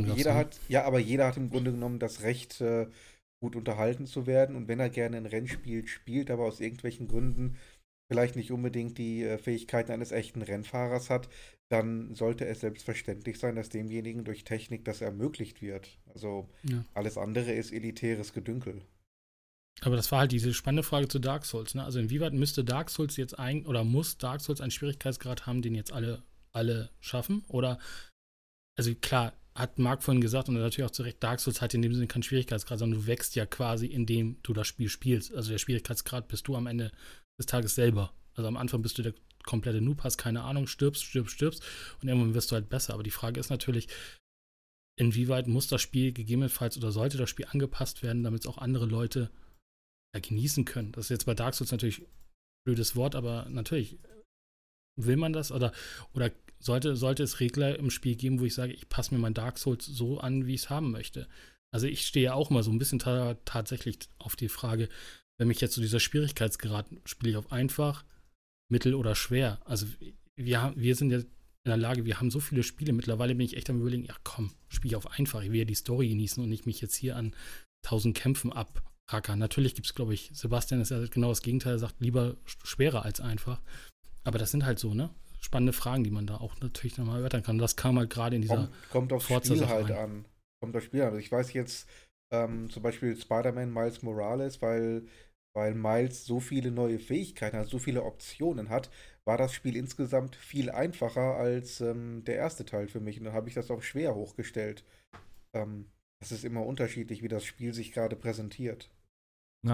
im Grunde genommen das Recht, gut unterhalten zu werden. Und wenn er gerne ein Rennspiel spielt, aber aus irgendwelchen Gründen vielleicht nicht unbedingt die Fähigkeiten eines echten Rennfahrers hat, dann sollte es selbstverständlich sein, dass demjenigen durch Technik das ermöglicht wird. Also alles andere ist elitäres Gedünkel. Aber das war halt diese spannende Frage zu Dark Souls, ne? Also inwieweit müsste Dark Souls jetzt muss Dark Souls einen Schwierigkeitsgrad haben, den jetzt alle schaffen? Oder, also klar, hat Marc vorhin gesagt, und natürlich auch zu Recht, Dark Souls hat in dem Sinne keinen Schwierigkeitsgrad, sondern du wächst ja quasi, indem du das Spiel spielst. Also der Schwierigkeitsgrad bist du am Ende des Tages selber. Also am Anfang bist du der komplette Noob, hast keine Ahnung, stirbst und irgendwann wirst du halt besser. Aber die Frage ist natürlich, inwieweit muss das Spiel gegebenenfalls oder sollte das Spiel angepasst werden, damit es auch andere Leute genießen können. Das ist jetzt bei Dark Souls natürlich ein blödes Wort, aber natürlich will man das oder sollte es Regler im Spiel geben, wo ich sage, ich passe mir mein Dark Souls so an, wie ich es haben möchte. Also ich stehe ja auch mal so ein bisschen tatsächlich auf die Frage, wenn mich jetzt so dieser Schwierigkeitsgrad, spiele ich auf einfach, mittel oder schwer. Also wir sind ja in der Lage, wir haben so viele Spiele, mittlerweile bin ich echt am Überlegen, ja komm, spiele ich auf einfach, ich will ja die Story genießen und nicht mich jetzt hier an 1000 Kämpfen abrackern. Natürlich gibt es, glaube ich, Sebastian ist ja genau das Gegenteil, er sagt lieber schwerer als einfach. Aber das sind halt so, ne? Spannende Fragen, die man da auch natürlich nochmal erörtern kann. Das kam halt gerade in dieser Kommt aufs Spiel halt an. Kommt aufs Spiel an. Also ich weiß jetzt zum Beispiel Spider-Man Miles Morales, weil Miles so viele neue Fähigkeiten hat, so viele Optionen hat, war das Spiel insgesamt viel einfacher als der erste Teil für mich. Und dann habe ich das auf schwer hochgestellt. Das ist immer unterschiedlich, wie das Spiel sich gerade präsentiert. Ja.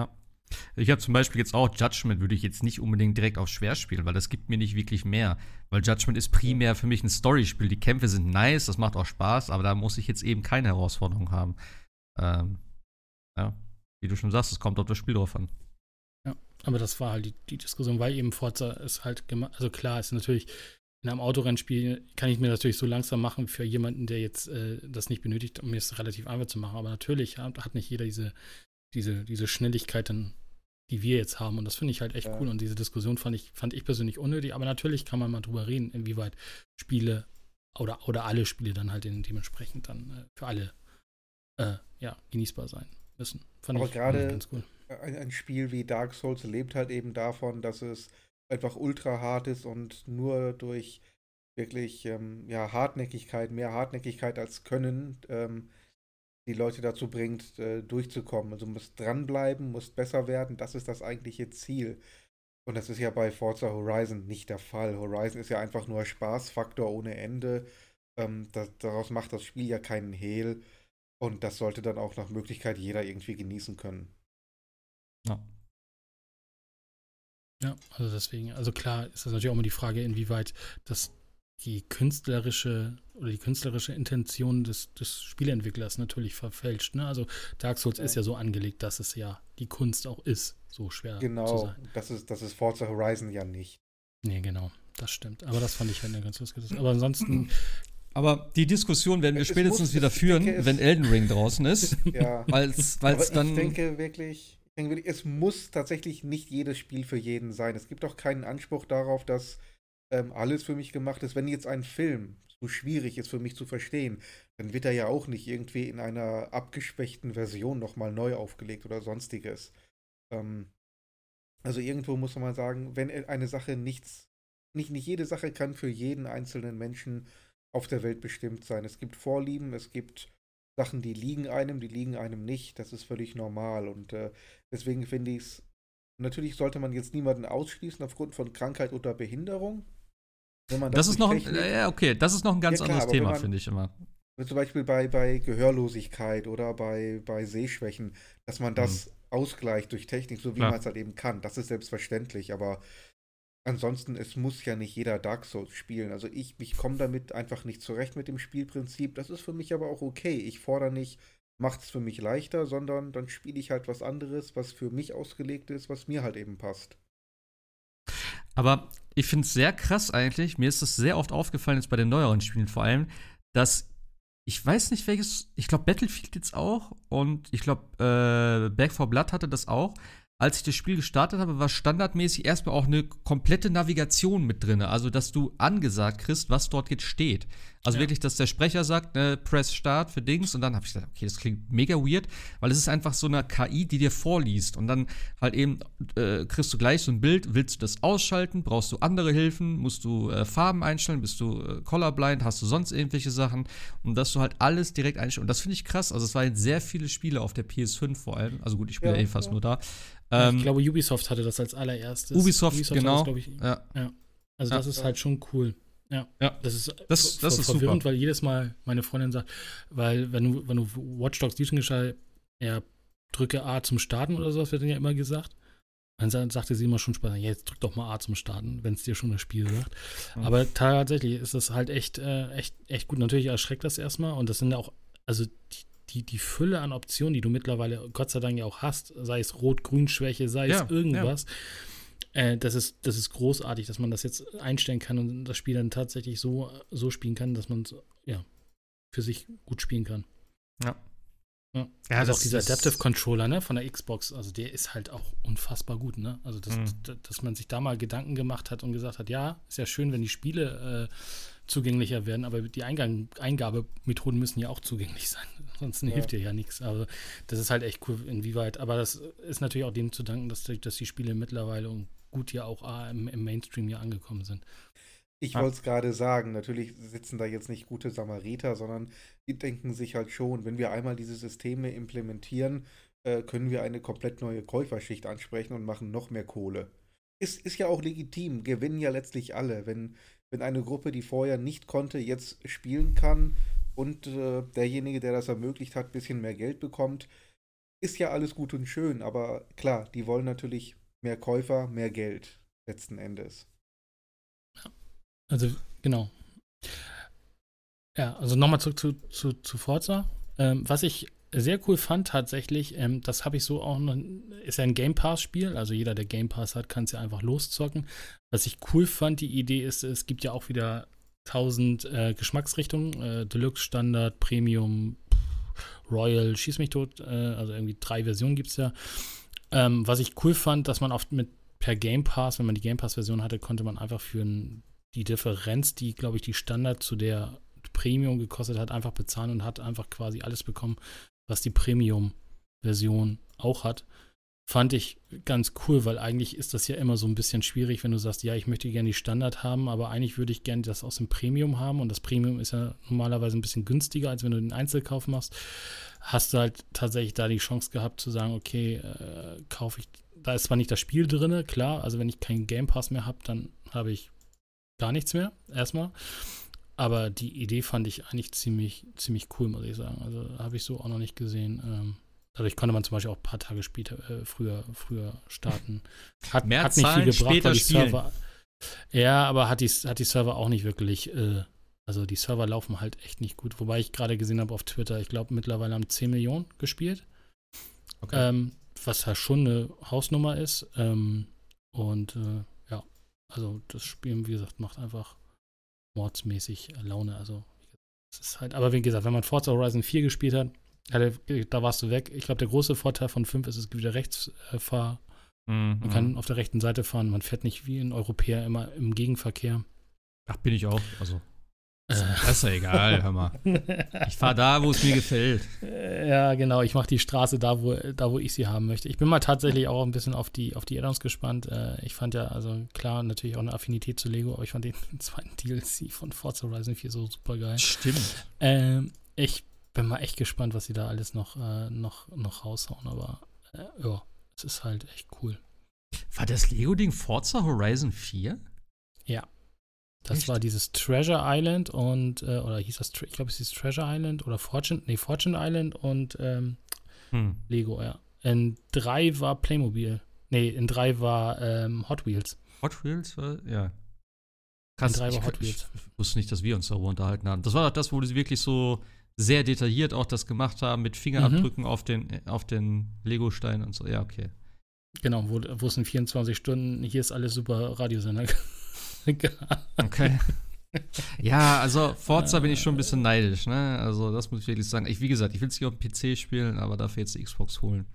Ich habe zum Beispiel jetzt auch Judgment, würde ich jetzt nicht unbedingt direkt auf schwer spielen, weil das gibt mir nicht wirklich mehr. Weil Judgment ist primär für mich ein Storyspiel. Die Kämpfe sind nice, das macht auch Spaß, aber da muss ich jetzt eben keine Herausforderung haben. Ja, wie du schon sagst, es kommt auf das Spiel drauf an. Ja, aber das war halt die Diskussion, weil eben Forza ist halt also klar, ist natürlich in einem Autorennspiel kann ich mir natürlich so langsam machen für jemanden, der jetzt das nicht benötigt, um es relativ einfach zu machen. Aber natürlich hat nicht jeder diese Schnelligkeit dann, die wir jetzt haben. Und das finde ich halt echt cool. Und diese Diskussion fand ich persönlich unnötig. Aber natürlich kann man mal drüber reden, inwieweit Spiele oder alle Spiele dann halt dementsprechend dann für alle genießbar sein müssen. Fand Aber ich gerade ganz cool. ein Spiel wie Dark Souls lebt halt eben davon, dass es einfach ultra hart ist und nur durch wirklich Hartnäckigkeit, mehr Hartnäckigkeit als Können, die Leute dazu bringt, durchzukommen. Also du musst dranbleiben, musst besser werden, das ist das eigentliche Ziel. Und das ist ja bei Forza Horizon nicht der Fall. Horizon ist ja einfach nur Spaßfaktor ohne Ende. Daraus macht das Spiel ja keinen Hehl. Und das sollte dann auch nach Möglichkeit jeder irgendwie genießen können. Ja. Ja, also deswegen, also klar ist das natürlich auch immer die Frage, inwieweit das die künstlerische Intention des Spieleentwicklers natürlich verfälscht. Ne? Also Dark Souls ist ja so angelegt, dass es ja die Kunst auch ist, so schwer zu sein. Das ist Forza Horizon ja nicht. Nee, genau, das stimmt. Aber das fand ich halt eine ganz lustige. Aber ansonsten. Aber die Diskussion werden wir spätestens wieder führen, wenn Elden Ring draußen ist. Ja. Weil's dann. Ich denke wirklich, es muss tatsächlich nicht jedes Spiel für jeden sein. Es gibt auch keinen Anspruch darauf, dass alles für mich gemacht ist. Wenn jetzt ein Film so schwierig ist für mich zu verstehen, dann wird er ja auch nicht irgendwie in einer abgeschwächten Version nochmal neu aufgelegt oder sonstiges. Also irgendwo muss man sagen, wenn eine Sache nicht jede Sache kann für jeden einzelnen Menschen auf der Welt bestimmt sein. Es gibt Vorlieben, es gibt Sachen, die liegen einem nicht. Das ist völlig normal. Und deswegen finde ich es, natürlich sollte man jetzt niemanden ausschließen aufgrund von Krankheit oder Behinderung. Wenn man das ist noch Technik, das ist noch ein ganz anderes Thema, finde ich immer. Zum Beispiel bei Gehörlosigkeit oder bei Sehschwächen, dass man das ausgleicht durch Technik, so wie man es halt eben kann. Das ist selbstverständlich, aber ansonsten, es muss ja nicht jeder Dark Souls spielen. Also ich komme damit einfach nicht zurecht mit dem Spielprinzip. Das ist für mich aber auch okay. Ich fordere nicht, macht es für mich leichter, sondern dann spiele ich halt was anderes, was für mich ausgelegt ist, was mir halt eben passt. Aber ich finde es sehr krass eigentlich, mir ist es sehr oft aufgefallen, jetzt bei den neueren Spielen vor allem, dass ich weiß nicht welches, ich glaube Battlefield jetzt auch und ich glaube Back 4 Blood hatte das auch. Als ich das Spiel gestartet habe, war standardmäßig erstmal auch eine komplette Navigation mit drin. Also, dass du angesagt kriegst, was dort jetzt steht. Also wirklich, dass der Sprecher sagt, Press Start für Dings. Und dann habe ich gesagt, okay, das klingt mega weird, weil es ist einfach so eine KI, die dir vorliest. Und dann halt eben kriegst du gleich so ein Bild. Willst du das ausschalten? Brauchst du andere Hilfen? Musst du Farben einstellen? Bist du colorblind? Hast du sonst irgendwelche Sachen? Und dass du halt alles direkt einstellst. Und das finde ich krass. Also, es waren sehr viele Spiele auf der PS5 vor allem. Also gut, ich spiele ja fast nur da. Ich glaube, Ubisoft hatte das als allererstes. Ubisoft genau. Das, ich, ja. Also das ist halt schon cool. Ja. Das ist verwirrend, super. Weil jedes Mal meine Freundin sagt, weil wenn du Watch Dogs Legion geschaut hast, drücke A zum Starten oder so, das wird dann ja immer gesagt. Dann sagte sie immer schon Spaß, ja, jetzt drück doch mal A zum Starten, wenn es dir schon das Spiel sagt. Aber tatsächlich ist das halt echt gut. Natürlich erschreckt das erstmal und das sind ja auch, also die Fülle an Optionen, die du mittlerweile Gott sei Dank ja auch hast, sei es Rot-Grün-Schwäche, sei es irgendwas, das ist großartig, dass man das jetzt einstellen kann und das Spiel dann tatsächlich so spielen kann, dass man es für sich gut spielen kann. Ja. Also auch dieser Adaptive Controller, ne, von der Xbox, also der ist halt auch unfassbar gut, ne? Also dass man sich da mal Gedanken gemacht hat und gesagt hat, ja, ist ja schön, wenn die Spiele zugänglicher werden, aber die Eingabemethoden müssen ja auch zugänglich sein. Sonst hilft dir ja nichts. Also das ist halt echt cool, inwieweit. Aber das ist natürlich auch dem zu danken, dass die Spiele mittlerweile und gut ja auch im Mainstream ja angekommen sind. Ich wollte es gerade sagen, natürlich sitzen da jetzt nicht gute Samariter, sondern die denken sich halt schon, wenn wir einmal diese Systeme implementieren, können wir eine komplett neue Käuferschicht ansprechen und machen noch mehr Kohle. Ist ja auch legitim, gewinnen ja letztlich alle. Wenn eine Gruppe, die vorher nicht konnte, jetzt spielen kann und derjenige, der das ermöglicht hat, ein bisschen mehr Geld bekommt, ist ja alles gut und schön, aber klar, die wollen natürlich mehr Käufer, mehr Geld letzten Endes. Also, genau. Ja, also nochmal zurück zu Forza. Was ich sehr cool fand tatsächlich, das habe ich so auch noch, ist ja ein Game Pass-Spiel, also jeder, der Game Pass hat, kann es ja einfach loszocken. Was ich cool fand, die Idee ist, es gibt ja auch wieder 1000 Geschmacksrichtungen, Deluxe, Standard, Premium, Royal, schieß mich tot, also irgendwie 3 Versionen gibt es ja. Was ich cool fand, dass man oft per Game Pass, wenn man die Game Pass-Version hatte, konnte man einfach für die Differenz, die, glaube ich, die Standard zu der Premium gekostet hat, einfach bezahlen und hat einfach quasi alles bekommen, was die Premium-Version auch hat. Fand ich ganz cool, weil eigentlich ist das ja immer so ein bisschen schwierig, wenn du sagst, ja, ich möchte gerne die Standard haben, aber eigentlich würde ich gerne das aus dem Premium haben und das Premium ist ja normalerweise ein bisschen günstiger, als wenn du den Einzelkauf machst. Hast du halt tatsächlich da die Chance gehabt zu sagen, okay, kaufe ich, da ist zwar nicht das Spiel drin, klar, also wenn ich keinen Game Pass mehr habe, dann habe ich gar nichts mehr, erstmal. Aber die Idee fand ich eigentlich ziemlich cool, muss ich sagen. Also habe ich so auch noch nicht gesehen. Dadurch konnte man zum Beispiel auch ein paar Tage später, früher starten. Hat nicht viel gebracht, weil die Server. Ja, aber hat die Server auch nicht wirklich. Also die Server laufen halt echt nicht gut. Wobei ich gerade gesehen habe auf Twitter, ich glaube mittlerweile haben 10 Millionen gespielt. Okay. Was ja schon eine Hausnummer ist. Ja, also das Spiel, wie gesagt, macht einfach mordsmäßig Laune. Also es ist halt, aber wie gesagt, wenn man Forza Horizon 4 gespielt hat, da warst du weg. Ich glaube, der große Vorteil von 5 ist, es gibt wieder Rechtsfahr. Man kann auf der rechten Seite fahren. Man fährt nicht wie ein Europäer immer im Gegenverkehr. Ach, bin ich auch. Also, das ist ja egal, hör mal. Ich fahre da, wo es mir gefällt. Ja, genau. Ich mache die Straße da, wo ich sie haben möchte. Ich bin mal tatsächlich auch ein bisschen auf die Add-ons gespannt. Ich fand ja, also klar, natürlich auch eine Affinität zu Lego, aber ich fand den zweiten DLC von Forza Horizon 4 so super geil. Stimmt. Ich bin mal echt gespannt, was sie da alles noch raushauen, aber ja, es ist halt echt cool. War das Lego-Ding Forza Horizon 4? Ja. Das Echt? war dieses Treasure Island und, oder hieß das, ich glaube, es hieß Treasure Island oder Fortune Island und Lego, ja. In 3 war Playmobil. Nee, in 3 war Hot Wheels. Hot Wheels? Ja. Krass, In 3 war Hot Wheels. Ich wusste nicht, dass wir uns darüber unterhalten haben. Das war doch das, wo sie wirklich so sehr detailliert auch das gemacht haben, mit Fingerabdrücken auf den Lego-Stein und so. Ja, okay. Genau, wo es in 24 Stunden, hier ist alles super Radiosender. Okay. Ja, also Forza bin ich schon ein bisschen neidisch, ne? Also das muss ich wirklich sagen. Wie gesagt, ich will es nicht auf dem PC spielen, aber dafür jetzt die Xbox holen.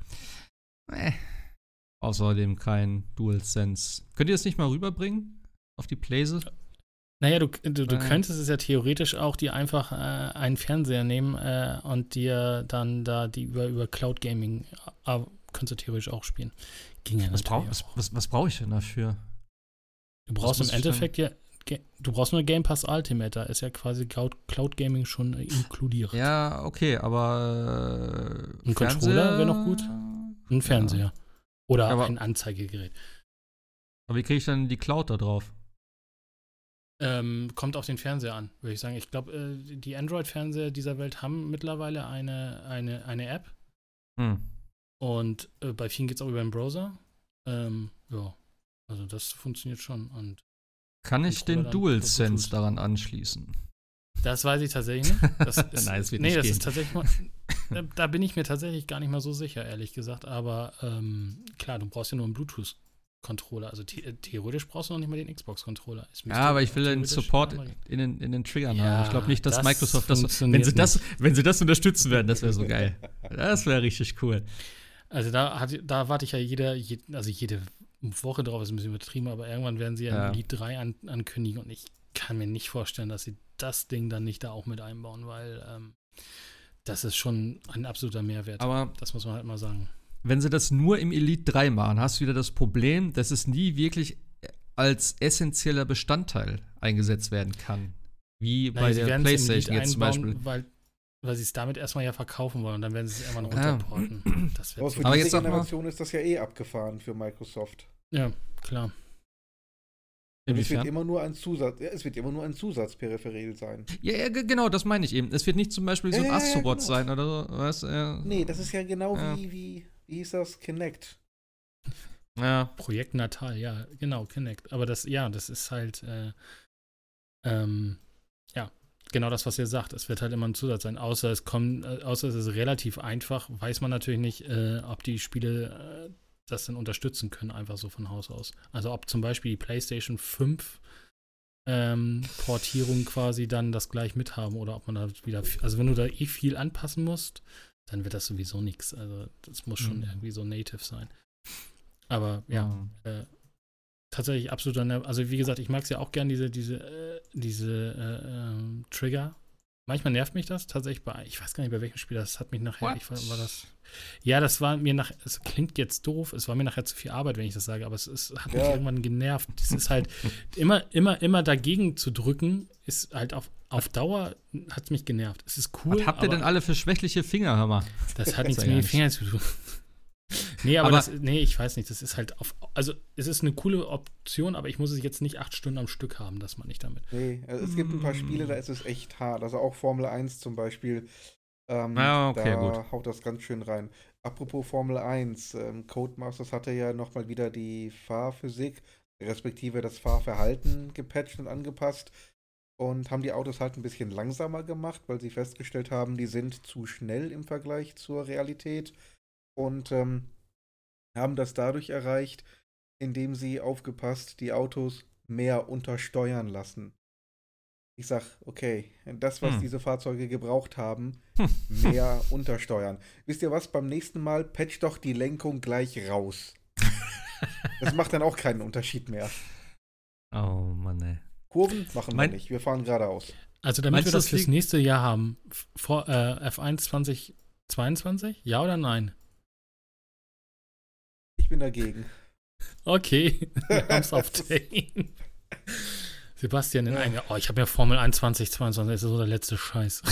Außerdem kein DualSense. Könnt ihr das nicht mal rüberbringen? Auf die Playse? Naja, du könntest es ja theoretisch auch dir einfach einen Fernseher nehmen und dir dann da die über Cloud Gaming könntest du theoretisch auch spielen. Ging ja natürlich auch. Was brauche ich denn dafür? Du brauchst im Endeffekt du brauchst nur Game Pass Ultimate, da ist ja quasi Cloud Gaming schon inkludiert. Ja, okay, aber ein Controller wäre noch gut. Ein Fernseher. Ja. Oder ein Anzeigegerät. Aber wie kriege ich dann die Cloud da drauf? Kommt auf den Fernseher an, würde ich sagen. Ich glaube, die Android-Fernseher dieser Welt haben mittlerweile eine App. Und bei vielen geht es auch über den Browser. Ja, also das funktioniert schon. Und kann ich den DualSense daran anschließen? Das weiß ich tatsächlich nicht. Nein, es wird nicht gehen. Ist tatsächlich mal, da bin ich mir tatsächlich gar nicht mal so sicher, ehrlich gesagt. Aber klar, du brauchst ja nur einen Bluetooth-Controller. Also theoretisch brauchst du noch nicht mal den Xbox-Controller. Ja, aber ich will den Support in den Triggern haben. Ich glaube nicht, dass Microsoft wenn sie das unterstützen werden, das wäre so geil. Das wäre richtig cool. Also da warte ich ja jede Woche drauf, ist ein bisschen übertrieben, aber irgendwann werden sie ja Elite 3 ankündigen und ich kann mir nicht vorstellen, dass sie das Ding dann nicht da auch mit einbauen, weil das ist schon ein absoluter Mehrwert. Aber das muss man halt mal sagen. Wenn sie das nur im Elite 3 machen, hast du wieder das Problem, dass es nie wirklich als essentieller Bestandteil eingesetzt werden kann. Wie bei der PlayStation jetzt zum Beispiel. Weil sie es damit erstmal ja verkaufen wollen und dann werden sie es irgendwann runterporten. Aber für diese Generation ist das ja abgefahren für Microsoft. Ja, klar. Und es wird Inwiefern? immer nur ein Zusatzperipherel sein. Ja, genau, das meine ich eben. Es wird nicht zum Beispiel so ein Astrobot genau. sein oder so. Weißt, Nee, das ist ja genau Ja. wie hieß das? Kinect. ja. Projekt Natal, ja, genau, Kinect. Aber das ist halt, ja, genau das, was ihr sagt. Es wird halt immer ein Zusatz sein. Außer es ist relativ einfach, weiß man natürlich nicht, ob die Spiele das dann unterstützen können, einfach so von Haus aus. Also ob zum Beispiel die PlayStation 5 Portierung quasi dann das gleich mithaben oder ob man da wieder, also wenn du da viel anpassen musst, dann wird das sowieso nichts. Also das muss schon irgendwie so native sein. Aber ja, tatsächlich absoluter also wie gesagt, ich mag es ja auch gern, diese Trigger. Manchmal nervt mich das tatsächlich ich weiß gar nicht, bei welchem Spiel, das hat mich nachher, war das. Ja, das war mir es klingt jetzt doof, es war mir nachher zu viel Arbeit, wenn ich das sage, aber hat mich irgendwann genervt. Es ist halt, immer dagegen zu drücken, ist halt auf Dauer, hat es mich genervt. Es ist cool. Was habt ihr denn alle für schwächliche Finger, hör mal? Das hat nichts mit den Fingern zu tun. Nee, aber ich weiß nicht, das ist halt also es ist eine coole Option, aber ich muss es jetzt nicht 8 Stunden am Stück haben, das man nicht damit. Nee, also es gibt ein paar Spiele, da ist es echt hart. Also auch Formel 1 zum Beispiel. Okay, da gut. haut das ganz schön rein. Apropos Formel 1, Codemasters hatte ja nochmal wieder die Fahrphysik, respektive das Fahrverhalten gepatcht und angepasst und haben die Autos halt ein bisschen langsamer gemacht, weil sie festgestellt haben, die sind zu schnell im Vergleich zur Realität und haben das dadurch erreicht, indem sie aufgepasst die Autos mehr untersteuern lassen. Ich sag, okay, das, was diese Fahrzeuge gebraucht haben, mehr untersteuern. Wisst ihr was? Beim nächsten Mal patch doch die Lenkung gleich raus. Das macht dann auch keinen Unterschied mehr. Oh Mann, ey. Kurven machen wir nicht. Wir fahren geradeaus. Also damit Meinst wir du, das das fürs liegt- nächste Jahr haben, F1 2022, ja oder nein? Ich bin dagegen. Okay, wir haben es auf Tape. Sebastian in einem Jahr, ich habe ja Formel 1 2022, das ist so der letzte Scheiß.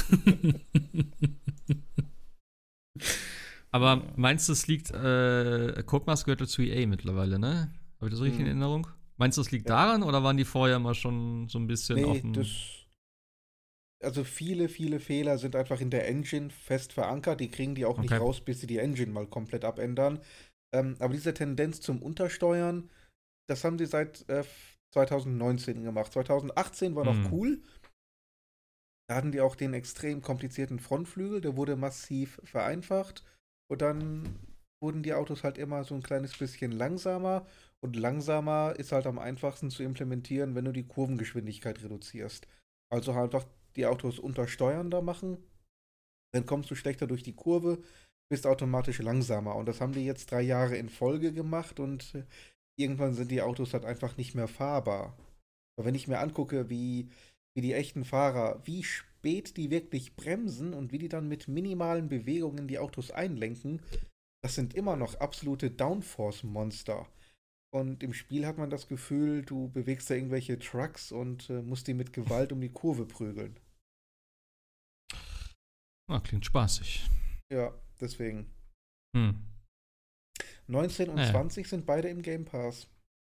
Aber meinst du, es liegt, Codemasters gehört zu EA mittlerweile, ne? Habe ich das richtig in Erinnerung? Meinst du, es liegt daran oder waren die vorher mal schon so ein bisschen auf dem. Also viele Fehler sind einfach in der Engine fest verankert. Die kriegen die auch nicht raus, bis sie die Engine mal komplett abändern. Aber diese Tendenz zum Untersteuern, das haben sie seit 2019 gemacht. 2018 war noch cool. Da hatten die auch den extrem komplizierten Frontflügel, der wurde massiv vereinfacht. Und dann wurden die Autos halt immer so ein kleines bisschen langsamer. Und langsamer ist halt am einfachsten zu implementieren, wenn du die Kurvengeschwindigkeit reduzierst. Also halt einfach die Autos untersteuernder machen. Dann kommst du schlechter durch die Kurve, bist automatisch langsamer. Und das haben die jetzt 3 Jahre in Folge gemacht und irgendwann sind die Autos halt einfach nicht mehr fahrbar. Aber wenn ich mir angucke, wie die echten Fahrer, wie spät die wirklich bremsen und wie die dann mit minimalen Bewegungen die Autos einlenken, das sind immer noch absolute Downforce-Monster. Und im Spiel hat man das Gefühl, du bewegst da irgendwelche Trucks und musst die mit Gewalt um die Kurve prügeln. Klingt spaßig. Ja, deswegen. 19 und Naja. 20 sind beide im Game Pass.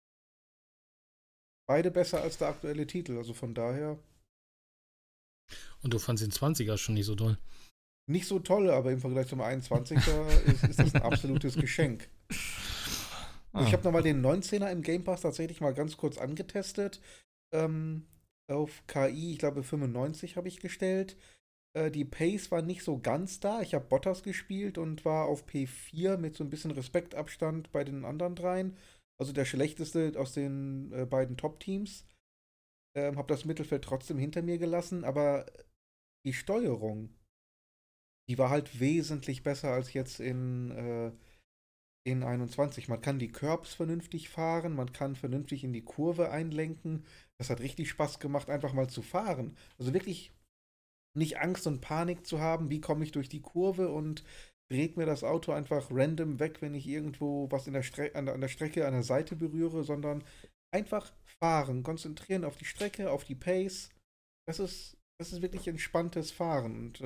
Beide besser als der aktuelle Titel, also von daher. Und du fandst den 20er schon nicht so doll. Nicht so toll, aber im Vergleich zum 21er ist das ein absolutes Geschenk. Ich habe nochmal den 19er im Game Pass tatsächlich mal ganz kurz angetestet. Auf KI, ich glaube 95 habe ich gestellt. Die Pace war nicht so ganz da. Ich habe Bottas gespielt und war auf P4 mit so ein bisschen Respektabstand bei den anderen dreien. Also der schlechteste aus den beiden Top-Teams. Habe das Mittelfeld trotzdem hinter mir gelassen, aber die Steuerung, die war halt wesentlich besser als jetzt in 21. Man kann die Curbs vernünftig fahren, man kann vernünftig in die Kurve einlenken. Das hat richtig Spaß gemacht, einfach mal zu fahren. Also wirklich nicht Angst und Panik zu haben, wie komme ich durch die Kurve und dreht mir das Auto einfach random weg, wenn ich irgendwo was an der Strecke, an der Seite berühre, sondern einfach fahren, konzentrieren auf die Strecke, auf die Pace. Das ist wirklich entspanntes Fahren und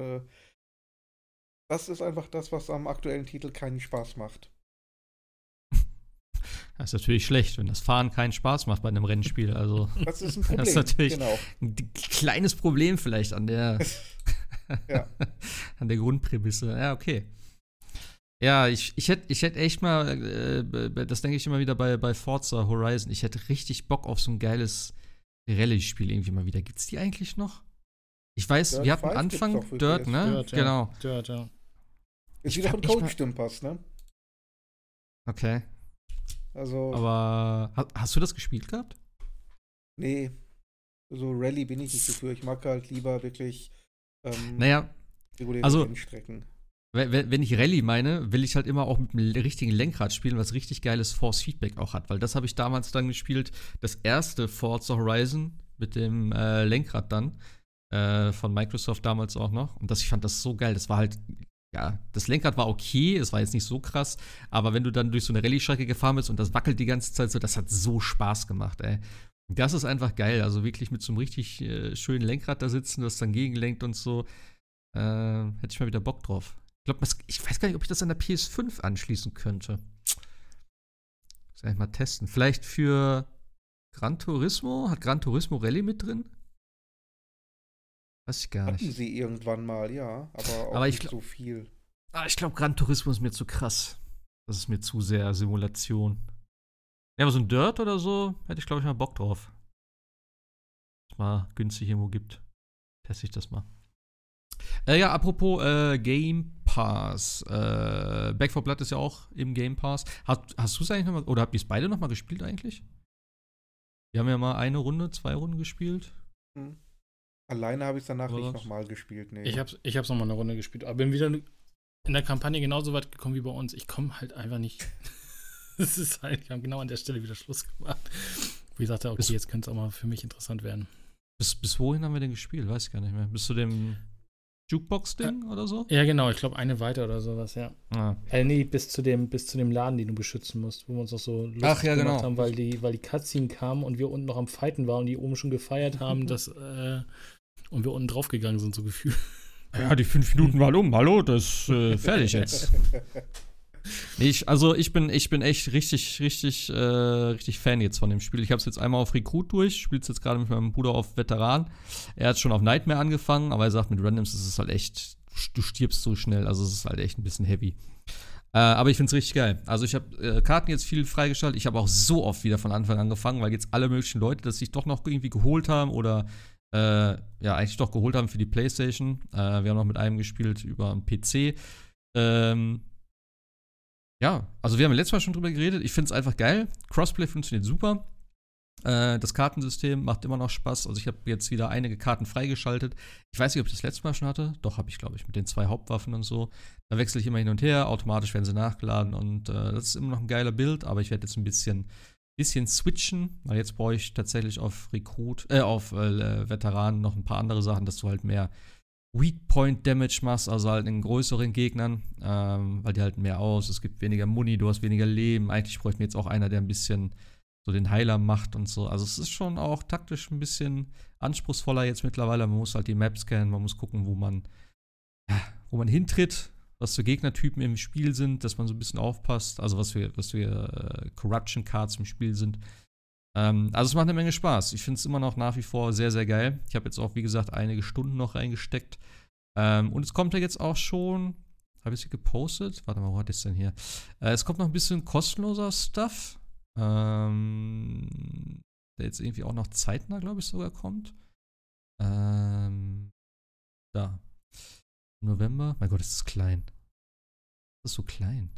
das ist einfach das, was am aktuellen Titel keinen Spaß macht. Das ist natürlich schlecht, wenn das Fahren keinen Spaß macht bei einem Rennspiel. Also, Das ist ein Problem. das ist natürlich Genau. ein kleines Problem vielleicht an der, Ja. an der Grundprämisse. Ja, okay. Ja, ich hätte echt mal, das denke ich immer wieder bei Forza Horizon, ich hätte richtig Bock auf so ein geiles Rallye-Spiel irgendwie mal wieder. Gibt's die eigentlich noch? Ich weiß, Dirt wir hatten 5 Anfang gibt's doch für Dirt, PS4. ne? Dirt, ja. Genau. Dirt, ja. Ist Ich wieder fand von echt mal- Coach-Stimmpass, ne? Okay. Also, Aber hast du das gespielt gehabt? nee, so Rallye bin ich nicht so für. Ich mag halt lieber wirklich Naja, reguläre also- Rennstrecken. wenn ich Rallye meine, will ich halt immer auch mit dem richtigen Lenkrad spielen, was richtig geiles Force-Feedback auch hat. Weil das habe ich damals dann gespielt, das erste Forza Horizon mit dem Lenkrad dann, von Microsoft damals auch noch. Und ich fand das so geil. Das war halt, ja, das Lenkrad war okay, es war jetzt nicht so krass, aber wenn du dann durch so eine Rallye-Strecke gefahren bist und das wackelt die ganze Zeit so, das hat so Spaß gemacht, ey. Und das ist einfach geil. Also wirklich mit so einem richtig schönen Lenkrad da sitzen, das dann gegenlenkt und so. Hätte ich mal wieder Bock drauf. Ich weiß gar nicht, ob ich das an der PS5 anschließen könnte. Muss ich eigentlich mal testen. Vielleicht für Gran Turismo? Hat Gran Turismo Rallye mit drin? Weiß ich gar Hatten nicht. sie irgendwann mal, ja, aber auch Aber ich nicht so viel. Ich glaube, Gran Turismo ist mir zu krass. Das ist mir zu sehr Simulation. Ja, aber so ein Dirt oder so hätte ich, glaube ich, mal Bock drauf. Wenn es mal günstig irgendwo gibt. Teste ich das mal. Ja, apropos Game Pass. Back 4 Blood ist ja auch im Game Pass. Hast du es eigentlich noch mal, oder habt ihr es beide noch mal gespielt eigentlich? Wir haben ja mal 1 Runde, 2 Runden gespielt. Hm. Alleine habe ich es danach Oder nicht was? nochmal gespielt, nee. Ich hab's noch mal eine Runde gespielt, aber bin wieder in der Kampagne genauso weit gekommen wie bei uns. Ich komme halt einfach nicht. Es ist halt, wir haben genau an der Stelle wieder Schluss gemacht. Wo ich sagte, okay, jetzt könnte es auch mal für mich interessant werden. Bis wohin haben wir denn gespielt? Weiß ich gar nicht mehr. Bis zu dem Jukebox-Ding oder so? Ja, genau, ich glaube eine weiter oder sowas, ja. Ah. Nee, bis zu dem Laden, den du beschützen musst, wo wir uns auch so lustig Ach, ja, gemacht genau. haben, weil die Cutscene kam und wir unten noch am Fighten waren und die oben schon gefeiert haben, dass und wir unten draufgegangen sind, so gefühlt. Ja, die 5 Minuten waren um. Hallo, das ist fertig jetzt. Nee, ich bin echt richtig Fan jetzt von dem Spiel. Ich habe es jetzt einmal auf Recruit durch, spiele es jetzt gerade mit meinem Bruder auf Veteran. Er hat schon auf Nightmare angefangen, aber er sagt, mit Randoms ist es halt echt, du stirbst so schnell, also es ist halt echt ein bisschen heavy. Aber ich finde es richtig geil. Also ich habe Karten jetzt viel freigeschaltet. Ich habe auch so oft wieder von Anfang an angefangen, weil jetzt alle möglichen Leute das sich doch noch irgendwie geholt haben oder eigentlich doch geholt haben für die PlayStation. Wir haben noch mit einem gespielt über einen PC. Ja, also wir haben letztes Mal schon drüber geredet. Ich finde es einfach geil. Crossplay funktioniert super. Das Kartensystem macht immer noch Spaß. Also ich habe jetzt wieder einige Karten freigeschaltet. Ich weiß nicht, ob ich das letztes Mal schon hatte. Doch, habe ich, glaube ich, mit den 2 Hauptwaffen und so. Da wechsle ich immer hin und her. Automatisch werden sie nachgeladen. Und das ist immer noch ein geiler Bild. Aber ich werde jetzt ein bisschen switchen. Weil jetzt brauche ich tatsächlich auf Veteranen noch ein paar andere Sachen, dass du halt mehr Weak Point Damage machst, also halt in größeren Gegnern, weil die halten mehr aus, es gibt weniger Muni, du hast weniger Leben. Eigentlich bräuchte mir jetzt auch einer, der ein bisschen so den Heiler macht und so. Also es ist schon auch taktisch ein bisschen anspruchsvoller jetzt mittlerweile. Man muss halt die Map scannen, man muss gucken, wo man hintritt, was für Gegnertypen im Spiel sind, dass man so ein bisschen aufpasst, also was für Corruption Cards im Spiel sind. Also es macht eine Menge Spaß. Ich finde es immer noch nach wie vor sehr, sehr geil. Ich habe jetzt auch, wie gesagt, einige Stunden noch reingesteckt. Und es kommt ja jetzt auch schon, habe ich sie gepostet? Warte mal, wo hat es denn hier? Es kommt noch ein bisschen kostenloser Stuff. Der jetzt irgendwie auch noch zeitnah, glaube ich, sogar kommt. Da. November. Mein Gott, ist das klein. Das ist so klein.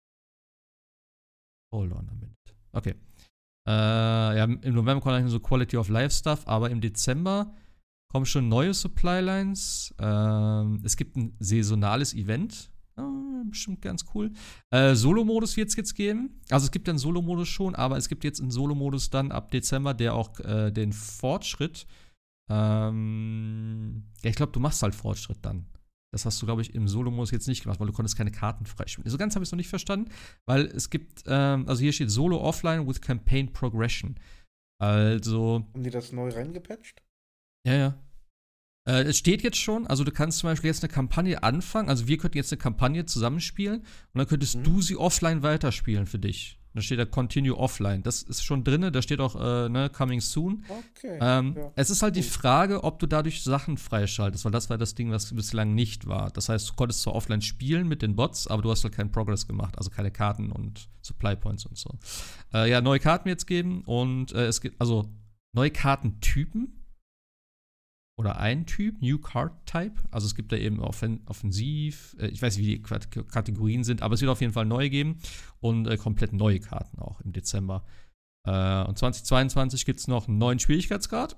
Hold on a minute. Okay. Im November kommt eigentlich so Quality of Life Stuff, aber im Dezember kommen schon neue Supply Lines. Es gibt ein saisonales Event. Bestimmt ganz cool. Solo-Modus wird es jetzt geben. Also es gibt ja einen Solo-Modus schon, aber es gibt jetzt einen Solo-Modus dann ab Dezember, der auch den Fortschritt ich glaube, du machst halt Fortschritt dann. Das hast du, glaube ich, im Solo-Modus jetzt nicht gemacht, weil du konntest keine Karten freispielen. So ganz habe ich es noch nicht verstanden, weil es gibt, also hier steht Solo Offline with Campaign Progression. Also. Haben die das neu reingepatcht? Ja. Es steht jetzt schon, also du kannst zum Beispiel jetzt eine Kampagne anfangen, also wir könnten jetzt eine Kampagne zusammenspielen und dann könntest du sie offline weiterspielen für dich. Da steht da Continue Offline. Das ist schon drin, da steht auch Coming Soon. Okay. Es ist halt die Frage, ob du dadurch Sachen freischaltest, weil das war das Ding, was bislang nicht war. Das heißt, du konntest zwar offline spielen mit den Bots, aber du hast halt keinen Progress gemacht, also keine Karten und Supply Points und so. Neue Karten jetzt geben und es gibt also neue Kartentypen. Oder ein Typ, New Card Type. Also es gibt da eben offensiv, ich weiß nicht, wie die Kategorien sind, aber es wird auf jeden Fall neue geben und komplett neue Karten auch im Dezember. Und 2022 gibt es noch einen neuen Schwierigkeitsgrad.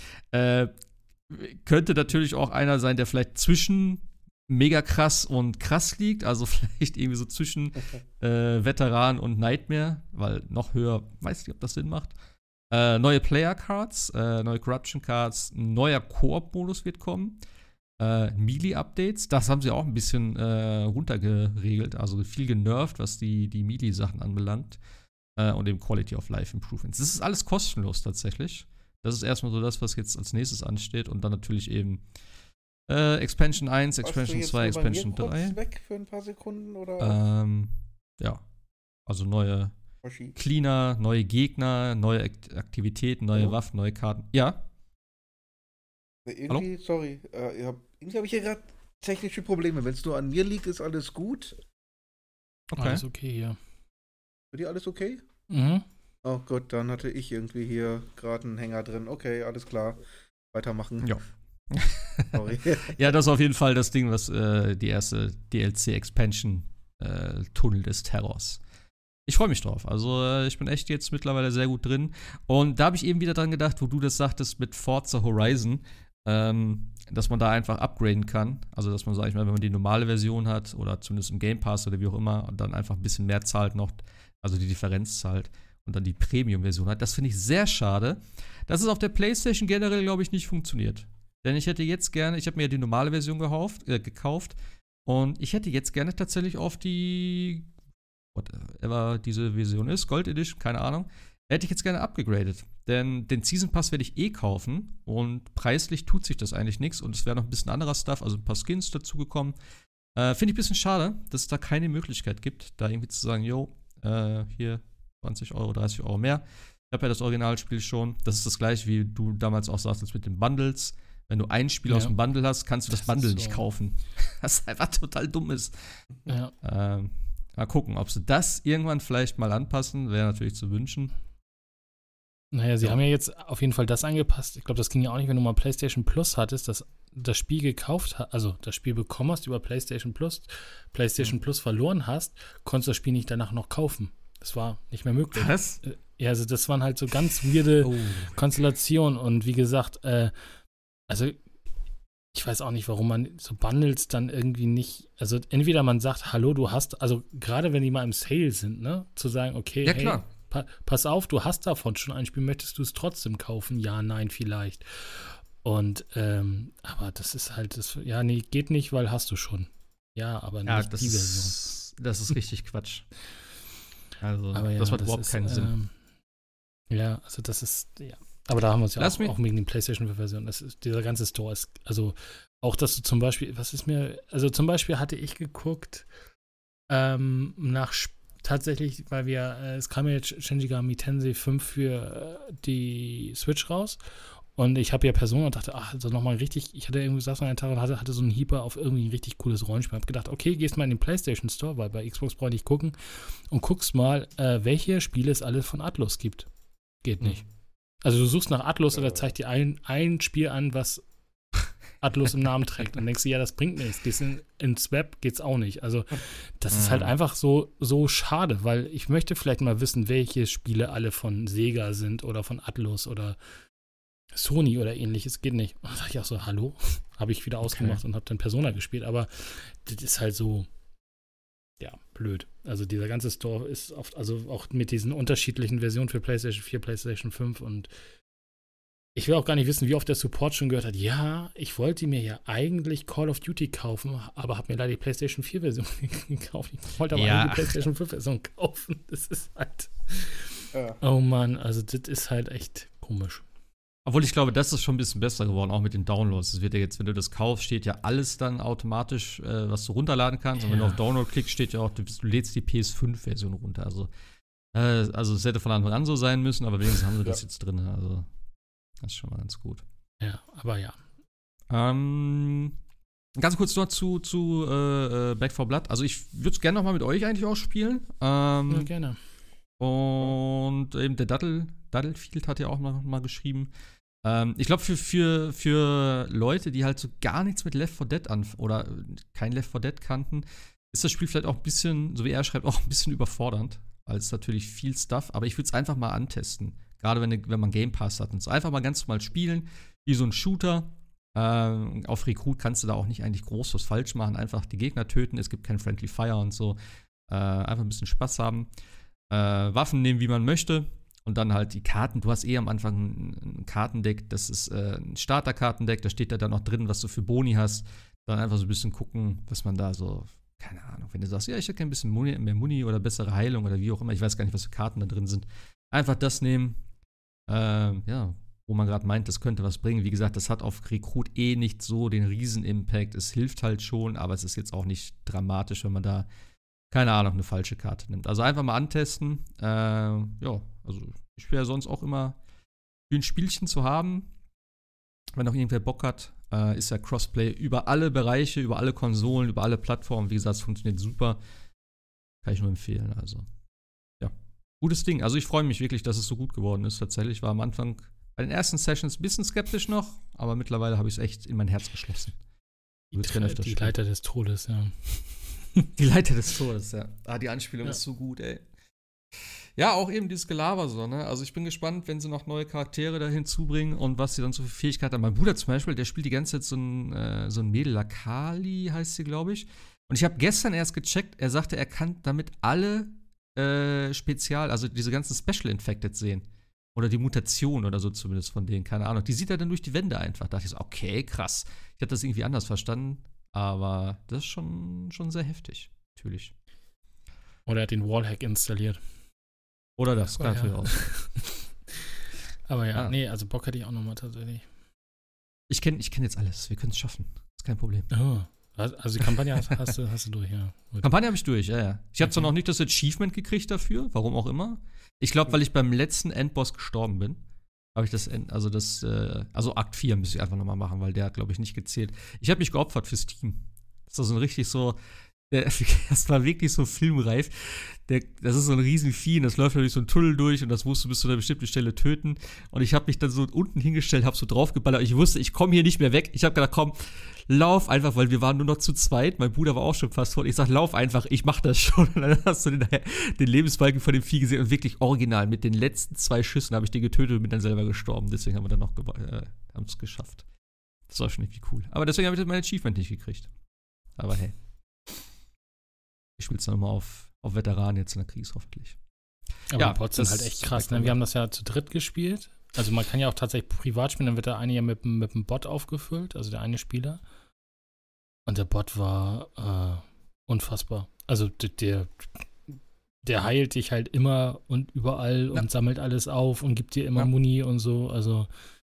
Könnte natürlich auch einer sein, der vielleicht zwischen mega krass und krass liegt, also vielleicht irgendwie so zwischen Veteran und Nightmare, weil noch höher, weiß nicht, ob das Sinn macht. Neue Player-Cards, neue Corruption-Cards, ein neuer Koop-Modus wird kommen. Melee-Updates, das haben sie auch ein bisschen runtergeregelt, also viel genervt, was die Melee-Sachen anbelangt. Und eben Quality of Life Improvements. Das ist alles kostenlos tatsächlich. Das ist erstmal so das, was jetzt als nächstes ansteht. Und dann natürlich eben Expansion 1, Expansion 2, Expansion 3. Weg für ein paar Sekunden, oder? Ja. Also neue Cleaner, neue Gegner, neue Aktivitäten, neue Waffen, neue Karten. Ja. Irgendwie, sorry, irgendwie habe ich hier gerade technische Probleme. Wenn es nur an mir liegt, ist alles gut. Okay. Alles okay hier. Für die alles okay? Mhm. Oh Gott, dann hatte ich irgendwie hier gerade einen Hänger drin. Okay, alles klar. Weitermachen. Ja. Sorry. Ja, das ist auf jeden Fall das Ding, was die erste DLC-Expansion Tunnel des Terrors. Ich freue mich drauf. Also, ich bin echt jetzt mittlerweile sehr gut drin. Und da habe ich eben wieder dran gedacht, wo du das sagtest mit Forza Horizon, dass man da einfach upgraden kann. Also, dass man, sag ich mal, wenn man die normale Version hat oder zumindest im Game Pass oder wie auch immer und dann einfach ein bisschen mehr zahlt noch, also die Differenz zahlt und dann die Premium-Version hat. Das finde ich sehr schade, dass es auf der PlayStation generell, glaube ich, nicht funktioniert. Denn ich hätte jetzt gerne, ich habe mir ja die normale Version gekauft und ich hätte jetzt gerne tatsächlich auf die whatever diese Version ist, Gold Edition, keine Ahnung, hätte ich jetzt gerne abgegradet. Denn den Season Pass werde ich kaufen und preislich tut sich das eigentlich nichts und es wäre noch ein bisschen anderer Stuff, also ein paar Skins dazugekommen. Finde ich ein bisschen schade, dass es da keine Möglichkeit gibt, da irgendwie zu sagen, hier 20 Euro, 30 Euro mehr. Ich habe ja das Originalspiel schon. Das ist das gleiche, wie du damals auch sagtest mit den Bundles. Wenn du ein Spiel aus dem Bundle hast, kannst du das Bundle nicht kaufen. Was einfach total dumm ist. Ja. Mal gucken, ob sie das irgendwann vielleicht mal anpassen, wäre natürlich zu wünschen. Naja, sie haben ja jetzt auf jeden Fall das angepasst. Ich glaube, das ging ja auch nicht, wenn du mal PlayStation Plus hattest, dass das Spiel gekauft hast, also das Spiel bekommen hast über PlayStation Plus verloren hast, konntest das Spiel nicht danach noch kaufen. Das war nicht mehr möglich. Was? Ja, also das waren halt so ganz weirde Konstellationen und wie gesagt, also ich weiß auch nicht, warum man so Bundles dann irgendwie nicht, also entweder man sagt, hallo, du hast, also gerade wenn die mal im Sale sind, ne, zu sagen, okay, ja, klar. Hey, pass auf, du hast davon schon ein Spiel, möchtest du es trotzdem kaufen? Ja, nein, vielleicht. Und, aber das ist halt, nee, geht nicht, weil hast du schon. Ja, aber nicht die Version. Das ist richtig Quatsch. Also, aber das macht überhaupt keinen Sinn. Ja, also das ist, ja. Aber da haben wir uns ja auch wegen den PlayStation-Version. Dieser ganze Store ist, also auch, dass du zum Beispiel, zum Beispiel hatte ich geguckt, tatsächlich, weil es kam ja jetzt Shinji Megami Tensei 5 für die Switch raus und ich habe ja Persona und dachte, also nochmal richtig, ich hatte irgendwie saß an einem Tag und hatte so einen Hieber auf irgendwie ein richtig cooles Rollenspiel. Hab gedacht, okay, gehst mal in den PlayStation Store, weil bei Xbox brauche ich nicht gucken und guckst mal, welche Spiele es alle von Atlus gibt. Geht nicht. Also du suchst nach Atlus oder zeigt dir ein Spiel an, was Atlus im Namen trägt. Und denkst du, ja, das bringt nichts. Gehst ins Web, geht's auch nicht. Also das ist halt einfach so schade, weil ich möchte vielleicht mal wissen, welche Spiele alle von Sega sind oder von Atlus oder Sony oder ähnliches. Geht nicht. Und dann sag ich auch so, hallo? Habe ich wieder ausgemacht und habe dann Persona gespielt. Aber das ist halt so, ja, blöd. Also dieser ganze Store ist oft, also auch mit diesen unterschiedlichen Versionen für PlayStation 4, PlayStation 5 und ich will auch gar nicht wissen, wie oft der Support schon gehört hat, ja, ich wollte mir ja eigentlich Call of Duty kaufen, aber habe mir leider die PlayStation 4 Version gekauft. Ich wollte aber eigentlich die PlayStation 5 Version kaufen. Das ist halt, oh Mann, also das ist halt echt komisch. Obwohl ich glaube, das ist schon ein bisschen besser geworden, auch mit den Downloads. Es wird ja jetzt, wenn du das kaufst, steht ja alles dann automatisch, was du runterladen kannst. Und wenn du auf Download klickst, steht ja auch, du lädst die PS5-Version runter. Also Also es hätte von Anfang an so sein müssen, aber wenigstens haben sie das jetzt drin. Also das ist schon mal ganz gut. Ja, aber ja. Ganz kurz noch zu Back 4 Blood. Also ich würde es gerne noch mal mit euch eigentlich auch spielen. Ja, gerne. Und eben der Duddlefield hat ja auch noch mal geschrieben. Ich glaube, für Leute, die halt so gar nichts mit Left 4 Dead oder kein Left 4 Dead kannten, ist das Spiel vielleicht auch ein bisschen, so wie er schreibt, auch ein bisschen überfordernd. Weil es natürlich viel Stuff, aber ich würde es einfach mal antesten. Gerade wenn man Game Pass hat und so. Einfach mal ganz normal spielen, wie so ein Shooter. Auf Recruit kannst du da auch nicht eigentlich groß was falsch machen. Einfach die Gegner töten, es gibt kein Friendly Fire und so. Einfach ein bisschen Spaß haben. Waffen nehmen, wie man möchte. Und dann halt die Karten. Du hast am Anfang ein Kartendeck, das ist ein Starter-Kartendeck, da steht da dann noch drin, was du für Boni hast. Dann einfach so ein bisschen gucken, was man da so, keine Ahnung, wenn du sagst, ja, ich hätte gerne ein bisschen mehr Muni oder bessere Heilung oder wie auch immer, ich weiß gar nicht, was für Karten da drin sind. Einfach das nehmen, wo man gerade meint, das könnte was bringen. Wie gesagt, das hat auf Recruit nicht so den Riesen-Impact. Es hilft halt schon, aber es ist jetzt auch nicht dramatisch, wenn man da, keine Ahnung, eine falsche Karte nimmt. Also einfach mal antesten. Also ich wäre sonst auch immer für ein Spielchen zu haben. Wenn auch irgendwer Bock hat, ist ja Crossplay über alle Bereiche, über alle Konsolen, über alle Plattformen. Wie gesagt, es funktioniert super. Kann ich nur empfehlen. Also, ja, gutes Ding. Also ich freue mich wirklich, dass es so gut geworden ist. Tatsächlich war am Anfang bei den ersten Sessions ein bisschen skeptisch noch, aber mittlerweile habe ich es echt in mein Herz geschlossen. Die Leiter des Todes, ja. Die Leiter des Todes, ja. Die Anspielung ist so gut, ey. Ja, auch eben dieses Gelaber so, ne? Also ich bin gespannt, wenn sie noch neue Charaktere da hinzubringen und was sie dann so für Fähigkeiten haben. Mein Bruder zum Beispiel, der spielt die ganze Zeit so ein Mädel, Lakali heißt sie, glaube ich. Und ich habe gestern erst gecheckt, er sagte, er kann damit alle also diese ganzen Special Infected sehen. Oder die Mutation oder so zumindest von denen, keine Ahnung. Die sieht er dann durch die Wände einfach. Da dachte ich so, okay, krass. Ich hatte das irgendwie anders verstanden, aber das ist schon sehr heftig, natürlich. Oder er hat den Wallhack installiert. Oder das, kann natürlich auch. Aber ja, nee, also Bock hätte ich auch nochmal tatsächlich. Ich kenn jetzt alles, wir können es schaffen. Ist kein Problem. Oh, also die Kampagne hast du durch, ja. Gut. Kampagne habe ich durch, ja. Ich habe zwar noch nicht das Achievement gekriegt dafür, warum auch immer. Ich glaube, weil ich beim letzten Endboss gestorben bin, habe ich also Akt 4 müsste ich einfach nochmal machen, weil der hat, glaube ich, nicht gezählt. Ich habe mich geopfert fürs Team. Das ist so ein richtig so, das war wirklich so filmreif. Das ist so ein riesen Vieh und das läuft durch so einen Tunnel durch und das musst du bis zu einer bestimmten Stelle töten. Und ich habe mich dann so unten hingestellt, habe so draufgeballert. Ich wusste, ich komme hier nicht mehr weg. Ich habe gedacht, komm, lauf einfach, weil wir waren nur noch zu zweit. Mein Bruder war auch schon fast tot. Ich sag, lauf einfach, ich mach das schon. Und dann hast du den Lebensbalken von dem Vieh gesehen und wirklich original. Mit den letzten 2 Schüssen habe ich den getötet und bin dann selber gestorben. Deswegen haben wir dann noch haben es geschafft. Das war schon irgendwie cool. Aber deswegen habe ich mein Achievement nicht gekriegt. Aber hey. Ich spiele es nochmal auf Veteranen jetzt in der Krise hoffentlich. Aber ja, die Bots sind halt echt krass. Ne? Wir haben das ja zu dritt gespielt. Also man kann ja auch tatsächlich privat spielen, dann wird der eine ja mit dem Bot aufgefüllt, also der eine Spieler. Und der Bot war unfassbar. Also der heilt dich halt immer und überall und sammelt alles auf und gibt dir immer Muni und so. Also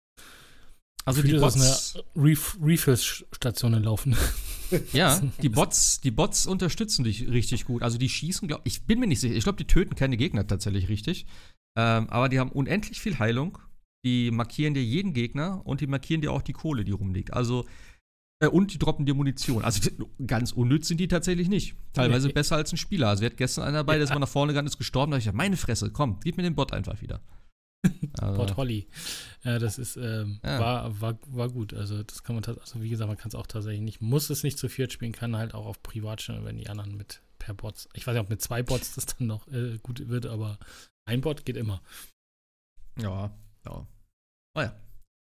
die Bots eine Refill-Station laufen. Ja, die Bots unterstützen dich richtig gut. Also die schießen, ich bin mir nicht sicher, ich glaube, die töten keine Gegner tatsächlich richtig. Aber die haben unendlich viel Heilung. Die markieren dir jeden Gegner und die markieren dir auch die Kohle, die rumliegt. Also, und die droppen dir Munition. Also ganz unnütz sind die tatsächlich nicht. Teilweise besser als ein Spieler. Also wir hatten gestern einer dabei, der ist mal nach vorne gegangen, ist gestorben. Da habe ich gesagt, meine Fresse, komm, gib mir den Bot einfach wieder. Port Holly. Ja, das ist, war gut. Also, das kann man also wie gesagt, man kann es auch tatsächlich nicht, muss es nicht zu viert spielen, kann halt auch auf Privat stellen, wenn die anderen mit per Bots. Ich weiß nicht, ob mit 2 Bots das dann noch gut wird, aber ein Bot geht immer. Ja. Oh ja.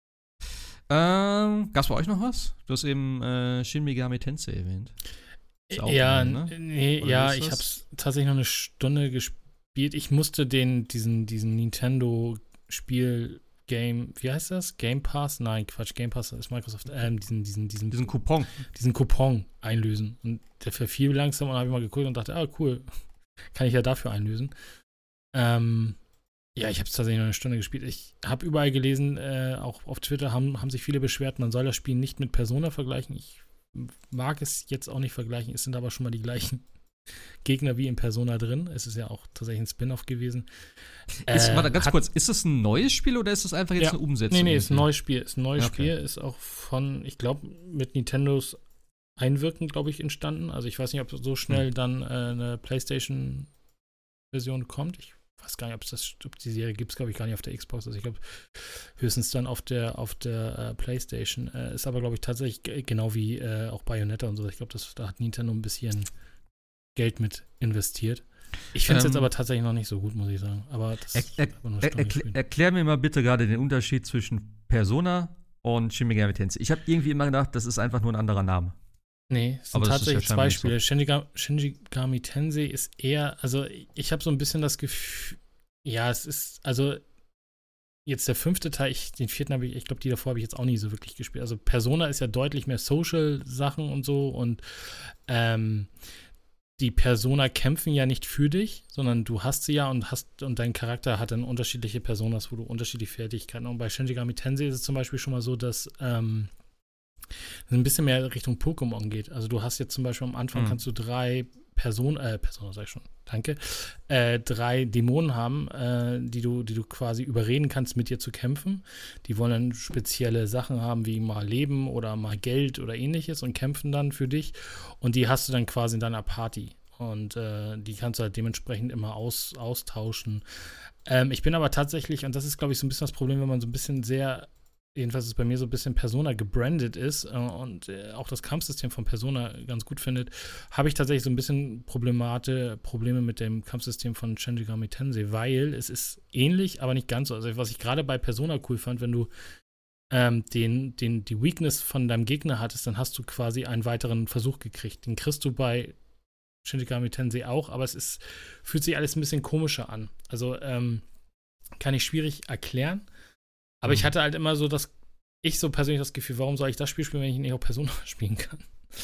Gab's bei euch noch was? Du hast eben Shin Megami Tensei erwähnt. Ja, ich hab's tatsächlich noch eine Stunde gespielt. Ich musste diesen Nintendo-Spiel-Game, wie heißt das? Game Pass? Nein, Quatsch, Game Pass ist Microsoft, diesen Coupon. Diesen Coupon einlösen. Und der verfiel langsam und habe ich mal geguckt und dachte, cool, kann ich ja dafür einlösen. Ja, ich habe es tatsächlich noch eine Stunde gespielt. Ich habe überall gelesen, auch auf Twitter haben sich viele beschwert, man soll das Spiel nicht mit Persona vergleichen. Ich mag es jetzt auch nicht vergleichen, es sind aber schon mal die gleichen Gegner wie in Persona drin. Es ist ja auch tatsächlich ein Spin-off gewesen. Warte, ganz kurz, ist das ein neues Spiel oder ist das einfach jetzt eine Umsetzung? Nee, ist ein neues Spiel. Ist ein neues Spiel, ist auch von, ich glaube, mit Nintendos Einwirken, glaube ich, entstanden. Also ich weiß nicht, ob so schnell dann eine PlayStation-Version kommt. Ich weiß gar nicht, ob die Serie gibt es, glaube ich, gar nicht auf der Xbox. Also ich glaube, höchstens dann auf der PlayStation. Ist aber, glaube ich, tatsächlich genau wie auch Bayonetta und so. Ich glaube, da hat Nintendo ein bisschen Geld mit investiert. Ich finde es jetzt aber tatsächlich noch nicht so gut, muss ich sagen. Aber das erklär mir mal bitte gerade den Unterschied zwischen Persona und Shin Megami Tensei. Ich habe irgendwie immer gedacht, das ist einfach nur ein anderer Name. Nee, es sind tatsächlich zwei Spiele. Shin Megami Tensei ist eher, also ich habe so ein bisschen das Gefühl, ja, es ist, also jetzt der 5. Teil, den 4. habe ich glaube, die davor habe ich jetzt auch nie so wirklich gespielt. Also Persona ist ja deutlich mehr Social-Sachen und so und die Persona kämpfen ja nicht für dich, sondern du hast sie ja und dein Charakter hat dann unterschiedliche Personas, wo du unterschiedliche Fertigkeiten hast. Und bei Shin Megami Tensei ist es zum Beispiel schon mal so, dass ein bisschen mehr Richtung Pokémon geht. Also du hast jetzt zum Beispiel am Anfang kannst du 3 3 Dämonen haben, die du quasi überreden kannst, mit dir zu kämpfen. Die wollen dann spezielle Sachen haben, wie mal Leben oder mal Geld oder ähnliches und kämpfen dann für dich. Und die hast du dann quasi in deiner Party. Und die kannst du halt dementsprechend immer austauschen. Ich bin aber tatsächlich, und das ist, glaube ich, so ein bisschen das Problem, wenn man so ein bisschen jedenfalls ist es bei mir so ein bisschen Persona gebrandet ist und auch das Kampfsystem von Persona ganz gut findet, habe ich tatsächlich so ein bisschen Probleme mit dem Kampfsystem von Shin Megami Tensei, weil es ist ähnlich, aber nicht ganz so. Also was ich gerade bei Persona cool fand, wenn du die Weakness von deinem Gegner hattest, dann hast du quasi einen weiteren Versuch gekriegt. Den kriegst du bei Shin Megami Tensei auch, aber fühlt sich alles ein bisschen komischer an. Also kann ich schwierig erklären. Aber ich hatte halt immer so persönlich das Gefühl, warum soll ich das Spiel spielen, wenn ich nicht auch Persona spielen kann?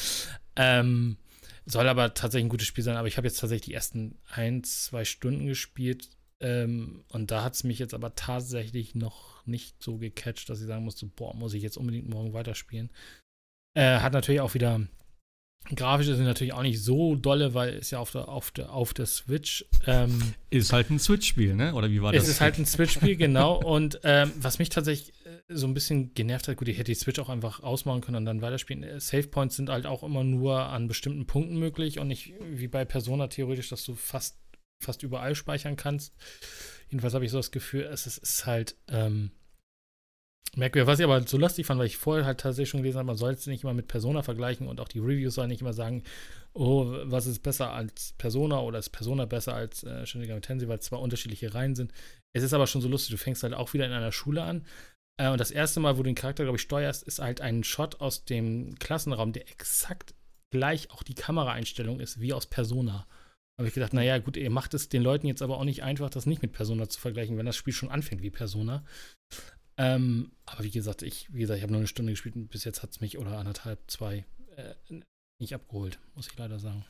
Soll aber tatsächlich ein gutes Spiel sein, aber ich habe jetzt tatsächlich die ersten 1-2 Stunden gespielt und da hat es mich jetzt aber tatsächlich noch nicht so gecatcht, dass ich sagen musste, boah, muss ich jetzt unbedingt morgen weiterspielen. Hat natürlich auch wieder grafisch ist es natürlich auch nicht so dolle, weil es ja auf der Switch ist halt ein Switch-Spiel, ne? Oder wie war das? Es ist halt ein Switch-Spiel, genau. Und was mich tatsächlich so ein bisschen genervt hat, gut, ich hätte die Switch auch einfach ausmachen können und dann weiterspielen. Save Points sind halt auch immer nur an bestimmten Punkten möglich und nicht wie bei Persona theoretisch, dass du fast überall speichern kannst. Jedenfalls habe ich so das Gefühl, es ist halt merkwürdig, was ich aber so lustig fand, weil ich vorher halt tatsächlich schon gelesen habe, man soll es nicht immer mit Persona vergleichen und auch die Reviews sollen nicht immer sagen, oh, was ist besser als Persona oder ist Persona besser als Shin Megami Tensei, weil es zwar unterschiedliche Reihen sind. Es ist aber schon so lustig, du fängst halt auch wieder in einer Schule an und das erste Mal, wo du den Charakter, glaube ich, steuerst, ist halt ein Shot aus dem Klassenraum, der exakt gleich auch die Kameraeinstellung ist wie aus Persona. Da habe ich gedacht, naja, gut, ihr macht es den Leuten jetzt aber auch nicht einfach, das nicht mit Persona zu vergleichen, wenn das Spiel schon anfängt wie Persona. Aber wie gesagt, ich habe nur eine Stunde gespielt und bis jetzt hat es mich oder 1,5, 2 nicht abgeholt, muss ich leider sagen.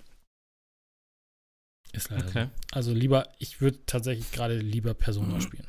Ist leider so. Also ich würde tatsächlich gerade lieber Persona spielen.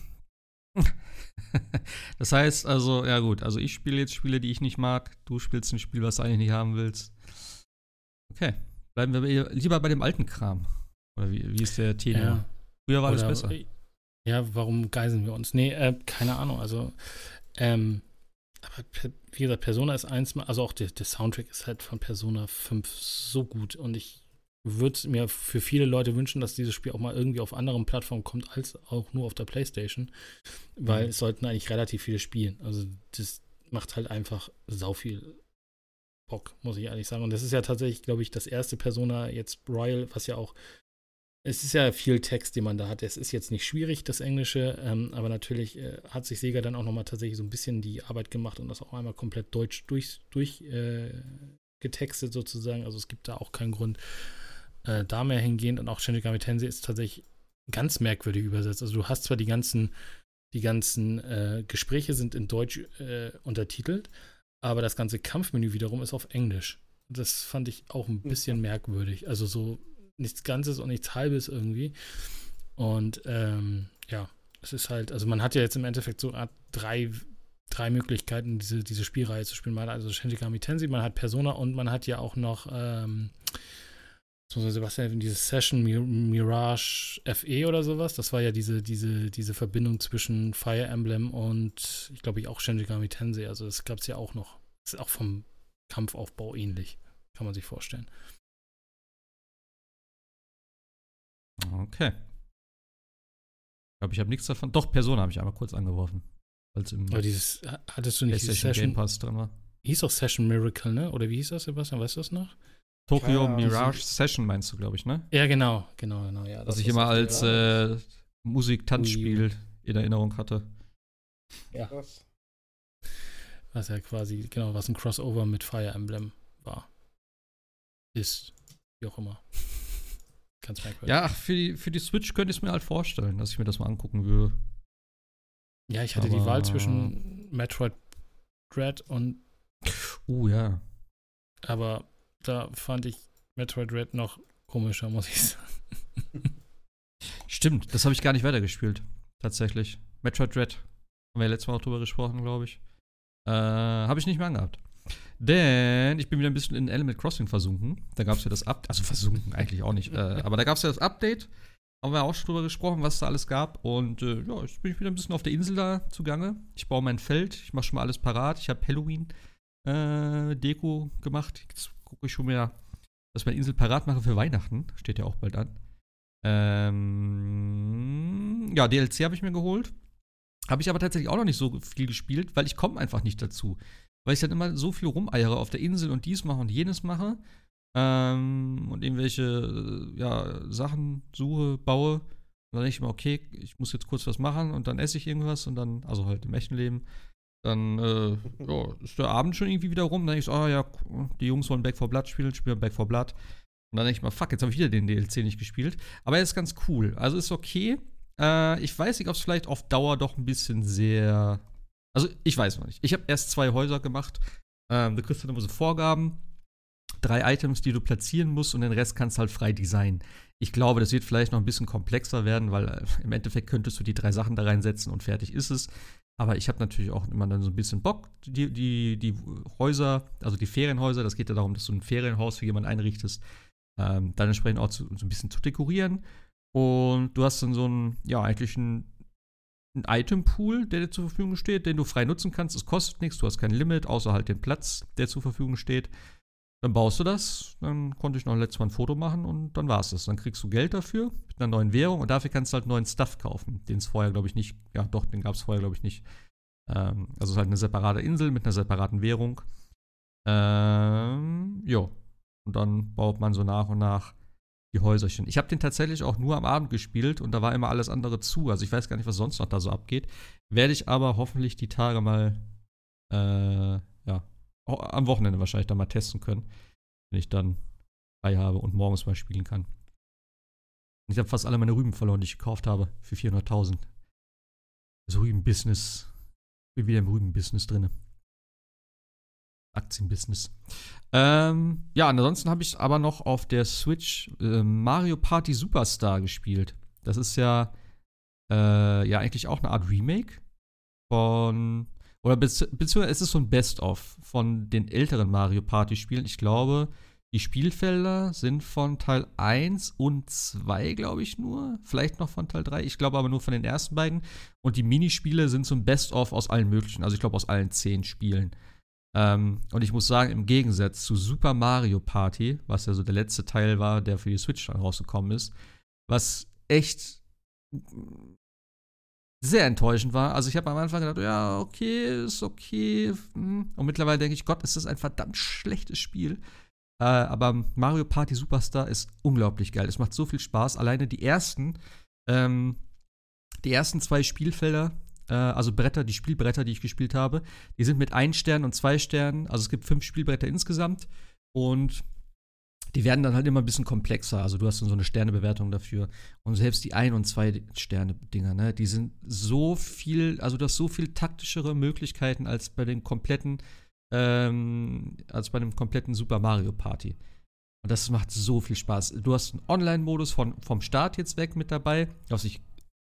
Das heißt also, ja gut, also ich spiele jetzt Spiele, die ich nicht mag, du spielst ein Spiel, was du eigentlich nicht haben willst. Okay, bleiben wir lieber bei dem alten Kram. Oder wie ist der Tenor? Ja. Früher war alles besser. Ja, warum geiseln wir uns? Nee, keine Ahnung, also aber wie gesagt, Persona ist eins, also auch der Soundtrack ist halt von Persona 5 so gut und ich würde mir für viele Leute wünschen, dass dieses Spiel auch mal irgendwie auf anderen Plattformen kommt, als auch nur auf der PlayStation, weil es sollten eigentlich relativ viele spielen. Also das macht halt einfach sau viel Bock, muss ich ehrlich sagen. Und das ist ja tatsächlich, glaube ich, das erste Persona jetzt Royal, was ja auch es ist ja viel Text, den man da hat. Es ist jetzt nicht schwierig, das Englische, aber natürlich hat sich Sega dann auch nochmal tatsächlich so ein bisschen die Arbeit gemacht und das auch einmal komplett deutsch getextet sozusagen. Also es gibt da auch keinen Grund, da mehr hingehend. Und auch Shin Megami Tensei ist tatsächlich ganz merkwürdig übersetzt. Also du hast zwar die ganzen Gespräche sind in Deutsch untertitelt, aber das ganze Kampfmenü wiederum ist auf Englisch. Das fand ich auch ein bisschen merkwürdig. Also so nichts Ganzes und nichts Halbes irgendwie. Und ja, es ist halt, also man hat ja jetzt im Endeffekt so drei Möglichkeiten, diese Spielreihe zu spielen. Man hat also Shin Megami Tensei, man hat Persona und man hat ja auch noch, was So, Sebastian, dieses Session Mirage FE oder sowas, das war ja diese Verbindung zwischen Fire Emblem und, ich glaube, auch Shinji Megami Tensei. Also das gab es ja auch noch. Das ist auch vom Kampfaufbau ähnlich, kann man sich vorstellen. Okay. Ich glaube, ich habe nichts davon. Doch, Persona habe ich einmal kurz angeworfen. Als im Aber hattest du nicht diese PlayStation Session? Game Pass drin war. Hieß auch Session Miracle, ne? Oder wie hieß das, Sebastian? Weißt du das noch? Tokyo Ja, Mirage Session meinst du, glaube ich, ne? Ja, genau. Ja, Was ich immer als Musik-Tanzspiel in Erinnerung hatte. Ja. Das. Was ja quasi, genau, was ein Crossover mit Fire Emblem war. Ist, wie auch immer. Ganz merkwürdig. Ja, für die Switch könnte ich es mir halt vorstellen, dass ich mir das mal angucken würde. Ja, ich hatte die Wahl zwischen Metroid Dread und. Ja. Aber da fand ich Metroid Dread noch komischer, muss ich sagen. Stimmt, das habe ich gar nicht weitergespielt. Tatsächlich. Metroid Dread. Haben wir ja letztes Mal auch drüber gesprochen, glaube ich. Habe ich nicht mehr angehabt. Denn ich bin wieder ein bisschen in Animal Crossing versunken. Da gab es ja das Update. Also versunken eigentlich auch nicht. Aber da gab es ja das Update. Haben wir auch schon drüber gesprochen, was da alles gab. Und ja, jetzt bin ich wieder ein bisschen auf der Insel da zugange. Ich baue mein Feld. Ich mache schon mal alles parat. Ich habe Halloween-Deko gemacht. Jetzt gucke ich schon mehr, dass ich meine Insel parat mache für Weihnachten. Steht ja auch bald an. Ja, DLC habe ich mir geholt. Habe ich aber tatsächlich auch noch nicht so viel gespielt, weil ich komme einfach nicht dazu. Weil ich dann immer so viel rumeiere auf der Insel und dies mache und jenes mache. Und irgendwelche Sachen suche, baue. Und dann denke ich mir, okay, ich muss jetzt kurz was machen und dann esse ich irgendwas und dann, also halt im echten Leben, dann ist der Abend schon irgendwie wieder rum. Dann denke ich so, die Jungs wollen Back 4 Blood spielen Back 4 Blood. Und dann denke ich mal, fuck, jetzt habe ich wieder den DLC nicht gespielt. Aber er ist ganz cool. Also ist okay. Ich weiß nicht, ob es vielleicht auf Dauer doch ein bisschen sehr. Also, ich weiß noch nicht. Ich habe erst 2 Häuser gemacht. Du kriegst dann immer so Vorgaben. 3 Items, die du platzieren musst und den Rest kannst du halt frei designen. Ich glaube, das wird vielleicht noch ein bisschen komplexer werden, weil im Endeffekt könntest du die 3 Sachen da reinsetzen und fertig ist es. Aber ich habe natürlich auch immer dann so ein bisschen Bock, die Häuser, also die Ferienhäuser, das geht ja darum, dass du ein Ferienhaus für jemanden einrichtest, dann entsprechend auch so ein bisschen zu dekorieren. Und du hast dann so einen Item-Pool, der dir zur Verfügung steht, den du frei nutzen kannst. Es kostet nichts, du hast kein Limit, außer halt den Platz, der zur Verfügung steht. Dann baust du das, dann konnte ich noch letztes Mal ein Foto machen und dann war es das. Dann kriegst du Geld dafür mit einer neuen Währung und dafür kannst du halt neuen Stuff kaufen, den es vorher, glaube ich, nicht, den gab es vorher, glaube ich, nicht. Also es ist halt eine separate Insel mit einer separaten Währung. Und dann baut man so nach und nach die Häuserchen. Ich habe den tatsächlich auch nur am Abend gespielt und da war immer alles andere zu. Also ich weiß gar nicht, was sonst noch da so abgeht. Werde ich aber hoffentlich die Tage mal, am Wochenende wahrscheinlich dann mal testen können, wenn ich dann frei habe und morgens mal spielen kann. Und ich habe fast alle meine Rüben verloren, die ich gekauft habe, für 400.000. Das Rüben-Business. Ich bin wieder im Rüben-Business drin. Aktienbusiness. Ansonsten habe ich aber noch auf der Switch Mario Party Superstar gespielt. Das ist ja eigentlich auch eine Art Remake von, oder beziehungsweise es ist so ein Best-of von den älteren Mario Party Spielen. Ich glaube, die Spielfelder sind von Teil 1 und 2, glaube ich nur. Vielleicht noch von Teil 3. Ich glaube aber nur von den ersten beiden. Und die Minispiele sind so ein Best-of aus allen möglichen. Also ich glaube aus allen 10 Spielen. Und ich muss sagen, im Gegensatz zu Super Mario Party, was ja so der letzte Teil war, der für die Switch dann rausgekommen ist, was echt sehr enttäuschend war. Also ich habe am Anfang gedacht, ja, okay, ist okay. Und mittlerweile denke ich, Gott, ist das ein verdammt schlechtes Spiel. Aber Mario Party Superstar ist unglaublich geil. Es macht so viel Spaß. Alleine die ersten 2 Spielfelder, also die Spielbretter, die ich gespielt habe, die sind mit 1 Stern und 2 Sternen. Also es gibt 5 Spielbretter insgesamt. Und die werden dann halt immer ein bisschen komplexer. Also du hast dann so eine Sternebewertung dafür. Und selbst die 1- und 2-Sterne-Dinger, ne, die sind so viel, also du hast so viel taktischere Möglichkeiten als bei dem kompletten Super Mario Party. Und das macht so viel Spaß. Du hast einen Online-Modus vom Start jetzt weg mit dabei, was ich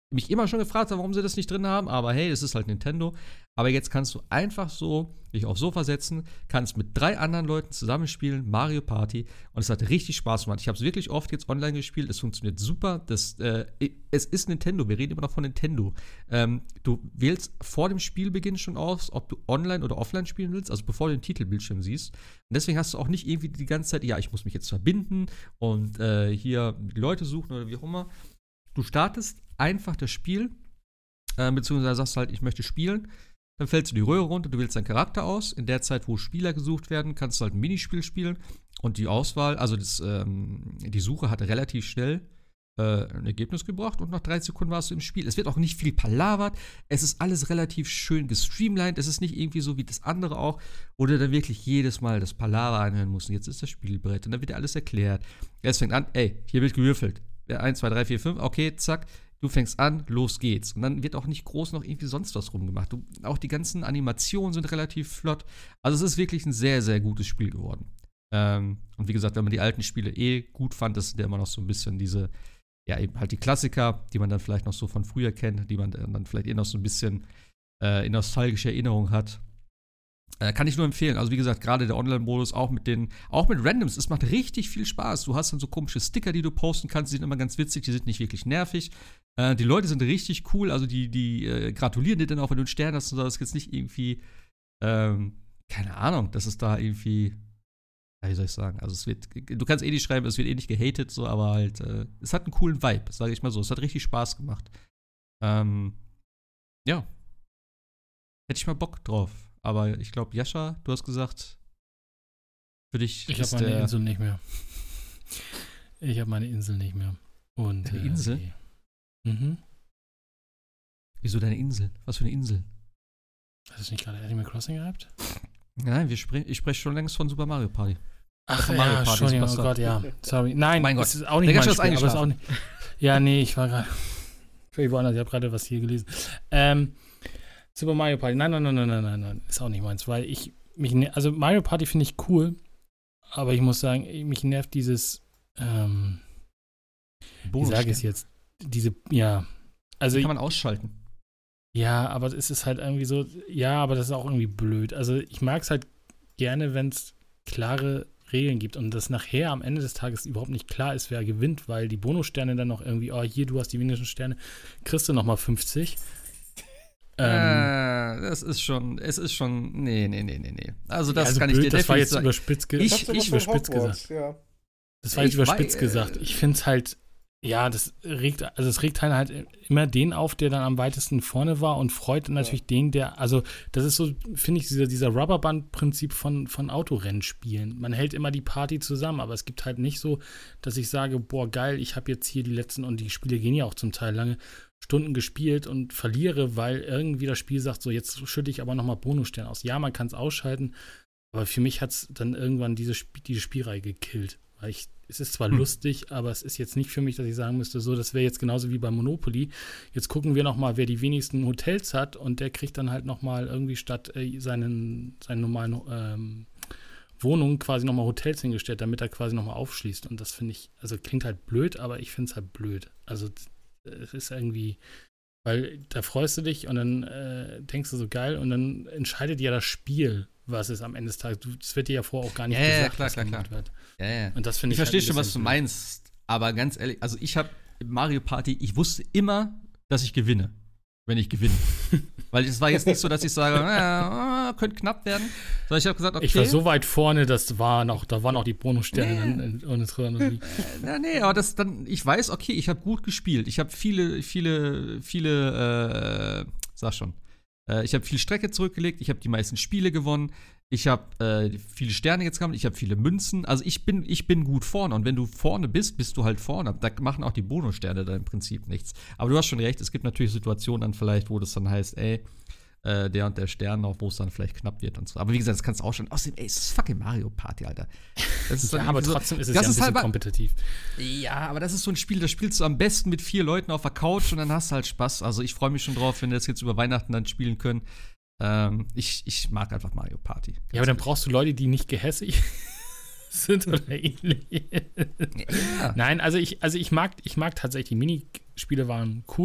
mich immer schon gefragt habe, warum sie das nicht drin haben, aber hey, das ist halt Nintendo. Aber jetzt kannst du einfach so dich aufs Sofa setzen, kannst mit 3 anderen Leuten zusammenspielen, Mario Party, und es hat richtig Spaß gemacht. Ich habe es wirklich oft jetzt online gespielt, es funktioniert super. Es ist Nintendo, wir reden immer noch von Nintendo. Du wählst vor dem Spielbeginn schon aus, ob du online oder offline spielen willst, also bevor du den Titelbildschirm siehst. Und deswegen hast du auch nicht irgendwie die ganze Zeit, ja, ich muss mich jetzt verbinden und hier die Leute suchen oder wie auch immer. Du startest einfach das Spiel, beziehungsweise sagst halt, ich möchte spielen. Dann fällst du die Röhre runter, du wählst deinen Charakter aus. In der Zeit, wo Spieler gesucht werden, kannst du halt ein Minispiel spielen. Und die Auswahl, also die Suche hat relativ schnell ein Ergebnis gebracht und nach 3 Sekunden warst du im Spiel. Es wird auch nicht viel palavert. Es ist alles relativ schön gestreamlined. Es ist nicht irgendwie so wie das andere auch, wo du dann wirklich jedes Mal das Palaver anhören musst. Und jetzt ist das Spielbrett und dann wird dir alles erklärt. Es fängt an, ey, hier wird gewürfelt. 1, 2, 3, 4, 5, okay, zack. Du fängst an, los geht's. Und dann wird auch nicht groß noch irgendwie sonst was rumgemacht. Auch die ganzen Animationen sind relativ flott. Also es ist wirklich ein sehr, sehr gutes Spiel geworden. Und wie gesagt, wenn man die alten Spiele gut fand, das sind ja immer noch so ein bisschen diese, ja, eben halt die Klassiker, die man dann vielleicht noch so von früher kennt, die man dann vielleicht noch so ein bisschen in nostalgische Erinnerung hat. Kann ich nur empfehlen. Also wie gesagt, gerade der Online-Modus, auch mit Randoms, es macht richtig viel Spaß. Du hast dann so komische Sticker, die du posten kannst, die sind immer ganz witzig, die sind nicht wirklich nervig. Die Leute sind richtig cool, also die gratulieren dir dann auch, wenn du einen Stern hast und so. Das ist jetzt nicht irgendwie, keine Ahnung, dass es da irgendwie, ja, wie soll ich sagen, also du kannst nicht schreiben, es wird nicht gehatet, so, aber halt, es hat einen coolen Vibe, sage ich mal so. Es hat richtig Spaß gemacht. Ja. Hätte ich mal Bock drauf. Aber ich glaube, Jascha, du hast gesagt, für dich ich habe meine Insel nicht mehr. Ich habe meine Insel nicht mehr. Und, deine Insel? Wieso deine Insel? Was für eine Insel? Hast du nicht gerade Animal Crossing gehabt? Nein, ich spreche schon längst von Super Mario Party. Ach ja, Mario Party, Entschuldigung, oh Gott, ja. Sorry. Nein, mein Gott. das ist auch nicht mein Spiel, Spiel, aber ist auch nicht. Ja, nee, ich war gerade woanders, ich habe gerade was hier gelesen. Super Mario Party, nein, ist auch nicht meins, weil also Mario Party finde ich cool, aber ich muss sagen, mich nervt dieses, wie sage ich es jetzt, also kann man ausschalten. Ja, aber es ist halt irgendwie so, ja, aber das ist auch irgendwie blöd. Also ich mag es halt gerne, wenn es klare Regeln gibt und das nachher am Ende des Tages überhaupt nicht klar ist, wer gewinnt, weil die Bonussterne dann noch irgendwie, oh, hier, du hast die wenigsten Sterne, kriegst du nochmal 50. Es ist schon, nee. Also das also kann blöd, ich dir das war definitiv jetzt sagen. überspitzt gesagt. Ja. Das war jetzt überspitzt gesagt. Ich finde es halt, ja, es regt halt immer den auf, der dann am weitesten vorne war und freut natürlich den, der, also das ist so, finde ich, dieser Rubberband-Prinzip von Autorennspielen. Man hält immer die Party zusammen, aber es gibt halt nicht so, dass ich sage, boah, geil, ich habe jetzt hier die letzten, und die Spiele gehen ja auch zum Teil lange, Stunden gespielt und verliere, weil irgendwie das Spiel sagt, so jetzt schütte ich aber nochmal Bonussterne aus. Ja, man kann es ausschalten, aber für mich hat es dann irgendwann diese Spielreihe gekillt. Weil es ist zwar lustig, aber es ist jetzt nicht für mich, dass ich sagen müsste, so, das wäre jetzt genauso wie bei Monopoly. Jetzt gucken wir nochmal, wer die wenigsten Hotels hat und der kriegt dann halt nochmal irgendwie statt seinen normalen Wohnungen quasi nochmal Hotels hingestellt, damit er quasi nochmal aufschließt. Und das finde ich, also klingt halt blöd, aber ich finde es halt blöd. Also es ist irgendwie, weil da freust du dich und dann denkst du so geil und dann entscheidet ja das Spiel, was es am Ende des Tages, das wird dir ja vorher auch gar nicht gesagt, was gemacht wird. Ja. Und das finde ich verstehe schon, was du meinst, aber ganz ehrlich, also ich habe Mario Party, ich wusste immer, dass ich gewinne, wenn ich gewinne. Weil es war jetzt nicht so, dass ich sage, könnte knapp werden, sondern ich habe gesagt, okay. Ich war so weit vorne, da waren auch die Bonussterne Nee, aber ich weiß, okay, ich habe gut gespielt. Ich habe viele, ich habe viel Strecke zurückgelegt, ich habe die meisten Spiele gewonnen, ich habe viele Sterne jetzt gehabt, ich habe viele Münzen. Also ich bin gut vorne. Und wenn du vorne bist du halt vorne. Da machen auch die Bonussterne dann im Prinzip nichts. Aber du hast schon recht, es gibt natürlich Situationen dann vielleicht, wo das dann heißt, ey, der und der Stern noch, wo es dann vielleicht knapp wird und so. Aber wie gesagt, das kannst du auch schon. Außerdem, ey, es ist fucking Mario Party, Alter. Das ist ja, aber trotzdem ist es ja ein bisschen kompetitiv. Ja, aber das ist so ein Spiel, das spielst du am besten mit 4 Leuten auf der Couch und dann hast du halt Spaß. Also ich freue mich schon drauf, wenn wir das jetzt über Weihnachten dann spielen können. Ich mag einfach Mario Party. Ja, aber dann brauchst du Leute, die nicht gehässig sind oder ähnlich. Ja. Nein, also ich mag tatsächlich, die Minispiele waren cool.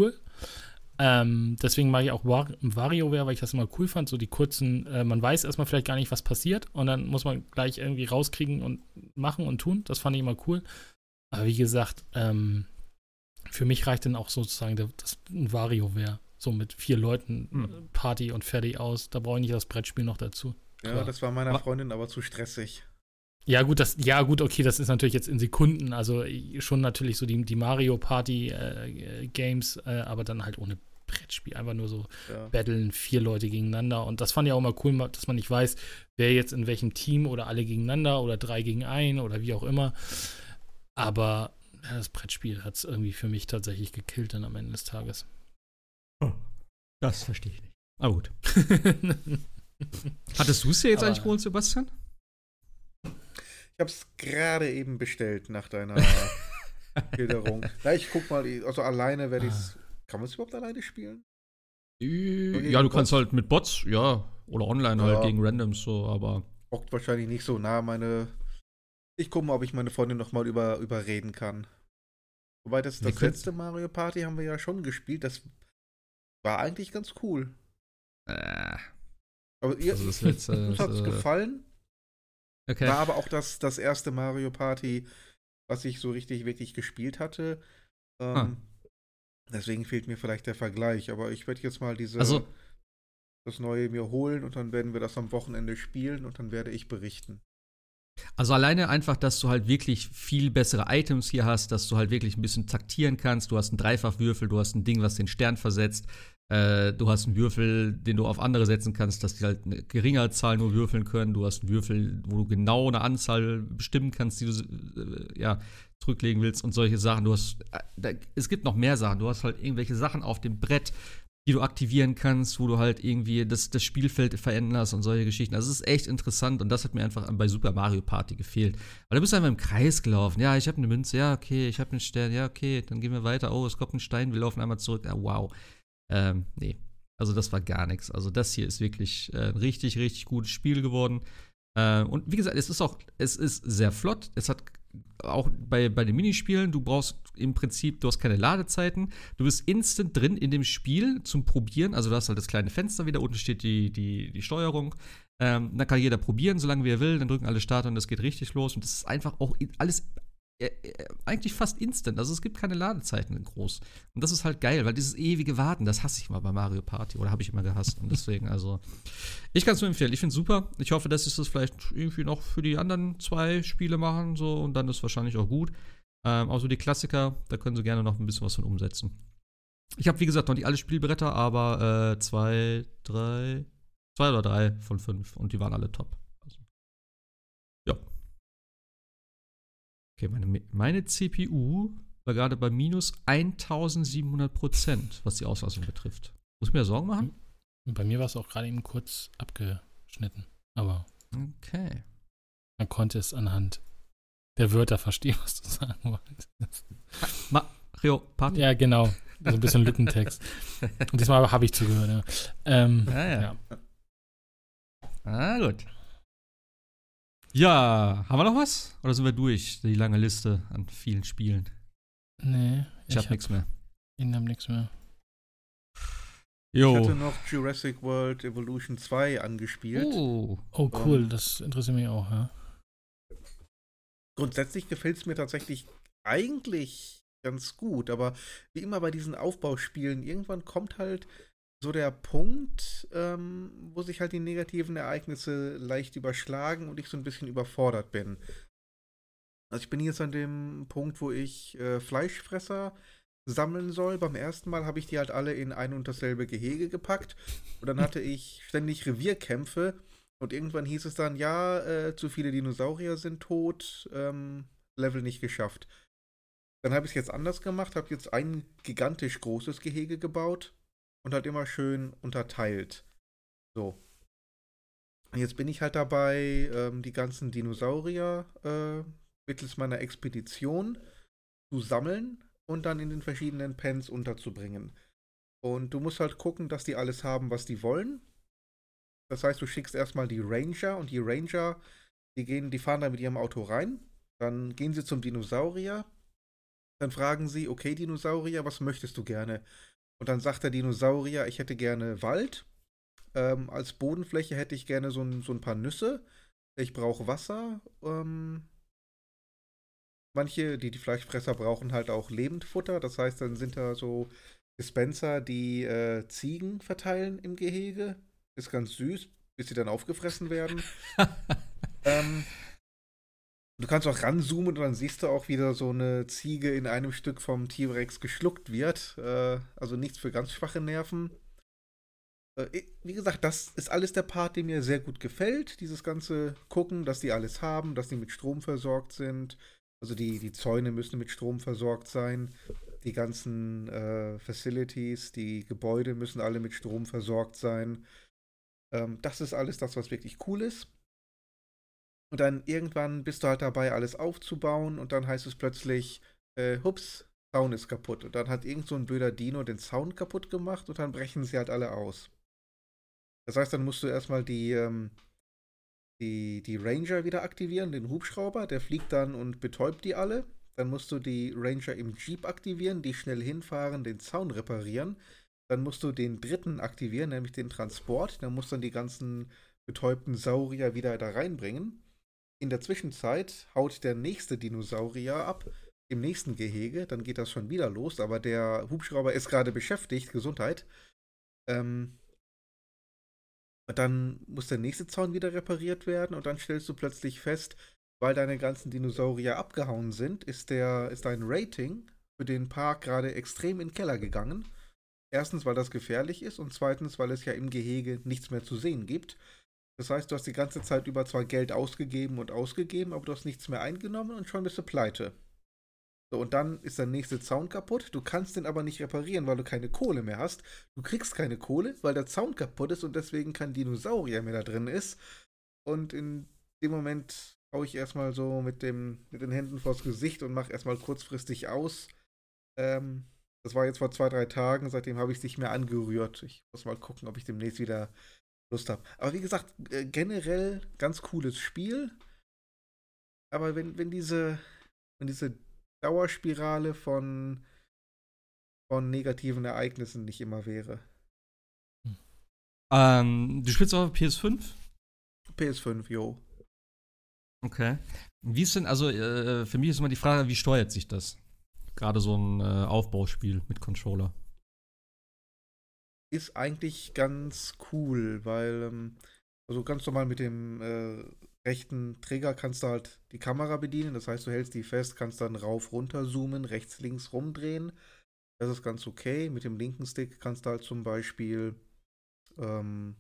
Deswegen mag ich auch WarioWare, weil ich das immer cool fand, so die kurzen, man weiß erstmal vielleicht gar nicht, was passiert und dann muss man gleich irgendwie rauskriegen und machen und tun. Das fand ich immer cool. Aber wie gesagt, für mich reicht dann auch sozusagen das ein WarioWare. So mit 4 Leuten Party und fertig aus. Da brauche ich nicht das Brettspiel noch dazu. Ja, Aber, das war meiner Freundin aber zu stressig. Ja, gut, okay, das ist natürlich jetzt in Sekunden. Also schon natürlich so die Mario Party Games, aber dann halt ohne Brettspiel. Einfach nur so battlen 4 Leute gegeneinander. Und das fand ich auch immer cool, dass man nicht weiß, wer jetzt in welchem Team oder alle gegeneinander oder 3 gegen 1 oder wie auch immer. Aber ja, das Brettspiel hat es irgendwie für mich tatsächlich gekillt dann am Ende des Tages. Das verstehe ich nicht. Aber gut. Hattest du es dir jetzt eigentlich geholt, Sebastian? Ich habe es gerade eben bestellt nach deiner Schilderung. Na, ich guck mal, also alleine werde ich es. Kann man es überhaupt alleine spielen? Ja, du kannst halt mit Bots, ja, oder online halt gegen Randoms so, aber. Bockt wahrscheinlich nicht so nah Ich gucke mal, ob ich meine Freundin nochmal überreden kann. Wobei das letzte Mario Party haben wir ja schon gespielt. Das war eigentlich ganz cool. Aber uns hat es gefallen. Okay. War aber auch das erste Mario Party, was ich so richtig, wirklich gespielt hatte. Deswegen fehlt mir vielleicht der Vergleich. Aber ich werde jetzt mal das Neue mir holen und dann werden wir das am Wochenende spielen und dann werde ich berichten. Also alleine einfach, dass du halt wirklich viel bessere Items hier hast, dass du halt wirklich ein bisschen taktieren kannst. Du hast einen Dreifachwürfel, du hast ein Ding, was den Stern versetzt. Du hast einen Würfel, den du auf andere setzen kannst, dass die halt eine geringe Zahl nur würfeln können. Du hast einen Würfel, wo du genau eine Anzahl bestimmen kannst, die du zurücklegen willst und solche Sachen. Es gibt noch mehr Sachen. Du hast halt irgendwelche Sachen auf dem Brett, die du aktivieren kannst, wo du halt irgendwie das Spielfeld veränderst und solche Geschichten. Also es ist echt interessant und das hat mir einfach bei Super Mario Party gefehlt. Weil du bist einfach im Kreis gelaufen. Ja, ich habe eine Münze, ja, okay, ich habe einen Stern, ja, okay, dann gehen wir weiter. Oh, es kommt ein Stein, wir laufen einmal zurück. Ja, wow. Nee, also das war gar nichts. Also das hier ist wirklich ein richtig, richtig gutes Spiel geworden. Und wie gesagt, es ist sehr flott. Es hat auch bei den Minispielen, du hast keine Ladezeiten. Du bist instant drin in dem Spiel zum Probieren. Also du hast halt das kleine Fenster wieder, unten steht die Steuerung. Dann kann jeder probieren, solange wie er will. Dann drücken alle Start und das geht richtig los. Und das ist einfach auch alles eigentlich fast instant. Also es gibt keine Ladezeiten groß. Und das ist halt geil, weil dieses ewige Warten, das hasse ich mal bei Mario Party oder habe ich immer gehasst. Und deswegen, also, ich kann es nur empfehlen. Ich finde es super. Ich hoffe, dass sie das vielleicht irgendwie noch für die anderen 2 Spiele machen, so, und dann ist wahrscheinlich auch gut. Also die Klassiker, da können sie gerne noch ein bisschen was von umsetzen. Ich habe, wie gesagt, noch nicht alle Spielbretter, aber 2 oder 3 von 5 und die waren alle top. Also, ja. Okay, meine CPU war gerade bei minus 1700%, was die Auslassung betrifft. Muss ich mir Sorgen machen? Bei mir war es auch gerade eben kurz abgeschnitten. Aber okay. Man konnte es anhand der Wörter verstehen, was du sagen wolltest. Mario Party? Ja, genau. So ein bisschen Lückentext. Und diesmal habe ich zugehört, ja. Ja. Ah, gut. Ja, haben wir noch was? Oder sind wir durch, die lange Liste an vielen Spielen? Nee. Ich hab nichts mehr. Ich hab nichts mehr. Jo. Ich hatte noch Jurassic World Evolution 2 angespielt. Oh, cool. Das interessiert mich auch, ja. Grundsätzlich gefällt es mir tatsächlich eigentlich ganz gut, aber wie immer bei diesen Aufbauspielen, irgendwann kommt halt so der Punkt, wo sich halt die negativen Ereignisse leicht überschlagen und ich so ein bisschen überfordert bin. Also ich bin jetzt an dem Punkt, wo ich Fleischfresser sammeln soll. Beim ersten Mal habe ich die halt alle in ein und dasselbe Gehege gepackt und dann hatte ich ständig Revierkämpfe und irgendwann hieß es dann, ja, zu viele Dinosaurier sind tot, Level nicht geschafft. Dann habe ich es jetzt anders gemacht, habe jetzt ein gigantisch großes Gehege gebaut und halt immer schön unterteilt. So. Und jetzt bin ich halt dabei, die ganzen Dinosaurier mittels meiner Expedition zu sammeln und dann in den verschiedenen Pens unterzubringen. Und du musst halt gucken, dass die alles haben, was die wollen. Das heißt, du schickst erstmal die Ranger und die Ranger, die fahren dann mit ihrem Auto rein. Dann gehen sie zum Dinosaurier. Dann fragen sie, okay, Dinosaurier, was möchtest du gerne? Und dann sagt der Dinosaurier, ich hätte gerne Wald. Als Bodenfläche hätte ich gerne so ein paar Nüsse. Ich brauche Wasser. Manche, die Fleischfresser brauchen halt auch Lebendfutter. Das heißt, dann sind da so Dispenser, die Ziegen verteilen im Gehege. Ist ganz süß, bis sie dann aufgefressen werden. ähm, Du kannst auch ranzoomen und dann siehst du auch wieder so eine Ziege in einem Stück vom T-Rex geschluckt wird. Also nichts für ganz schwache Nerven. Wie gesagt, das ist alles der Part, der mir sehr gut gefällt. Dieses ganze Gucken, dass die alles haben, dass die mit Strom versorgt sind. Also die Zäune müssen mit Strom versorgt sein. Die ganzen Facilities, die Gebäude müssen alle mit Strom versorgt sein. Das ist alles das, was wirklich cool ist. Und dann irgendwann bist du halt dabei, alles aufzubauen und dann heißt es plötzlich, hups, Zaun ist kaputt. Und dann hat irgend so ein blöder Dino den Zaun kaputt gemacht und dann brechen sie halt alle aus. Das heißt, dann musst du erstmal die Ranger wieder aktivieren, den Hubschrauber, der fliegt dann und betäubt die alle. Dann musst du die Ranger im Jeep aktivieren, die schnell hinfahren, den Zaun reparieren. Dann musst du den dritten aktivieren, nämlich den Transport. Dann musst du dann die ganzen betäubten Saurier wieder da reinbringen. In der Zwischenzeit haut der nächste Dinosaurier ab im nächsten Gehege. Dann geht das schon wieder los, aber der Hubschrauber ist gerade beschäftigt. Gesundheit. Dann muss der nächste Zaun wieder repariert werden und dann stellst du plötzlich fest, weil deine ganzen Dinosaurier abgehauen sind, ist dein Rating für den Park gerade extrem in den Keller gegangen. Erstens, weil das gefährlich ist und zweitens, weil es ja im Gehege nichts mehr zu sehen gibt. Das heißt, du hast die ganze Zeit über zwar Geld ausgegeben, aber du hast nichts mehr eingenommen und schon bist du pleite. So, und dann ist der nächste Zaun kaputt. Du kannst den aber nicht reparieren, weil du keine Kohle mehr hast. Du kriegst keine Kohle, weil der Zaun kaputt ist und deswegen kein Dinosaurier mehr da drin ist. Und in dem Moment hau ich erstmal so mit den Händen vors Gesicht und mache erstmal kurzfristig aus. Das war jetzt vor 2, 3 Tagen. Seitdem habe ich es nicht mehr angerührt. Ich muss mal gucken, ob ich demnächst wieder Lust habe. Aber wie gesagt, generell ganz cooles Spiel. Aber wenn diese Dauerspirale von negativen Ereignissen nicht immer wäre. Du spielst auf PS5? PS5, jo. Okay. Wie ist denn, also für mich ist immer die Frage, wie steuert sich das? Gerade so ein Aufbauspiel mit Controller. Ist eigentlich ganz cool, weil also ganz normal mit dem rechten Trigger kannst du halt die Kamera bedienen. Das heißt, du hältst die fest, kannst dann rauf, runter zoomen, rechts, links rumdrehen. Das ist ganz okay. Mit dem linken Stick kannst du halt zum Beispiel den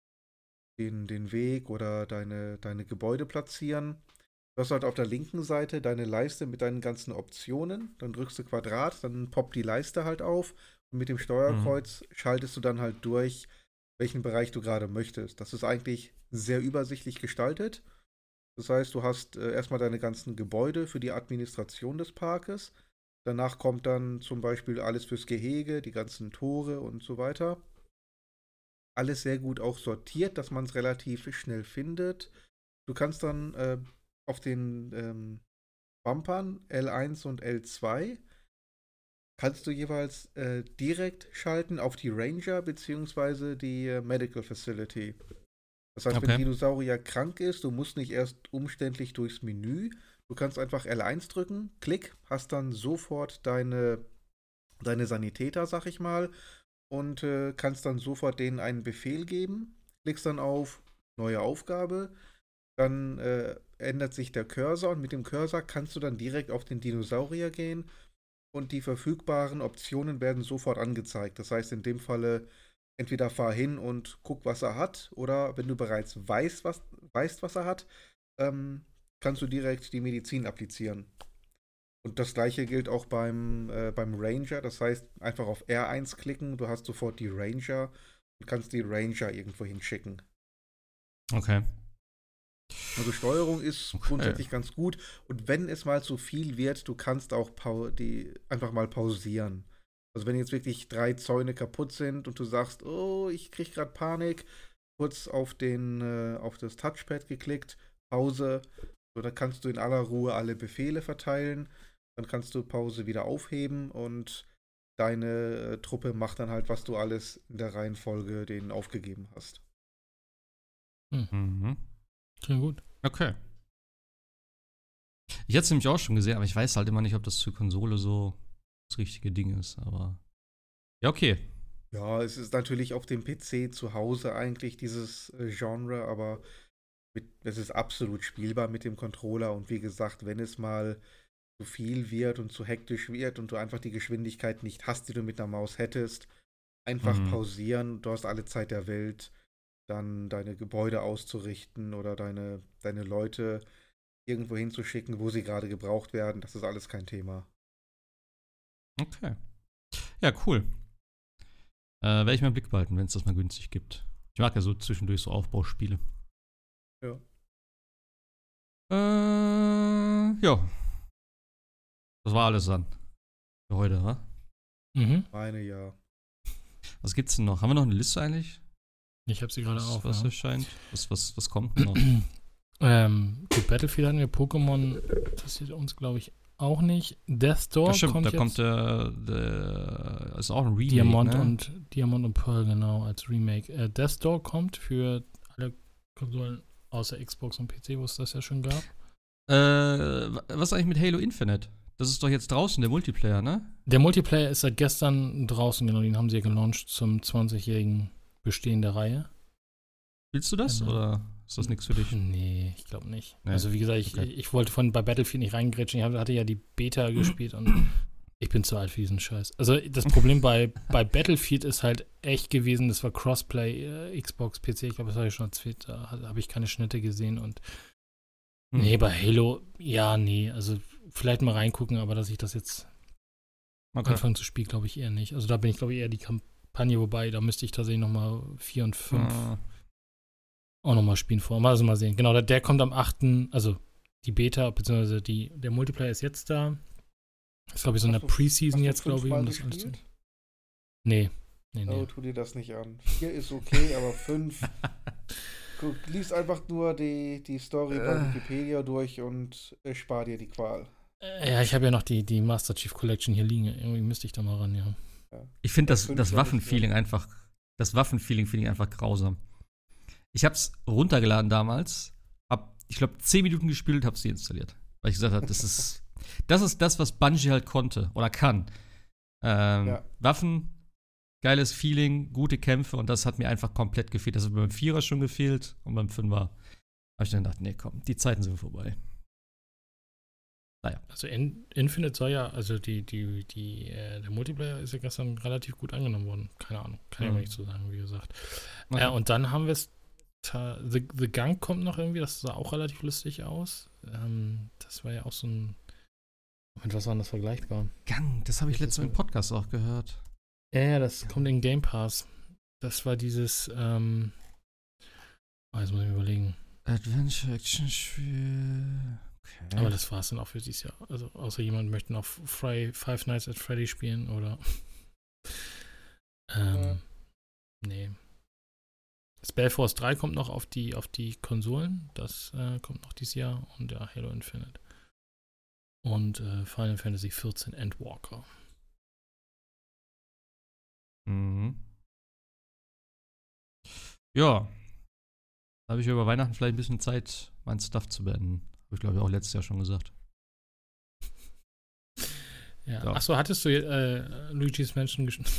Weg oder deine Gebäude platzieren. Du hast halt auf der linken Seite deine Leiste mit deinen ganzen Optionen. Dann drückst du Quadrat, dann poppt die Leiste halt auf. Und mit dem Steuerkreuz schaltest du dann halt durch, welchen Bereich du gerade möchtest. Das ist eigentlich sehr übersichtlich gestaltet. Das heißt, du hast erstmal deine ganzen Gebäude für die Administration des Parkes. Danach kommt dann zum Beispiel alles fürs Gehege, die ganzen Tore und so weiter. Alles sehr gut auch sortiert, dass man es relativ schnell findet. Du kannst dann auf den Bumpern L1 und L2 kannst du jeweils direkt schalten auf die Ranger bzw. die Medical Facility. Das heißt, wenn ein Dinosaurier krank ist, du musst nicht erst umständlich durchs Menü. Du kannst einfach L1 drücken, klick, hast dann sofort deine Sanitäter, sag ich mal, und kannst dann sofort denen einen Befehl geben. Klickst dann auf Neue Aufgabe. Dann ändert sich der Cursor und mit dem Cursor kannst du dann direkt auf den Dinosaurier gehen und die verfügbaren Optionen werden sofort angezeigt. Das heißt, in dem Falle entweder fahr hin und guck, was er hat, oder wenn du bereits weißt, was er hat, kannst du direkt die Medizin applizieren. Und das gleiche gilt auch beim Ranger. Das heißt, einfach auf R1 klicken, du hast sofort die Ranger und kannst die Ranger irgendwo hinschicken. Okay. Also Steuerung ist grundsätzlich ganz gut. Und wenn es mal zu viel wird, du kannst auch einfach mal pausieren. Also wenn jetzt wirklich 3 Zäune kaputt sind und du sagst, oh, ich krieg gerade Panik, kurz auf das Touchpad geklickt, Pause, so, dann kannst du in aller Ruhe alle Befehle verteilen, dann kannst du Pause wieder aufheben und deine Truppe macht dann halt, was du alles in der Reihenfolge denen aufgegeben hast. Mhm. Klingt gut. Okay. Ich hätte es nämlich auch schon gesehen, aber ich weiß halt immer nicht, ob das für Konsole so das richtige Ding ist, aber ja, okay. Ja, es ist natürlich auf dem PC zu Hause eigentlich dieses Genre, aber es ist absolut spielbar mit dem Controller und wie gesagt, wenn es mal zu viel wird und zu hektisch wird und du einfach die Geschwindigkeit nicht hast, die du mit einer Maus hättest, einfach pausieren, du hast alle Zeit der Welt, dann deine Gebäude auszurichten oder deine Leute irgendwo hinzuschicken, wo sie gerade gebraucht werden, das ist alles kein Thema. Okay. Ja, cool. Werde ich mal im Blick behalten, wenn es das mal günstig gibt. Ich mag ja so zwischendurch so Aufbauspiele. Ja. Ja. Das war alles dann. Für heute, wa? Mhm. Meine ja. Was gibt's denn noch? Haben wir noch eine Liste eigentlich? Ich habe sie gerade auf. Was Ja. erscheint? Was kommt noch? Gut, Battlefield hatten wir, Pokémon interessiert uns, glaube ich, auch nicht. Death Door Ja, stimmt, kommt da jetzt. kommt der ist auch ein Remake, Diamant ne? und Pearl, genau, als Remake. Death Door kommt für alle Konsolen außer Xbox und PC, wo es das ja schon gab. Was eigentlich mit Halo Infinite? Das ist doch jetzt draußen, der Multiplayer, ne? Der Multiplayer ist seit gestern draußen, genau, den haben sie ja gelauncht zum 20-jährigen Bestehen der Reihe. Spielst du das Genau. oder ist das nichts für dich? Nee, ich glaube nicht. Nee. Also wie gesagt, Okay. ich wollte bei Battlefield nicht reingrätschen. Ich hatte ja die Beta gespielt und ich bin zu alt für diesen Scheiß. Also das Problem bei Battlefield ist halt echt gewesen, das war Crossplay, Xbox, PC, ich glaube, das habe ich schon erzählt, da habe ich keine Schnitte gesehen und nee, bei Halo, ja, nee, also vielleicht mal reingucken, aber dass ich das jetzt anfangen zu spielen, glaube ich eher nicht. Also da bin ich, glaube ich, eher die Kampagne, wobei, da müsste ich tatsächlich nochmal 4 und 5 auch nochmal spielen vor. Also mal sehen. Genau, der kommt am 8., also die Beta, beziehungsweise der Multiplayer ist jetzt da. Ist, glaube ich, so in der Preseason jetzt, glaube ich. Um das alles zu... Nee. Oh, tu dir das nicht an. 4 ist okay, aber 5. Lies einfach nur die Story bei Wikipedia durch und spar dir die Qual. Ja, ich habe ja noch die Master Chief Collection hier liegen. Irgendwie müsste ich da mal ran, ja. Ich finde das Waffenfeeling einfach, finde ich einfach grausam. Ich hab's runtergeladen damals, hab, ich glaube, 10 Minuten gespielt, hab's deinstalliert. Weil ich gesagt habe, das ist das, was Bungie halt konnte oder kann. Waffen, geiles Feeling, gute Kämpfe und das hat mir einfach komplett gefehlt. Das hat mir beim 4er schon gefehlt und beim 5er habe ich dann gedacht, nee, komm, die Zeiten sind vorbei. Naja. Also Infinite soll ja, also der Multiplayer ist ja gestern relativ gut angenommen worden. Keine Ahnung, kann ich aber nicht so sagen, wie gesagt. Und dann haben wir es, The Gang kommt noch irgendwie, das sah auch relativ lustig aus. Das war ja auch so ein, mit was war das vergleichbar? Gang, das habe ich letztens im Podcast auch gehört. Ja, das kommt in Game Pass. Das war dieses, jetzt muss ich mir überlegen. Adventure-Action-Spiel. Okay. Aber das war es dann auch für dieses Jahr. Also außer jemand möchte noch Five Nights at Freddy spielen oder nee. Spellforce 3 kommt noch auf die Konsolen. Das kommt noch dieses Jahr. Und ja, Halo Infinite. Und Final Fantasy 14 Endwalker. Mhm. Ja. Da habe ich über Weihnachten vielleicht ein bisschen Zeit, meinen Stuff zu beenden. Habe ich, glaube ich, auch letztes Jahr schon gesagt. Ja. So. Achso, hattest du Luigi's Mansion gespielt?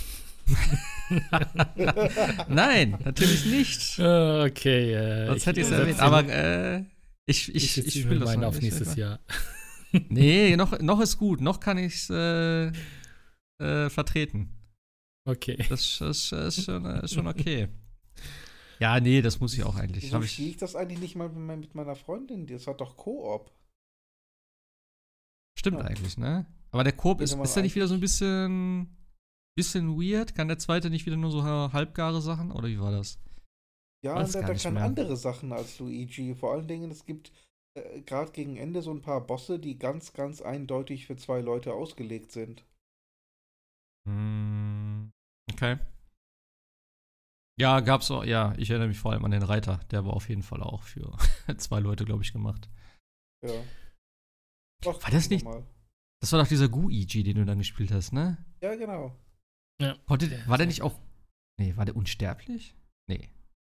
Nein, natürlich nicht. Okay. Sonst hätte ich es erwähnt. Aber ich spiele das auf nächstes Jahr. Nee, noch ist gut. Noch kann ich es vertreten. Okay. Das ist schon okay. Ja, nee, das muss ich auch eigentlich. Wieso spiele ich das eigentlich nicht mal mit meiner Freundin? Das hat doch Koop. Stimmt eigentlich, ne? Aber der Koop ist der nicht wieder so ein bisschen weird? Kann der zweite nicht wieder nur so halbgare Sachen? Oder wie war das? Ja, der kann andere Sachen als Luigi. Vor allen Dingen, es gibt gerade gegen Ende so ein paar Bosse, die ganz, ganz eindeutig für 2 Leute ausgelegt sind. Okay. Ja, gab's auch, ja, ich erinnere mich vor allem an den Reiter. Der war auf jeden Fall auch für 2 Leute, glaube ich, gemacht. Ja. War das nicht? Das war doch dieser Guigi, den du dann gespielt hast, ne? Ja, genau. Ja. War der nicht auch. Nee, war der unsterblich? Nee.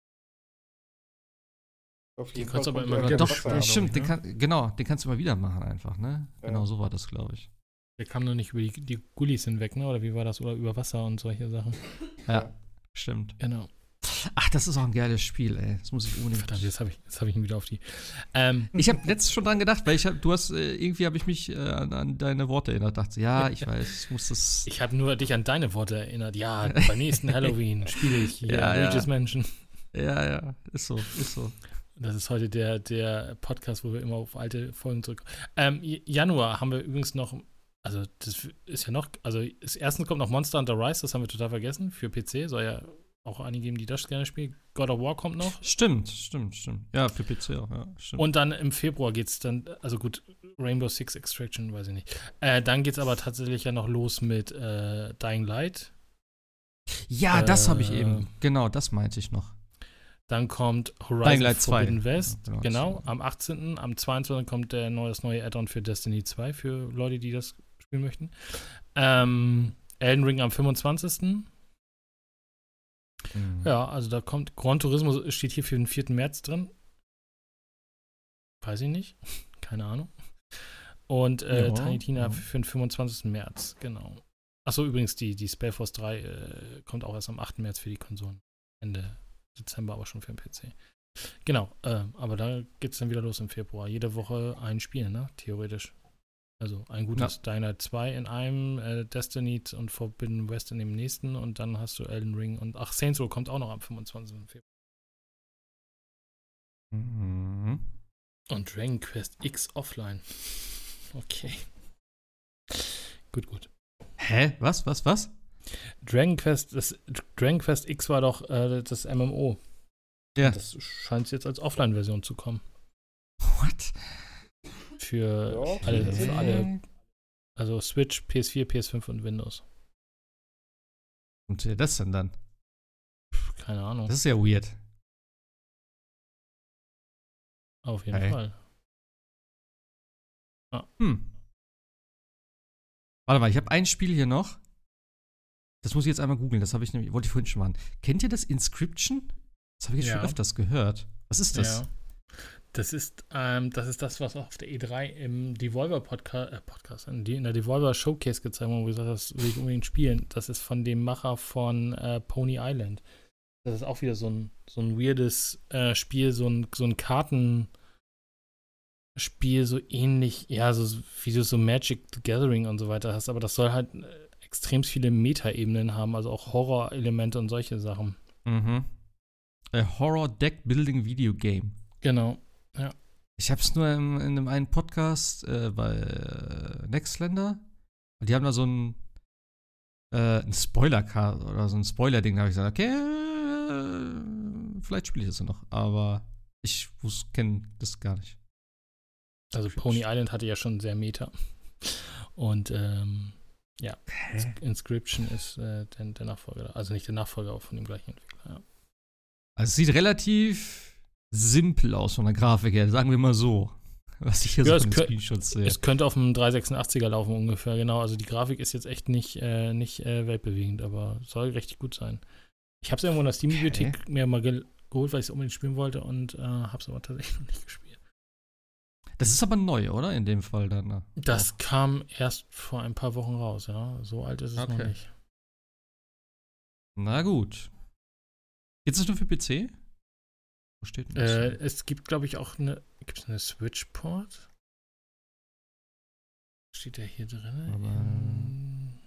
Auf Die jeden kannst Fall du aber konnte immer er wieder Doch, Wasser ja, Ja, stimmt. ne? Den kannst du mal wieder machen, einfach, ne? Ja. Genau, so war das, glaube ich. Der kam noch nicht über die Gullis hinweg, ne? Oder wie war das? Oder über Wasser und solche Sachen. Ja, stimmt. Genau. Ach, das ist auch ein geiles Spiel, ey. Das muss ich unbedingt. Verdammt, jetzt hab ich ihn wieder auf die. Ich habe letztens schon dran gedacht, weil irgendwie habe ich mich an deine Worte erinnert. Dachte, ja, ich weiß, ich muss das. Ich habe nur dich an deine Worte erinnert. Ja, beim nächsten Halloween spiele ich hier Ja, ja. Luigi's Mansion. Ja, ist so. Das ist heute der Podcast, wo wir immer auf alte Folgen zurückkommen. Januar haben wir übrigens noch, also das ist ja noch, also erstens kommt noch Monster Hunter Rise, das haben wir total vergessen, für PC, soll ja auch einige geben, die das gerne spielen. God of War kommt noch. Stimmt. Ja, für PC auch, ja, stimmt. Und dann im Februar geht's dann, also gut, Rainbow Six Extraction, weiß ich nicht. Dann geht's aber tatsächlich ja noch los mit Dying Light. Ja, das habe ich eben. Genau, das meinte ich noch. Dann kommt Dying Horizon Light 2. Forbidden West, Ja, genau, am 18. Am 22. kommt das neue Add-on für Destiny 2, für Leute, die das spielen möchten. Elden Ring am 25. Ja, also da kommt Gran Turismo, steht hier für den 4. März drin. Weiß ich nicht. Keine Ahnung. Und Tiny Tina für den 25. März, genau. Achso, übrigens, die Spellforce 3 kommt auch erst am 8. März für die Konsolen. Ende Dezember aber schon für den PC. Genau, aber da geht's dann wieder los im Februar. Jede Woche ein Spiel, ne? Theoretisch. Also ein gutes Dying Light 2 in einem, Destiny und Forbidden West in dem nächsten und dann hast du Elden Ring und Saints Row kommt auch noch am 25. Februar. Mhm. Und Dragon Quest X Offline. Okay. Gut. Hä? Was? Dragon Quest X war doch das MMO. Ja. Und das scheint jetzt als Offline-Version zu kommen. What? Für alle. Also Switch, PS4, PS5 und Windows. Und das denn dann? Keine Ahnung. Das ist ja weird. Auf jeden Fall. Warte mal, ich habe ein Spiel hier noch. Das muss ich jetzt einmal googeln. Das wollte ich vorhin schon machen. Kennt ihr das Inscription? Das habe ich jetzt schon öfters gehört. Was ist das? Ja. Das ist das, was auf der E3 im Devolver Podcast in der Devolver Showcase gezeigt wurde, wo gesagt hast, das will ich unbedingt spielen. Das ist von dem Macher von Pony Island. Das ist auch wieder so ein weirdes Spiel, so ein Kartenspiel, so ähnlich, ja, so wie du so Magic the Gathering und so weiter hast, aber das soll halt extrem viele Meta-Ebenen haben, also auch Horror-Elemente und solche Sachen. Mhm. A Horror Deck Building Video Game. Genau, ja. Ich habe es nur in einem einen Podcast bei Nextlander. Und die haben da so ein Spoiler-Card oder so ein Spoiler-Ding. Da habe ich gesagt, okay, vielleicht spiele ich das ja noch. Aber ich kenne das gar nicht. Also Pony Island hatte ja schon sehr Meta. Und ja, Inscription ist der Nachfolger. Also nicht der Nachfolger, aber von dem gleichen Entwickler, ja. Also es sieht relativ simpel aus von der Grafik her, sagen wir mal so. Was ich hier so von den Screenshots sehe. Es könnte auf einem 386er laufen ungefähr, genau. Also die Grafik ist jetzt echt nicht weltbewegend, aber soll richtig gut sein. Ich habe es irgendwo in der Steam-Bibliothek mir mal geholt, weil ich es unbedingt spielen wollte und habe es aber tatsächlich noch nicht gespielt. Das ist aber neu, oder? In dem Fall dann. Ne? Das kam erst vor ein paar Wochen raus, ja. So alt ist es noch nicht. Na gut. Gibt es nur für PC? Wo steht denn das? Es gibt, glaube ich, auch eine Switch-Port? Steht der hier drin?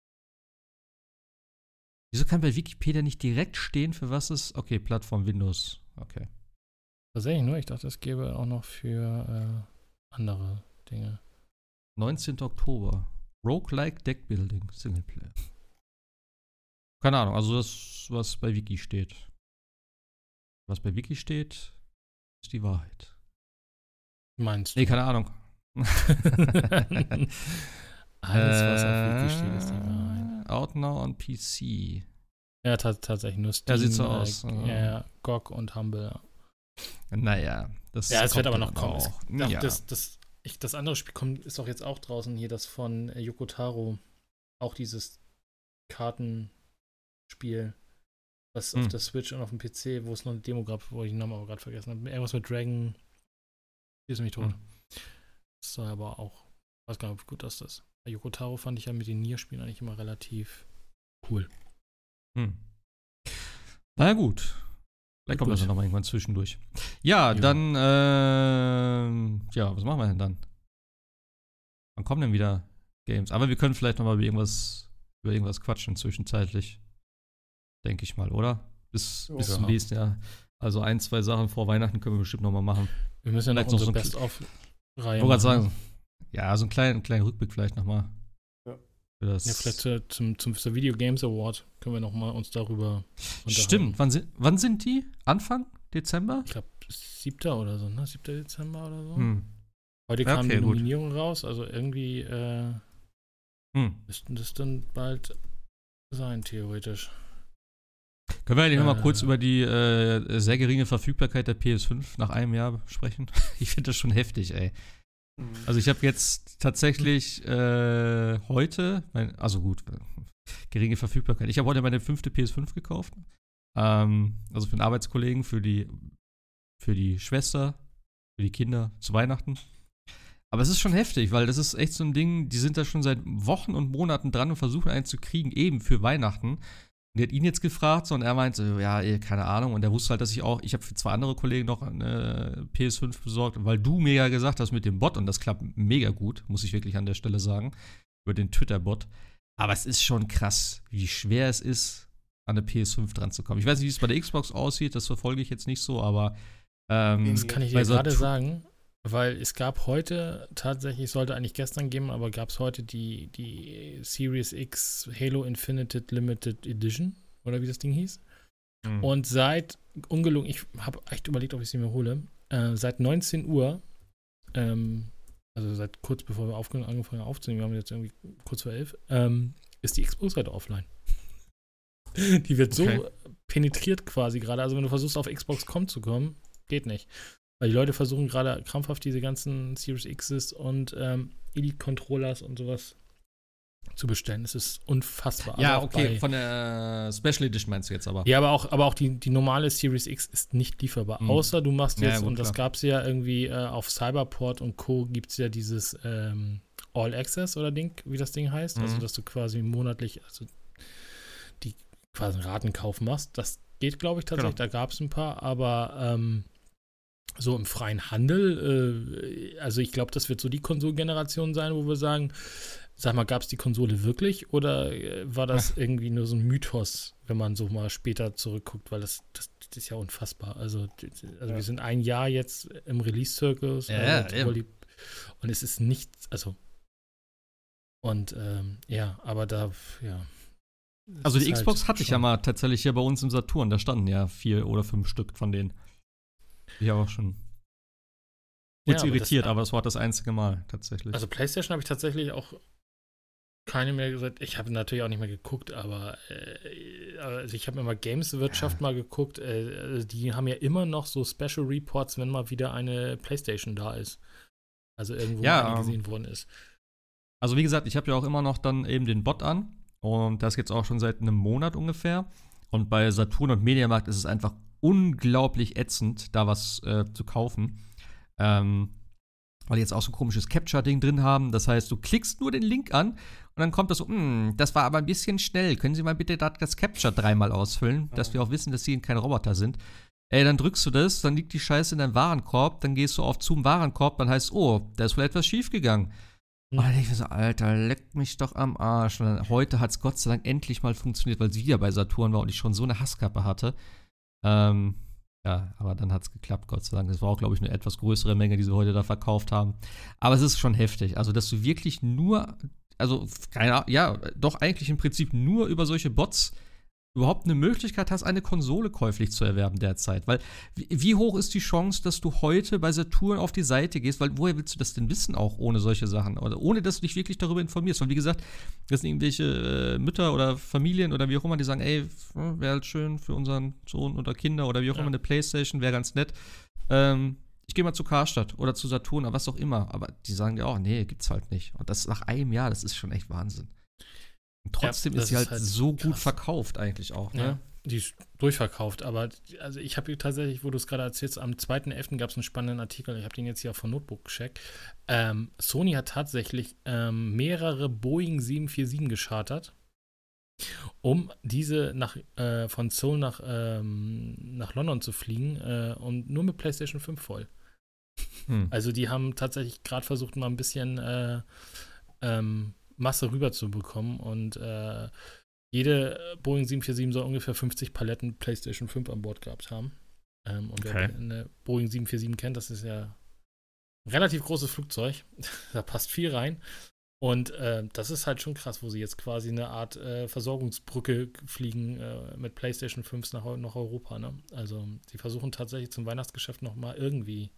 Wieso kann bei Wikipedia nicht direkt stehen, für was es. Okay, Plattform Windows. Okay. Tatsächlich nur, ich dachte, es gäbe auch noch für andere Dinge. 19. Oktober. Roguelike Deck Building, Singleplayer. Keine Ahnung, also das, was bei Wiki steht. Was bei Wiki steht, ist die Wahrheit. Meinst du? Nee, keine Ahnung. Alles, was auf Wiki steht, ist die Wahrheit. Out now on PC. Ja, tatsächlich nur Steam. Ja, sieht so aus. Ja, GOG und Humble. Ja. Naja, das ja, es wird aber noch kommen. Ja. Das andere Spiel ist auch jetzt auch draußen hier, das von Yoko Taro. Auch dieses Kartenspiel, was auf der Switch und auf dem PC, wo es noch eine Demo gab, wo ich den Namen aber gerade vergessen habe. Irgendwas mit Dragon. Die ist mich tot. Das soll aber auch, ich weiß gar nicht, wie gut das ist. Bei Yoko Taro fand ich ja mit den Nier-Spielen eigentlich immer relativ cool. Na ja, gut. Vielleicht kommt das ja nochmal irgendwann zwischendurch. Ja, dann, was machen wir denn dann? Wann kommen denn wieder Games? Aber wir können vielleicht nochmal über irgendwas quatschen zwischenzeitlich. Denke ich mal, oder? Bis zum nächsten Jahr. Also 1, 2 Sachen vor Weihnachten können wir bestimmt nochmal machen. Wir müssen ja noch unsere Best-of-Reihe machen. Ich wollte gerade sagen, ja, so einen kleinen Rückblick vielleicht nochmal. Ja, vielleicht zur Video Games Award können wir nochmal uns darüber unterhalten. Stimmt, wann sind die? Anfang Dezember? Ich glaube 7. oder so, ne? 7. Dezember oder so. Heute kam die Nominierung raus, also irgendwie müssten das dann bald sein, theoretisch. Können wir eigentlich nochmal kurz über die sehr geringe Verfügbarkeit der PS5 nach einem Jahr sprechen? Ich finde das schon heftig, ey. Also ich habe jetzt tatsächlich heute, geringe Verfügbarkeit. Ich habe heute meine 5. PS5 gekauft. Also für einen Arbeitskollegen, für die Schwester, für die Kinder zu Weihnachten. Aber es ist schon heftig, weil das ist echt so ein Ding, die sind da schon seit Wochen und Monaten dran und versuchen einen zu kriegen, eben für Weihnachten. Und die hat ihn jetzt gefragt und er meinte, ja, keine Ahnung. Und er wusste halt, dass ich habe für 2 andere Kollegen noch eine PS5 besorgt, weil du mir ja gesagt hast mit dem Bot, und das klappt mega gut, muss ich wirklich an der Stelle sagen, über den Twitter-Bot. Aber es ist schon krass, wie schwer es ist, an eine PS5 dran zu kommen. Ich weiß nicht, wie es bei der Xbox aussieht, das verfolge ich jetzt nicht so, aber das kann ich dir gerade sagen, weil es gab heute tatsächlich, sollte eigentlich gestern geben, aber gab es heute die Series X Halo Infinite Limited Edition, oder wie das Ding hieß. Und seit, ungelogen, ich habe echt überlegt, ob ich sie mir hole, seit 19 Uhr, also seit kurz bevor wir angefangen aufzunehmen, wir haben jetzt irgendwie kurz vor 11, ist die Xbox halt offline. Die wird so penetriert quasi gerade, also wenn du versuchst auf Xbox.com zu kommen, geht nicht. Weil die Leute versuchen gerade krampfhaft diese ganzen Series X's und Elite-Controllers und sowas zu bestellen. Es ist unfassbar. Ja, okay, von der Special Edition meinst du jetzt aber. Ja, aber auch die normale Series X ist nicht lieferbar. Außer du machst jetzt, und das gab es ja irgendwie auf Cyberport und Co. gibt es ja dieses All Access oder Ding, wie das Ding heißt. Also, dass du quasi monatlich, also die quasi einen Ratenkauf machst. Das geht, glaube ich, tatsächlich. Genau. Da gab es ein paar, aber so im freien Handel, also ich glaube, das wird so die Konsolengeneration sein, wo wir sagen, sag mal, gab es die Konsole wirklich oder war das irgendwie nur so ein Mythos, wenn man so mal später zurückguckt, weil das ist ja unfassbar. Also wir sind ein Jahr jetzt im Release-Circus und es ist nichts, also aber da, ja. Also die Xbox hatte ich ja mal tatsächlich hier bei uns im Saturn, da standen ja 4 oder 5 Stück von denen. Ich habe auch schon kurz irritiert, aber es war das einzige Mal tatsächlich. Also PlayStation habe ich tatsächlich auch keine mehr gesagt. Ich habe natürlich auch nicht mehr geguckt, aber also ich habe mir mal Games-Wirtschaft mal geguckt. Die haben ja immer noch so Special Reports, wenn mal wieder eine PlayStation da ist. Also irgendwo gesehen worden ist. Also wie gesagt, ich habe ja auch immer noch dann eben den Bot an und das jetzt auch schon seit einem Monat ungefähr. Und bei Saturn und Mediamarkt ist es einfach unglaublich ätzend, da was zu kaufen. Weil die jetzt auch so ein komisches Capture-Ding drin haben. Das heißt, du klickst nur den Link an und dann kommt das so, das war aber ein bisschen schnell. Können Sie mal bitte das Capture 3-mal ausfüllen, dass wir auch wissen, dass Sie kein Roboter sind. Dann drückst du das, dann liegt die Scheiße in deinem Warenkorb, dann gehst du auf zum Warenkorb, dann heißt, da ist wohl etwas schiefgegangen. Und dann denke ich mir so, Alter, leck mich doch am Arsch. Und dann, heute hat es Gott sei Dank endlich mal funktioniert, weil es wieder bei Saturn war und ich schon so eine Hasskappe hatte. Aber dann hat es geklappt, Gott sei Dank. Das war auch, glaube ich, eine etwas größere Menge, die sie heute da verkauft haben. Aber es ist schon heftig. Also, dass du wirklich nur, doch eigentlich im Prinzip nur über solche Bots überhaupt eine Möglichkeit hast, eine Konsole käuflich zu erwerben derzeit. Weil, wie hoch ist die Chance, dass du heute bei Saturn auf die Seite gehst? Weil, woher willst du das denn wissen auch ohne solche Sachen? Oder ohne, dass du dich wirklich darüber informierst? Weil, wie gesagt, das sind irgendwelche Mütter oder Familien oder wie auch immer, die sagen, wäre halt schön für unseren Sohn oder Kinder oder wie auch immer eine Playstation, wäre ganz nett. Ich gehe mal zu Karstadt oder zu Saturn oder was auch immer. Aber die sagen dir auch, nee, gibt's halt nicht. Und das nach einem Jahr, das ist schon echt Wahnsinn. Und trotzdem das ist sie ist halt so gut krass. verkauft eigentlich auch, ne? Ja, die ist durchverkauft, aber also ich habe tatsächlich, wo du es gerade erzählst, am 2.11. gab es einen spannenden Artikel, ich habe den jetzt hier von Notebook gecheckt. Sony hat tatsächlich mehrere Boeing 747 geschartert, um diese von Seoul nach London zu fliegen und nur mit PlayStation 5 voll. Also die haben tatsächlich gerade versucht, mal ein bisschen Masse rüberzubekommen und jede Boeing 747 soll ungefähr 50 Paletten PlayStation 5 an Bord gehabt haben. Und wer eine Boeing 747 kennt, das ist ja ein relativ großes Flugzeug. Da passt viel rein. Und das ist halt schon krass, wo sie jetzt quasi eine Art Versorgungsbrücke fliegen mit PlayStation 5 nach Europa. Ne? Also die versuchen tatsächlich zum Weihnachtsgeschäft nochmal irgendwie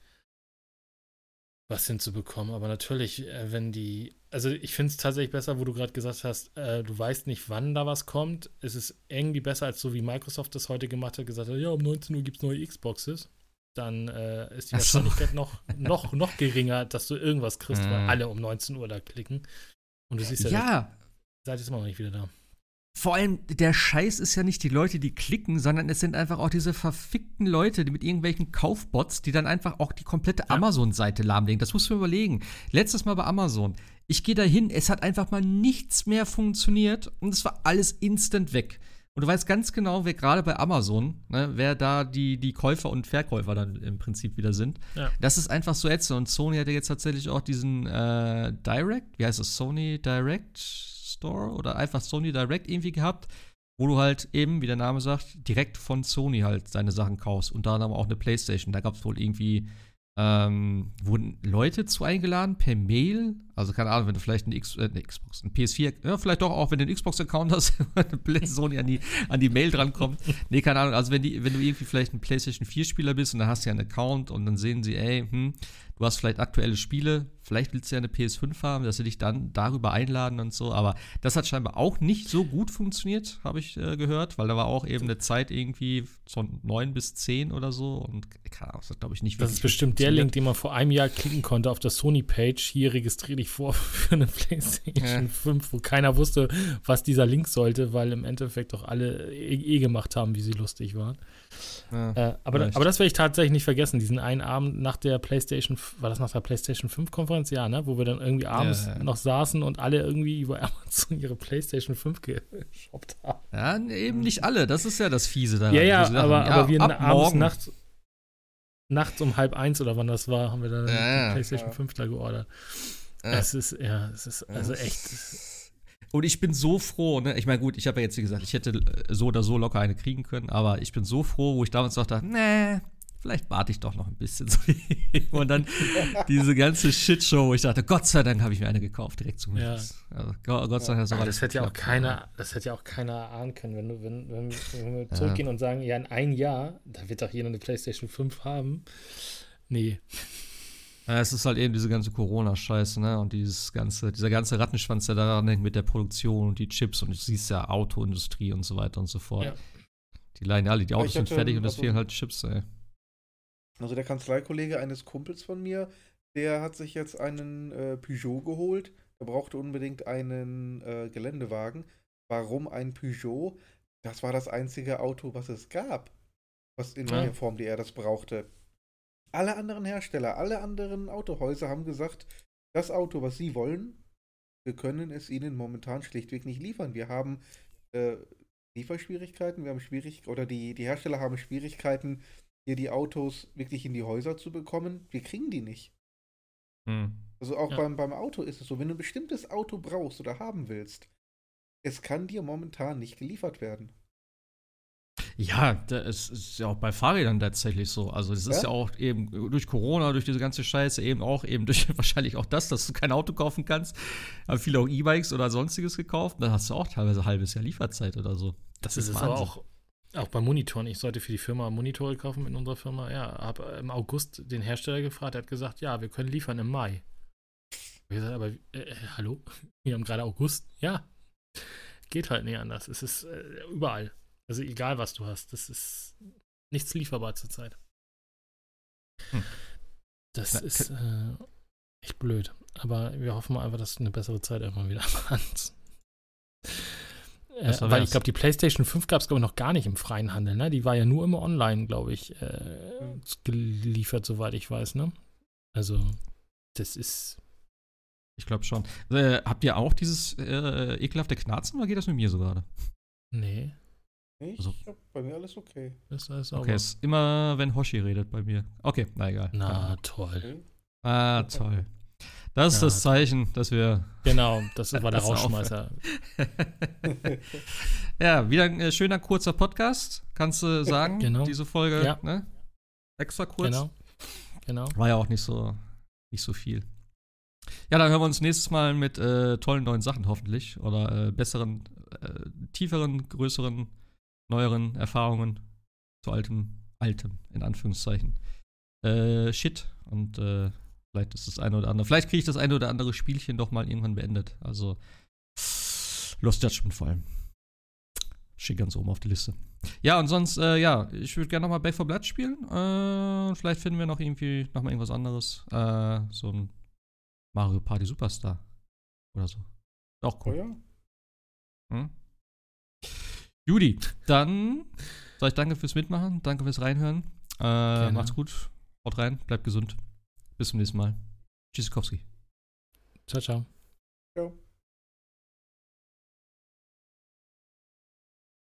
was hinzubekommen. Aber natürlich, also ich finde es tatsächlich besser, wo du gerade gesagt hast, du weißt nicht, wann da was kommt. Es ist irgendwie besser, als so wie Microsoft das heute gemacht hat, gesagt hat, ja, um 19 Uhr gibt es neue Xboxes. Dann ist die Wahrscheinlichkeit noch geringer, dass du irgendwas kriegst, weil alle um 19 Uhr da klicken. Und du siehst ja, die Seite ist immer noch nicht wieder da. Vor allem, der Scheiß ist ja nicht die Leute, die klicken, sondern es sind einfach auch diese verfickten Leute, die mit irgendwelchen Kaufbots, die dann einfach auch die komplette Amazon-Seite lahmlegen. Das musst du mir überlegen. Letztes Mal bei Amazon. Ich gehe da hin, es hat einfach mal nichts mehr funktioniert und es war alles instant weg. Und du weißt ganz genau, wer gerade bei Amazon, ne, wer da die Käufer und Verkäufer dann im Prinzip wieder sind. Ja. Das ist einfach so ätzend. Und Sony hat ja jetzt tatsächlich auch diesen Direct, wie heißt das, Sony Direct Store oder einfach Sony Direct irgendwie gehabt, wo du halt eben, wie der Name sagt, direkt von Sony halt deine Sachen kaufst. Und da dann auch eine PlayStation. Da gab es wohl irgendwie wurden Leute zu eingeladen per Mail. Also keine Ahnung, wenn du vielleicht eine Xbox, ein PS4, ja, vielleicht doch auch, wenn du einen Xbox-Account hast, wenn Sony an die Mail drankommt. Nee, keine Ahnung. Also wenn du irgendwie vielleicht ein PlayStation 4-Spieler bist und dann hast du ja einen Account und dann sehen sie, ey, du hast vielleicht aktuelle Spiele, vielleicht willst du ja eine PS5 haben, dass sie dich dann darüber einladen und so. Aber das hat scheinbar auch nicht so gut funktioniert, habe ich gehört, weil da war auch eben eine Zeit irgendwie von 9 bis 10 oder so und keine Ahnung, das hat, glaube ich, nicht wirklich. Das ist bestimmt der Link, den man vor einem Jahr klicken konnte auf der Sony-Page. Hier registriere dich vor für eine PlayStation 5, wo keiner wusste, was dieser Link sollte, weil im Endeffekt doch alle gemacht haben, wie sie lustig waren. Ja, aber das werde ich tatsächlich nicht vergessen, diesen einen Abend nach der PlayStation, war das nach der PlayStation 5-Konferenz? Ja, ne? Wo wir dann irgendwie abends noch saßen und alle irgendwie über Amazon ihre PlayStation 5 geshoppt haben. Ja, eben nicht alle, das ist ja das Fiese daran. Ja, aber wir abends nachts um 12:30 oder wann das war, haben wir dann die PlayStation 5 da geordert. Es ist also echt. Und ich bin so froh, ne? Ich meine, gut, ich habe ja jetzt, wie gesagt, ich hätte so oder so locker eine kriegen können, aber ich bin so froh, wo ich damals dachte, nee, vielleicht warte ich doch noch ein bisschen. Und dann diese ganze Shitshow, wo ich dachte, Gott sei Dank habe ich mir eine gekauft, direkt zum Release. Also, Gott sei Dank, das war alles. Das hätte ja auch keiner ahnen können, wenn wir zurückgehen und sagen, ja, in ein Jahr, da wird doch jeder eine PlayStation 5 haben. Nee. Ja, es ist halt eben diese ganze Corona-Scheiße, ne? Und dieser ganze Rattenschwanz, der daran hängt mit der Produktion und die Chips und du siehst ja Autoindustrie und so weiter und so fort. Ja. Die leiden alle, die Autos sind fertig und es fehlen halt Chips, ey. Also der Kanzleikollege eines Kumpels von mir, der hat sich jetzt einen Peugeot geholt. Er brauchte unbedingt einen Geländewagen. Warum ein Peugeot? Das war das einzige Auto, was es gab, was in der Form, die er das brauchte. Alle anderen Hersteller, alle anderen Autohäuser haben gesagt, das Auto, was sie wollen, wir können es ihnen momentan schlichtweg nicht liefern. Wir haben Lieferschwierigkeiten, die Hersteller haben Schwierigkeiten, hier die Autos wirklich in die Häuser zu bekommen. Wir kriegen die nicht. Also auch beim Auto ist es so, wenn du ein bestimmtes Auto brauchst oder haben willst, es kann dir momentan nicht geliefert werden. Ja, das ist ja auch bei Fahrrädern tatsächlich so. Also das ist ja auch eben durch Corona, durch diese ganze Scheiße, eben durch wahrscheinlich auch das, dass du kein Auto kaufen kannst. Haben viele auch E-Bikes oder sonstiges gekauft. Dann hast du auch teilweise ein halbes Jahr Lieferzeit oder so. Das ist aber auch bei Monitoren. Ich sollte für die Firma Monitore kaufen in unserer Firma. Ja, habe im August den Hersteller gefragt. Er hat gesagt, ja, wir können liefern im Mai. Ich habe gesagt, aber hallo? Wir haben gerade August. Ja, geht halt nicht anders. Es ist überall. Also egal, was du hast, das ist nichts lieferbar zurzeit. Das ist echt blöd. Aber wir hoffen mal einfach, dass eine bessere Zeit irgendwann wieder hat. Besser Weil wär's. ich glaube, die PlayStation 5 gab es, glaube ich, noch gar nicht im freien Handel, ne? Die war ja nur immer online, glaube ich, geliefert, soweit ich weiß, ne? Also, das ist. Ich glaube schon. Habt ihr auch dieses ekelhafte Knarzen oder geht das mit mir so gerade? Nee, Also- Bei mir alles okay. das ist sauber. Okay, ist immer, wenn Hoshi redet bei mir. Okay, na egal. Na, toll. Okay. Ah, toll. Das ist Ja, das Zeichen, dass wir. Genau, das war der Das ist Rausschmeißer. Ja, wieder ein schöner, kurzer Podcast, kannst du sagen. Genau. Diese Folge, Ja. ne? Extra kurz. Genau. War ja auch nicht so viel. Ja, dann hören wir uns nächstes Mal mit tollen neuen Sachen hoffentlich. Oder besseren, tieferen, größeren, neueren Erfahrungen zu altem, in Anführungszeichen. Shit. Und vielleicht ist das eine oder andere. Vielleicht kriege ich das eine oder andere Spielchen doch mal irgendwann beendet. Also Lost Judgment vor allem. Steht ganz oben auf die Liste. Ja, und sonst, ich würde gerne noch mal Back 4 Blood spielen. Vielleicht finden wir noch mal irgendwas anderes. So ein Mario Party Superstar oder so. Auch Oh cool. ja. Hm? Judy, dann sage ich danke fürs Mitmachen, danke fürs Reinhören. Macht's gut, haut rein, bleibt gesund. Bis zum nächsten Mal. Tschüssikowski. Ciao, ciao. Ja.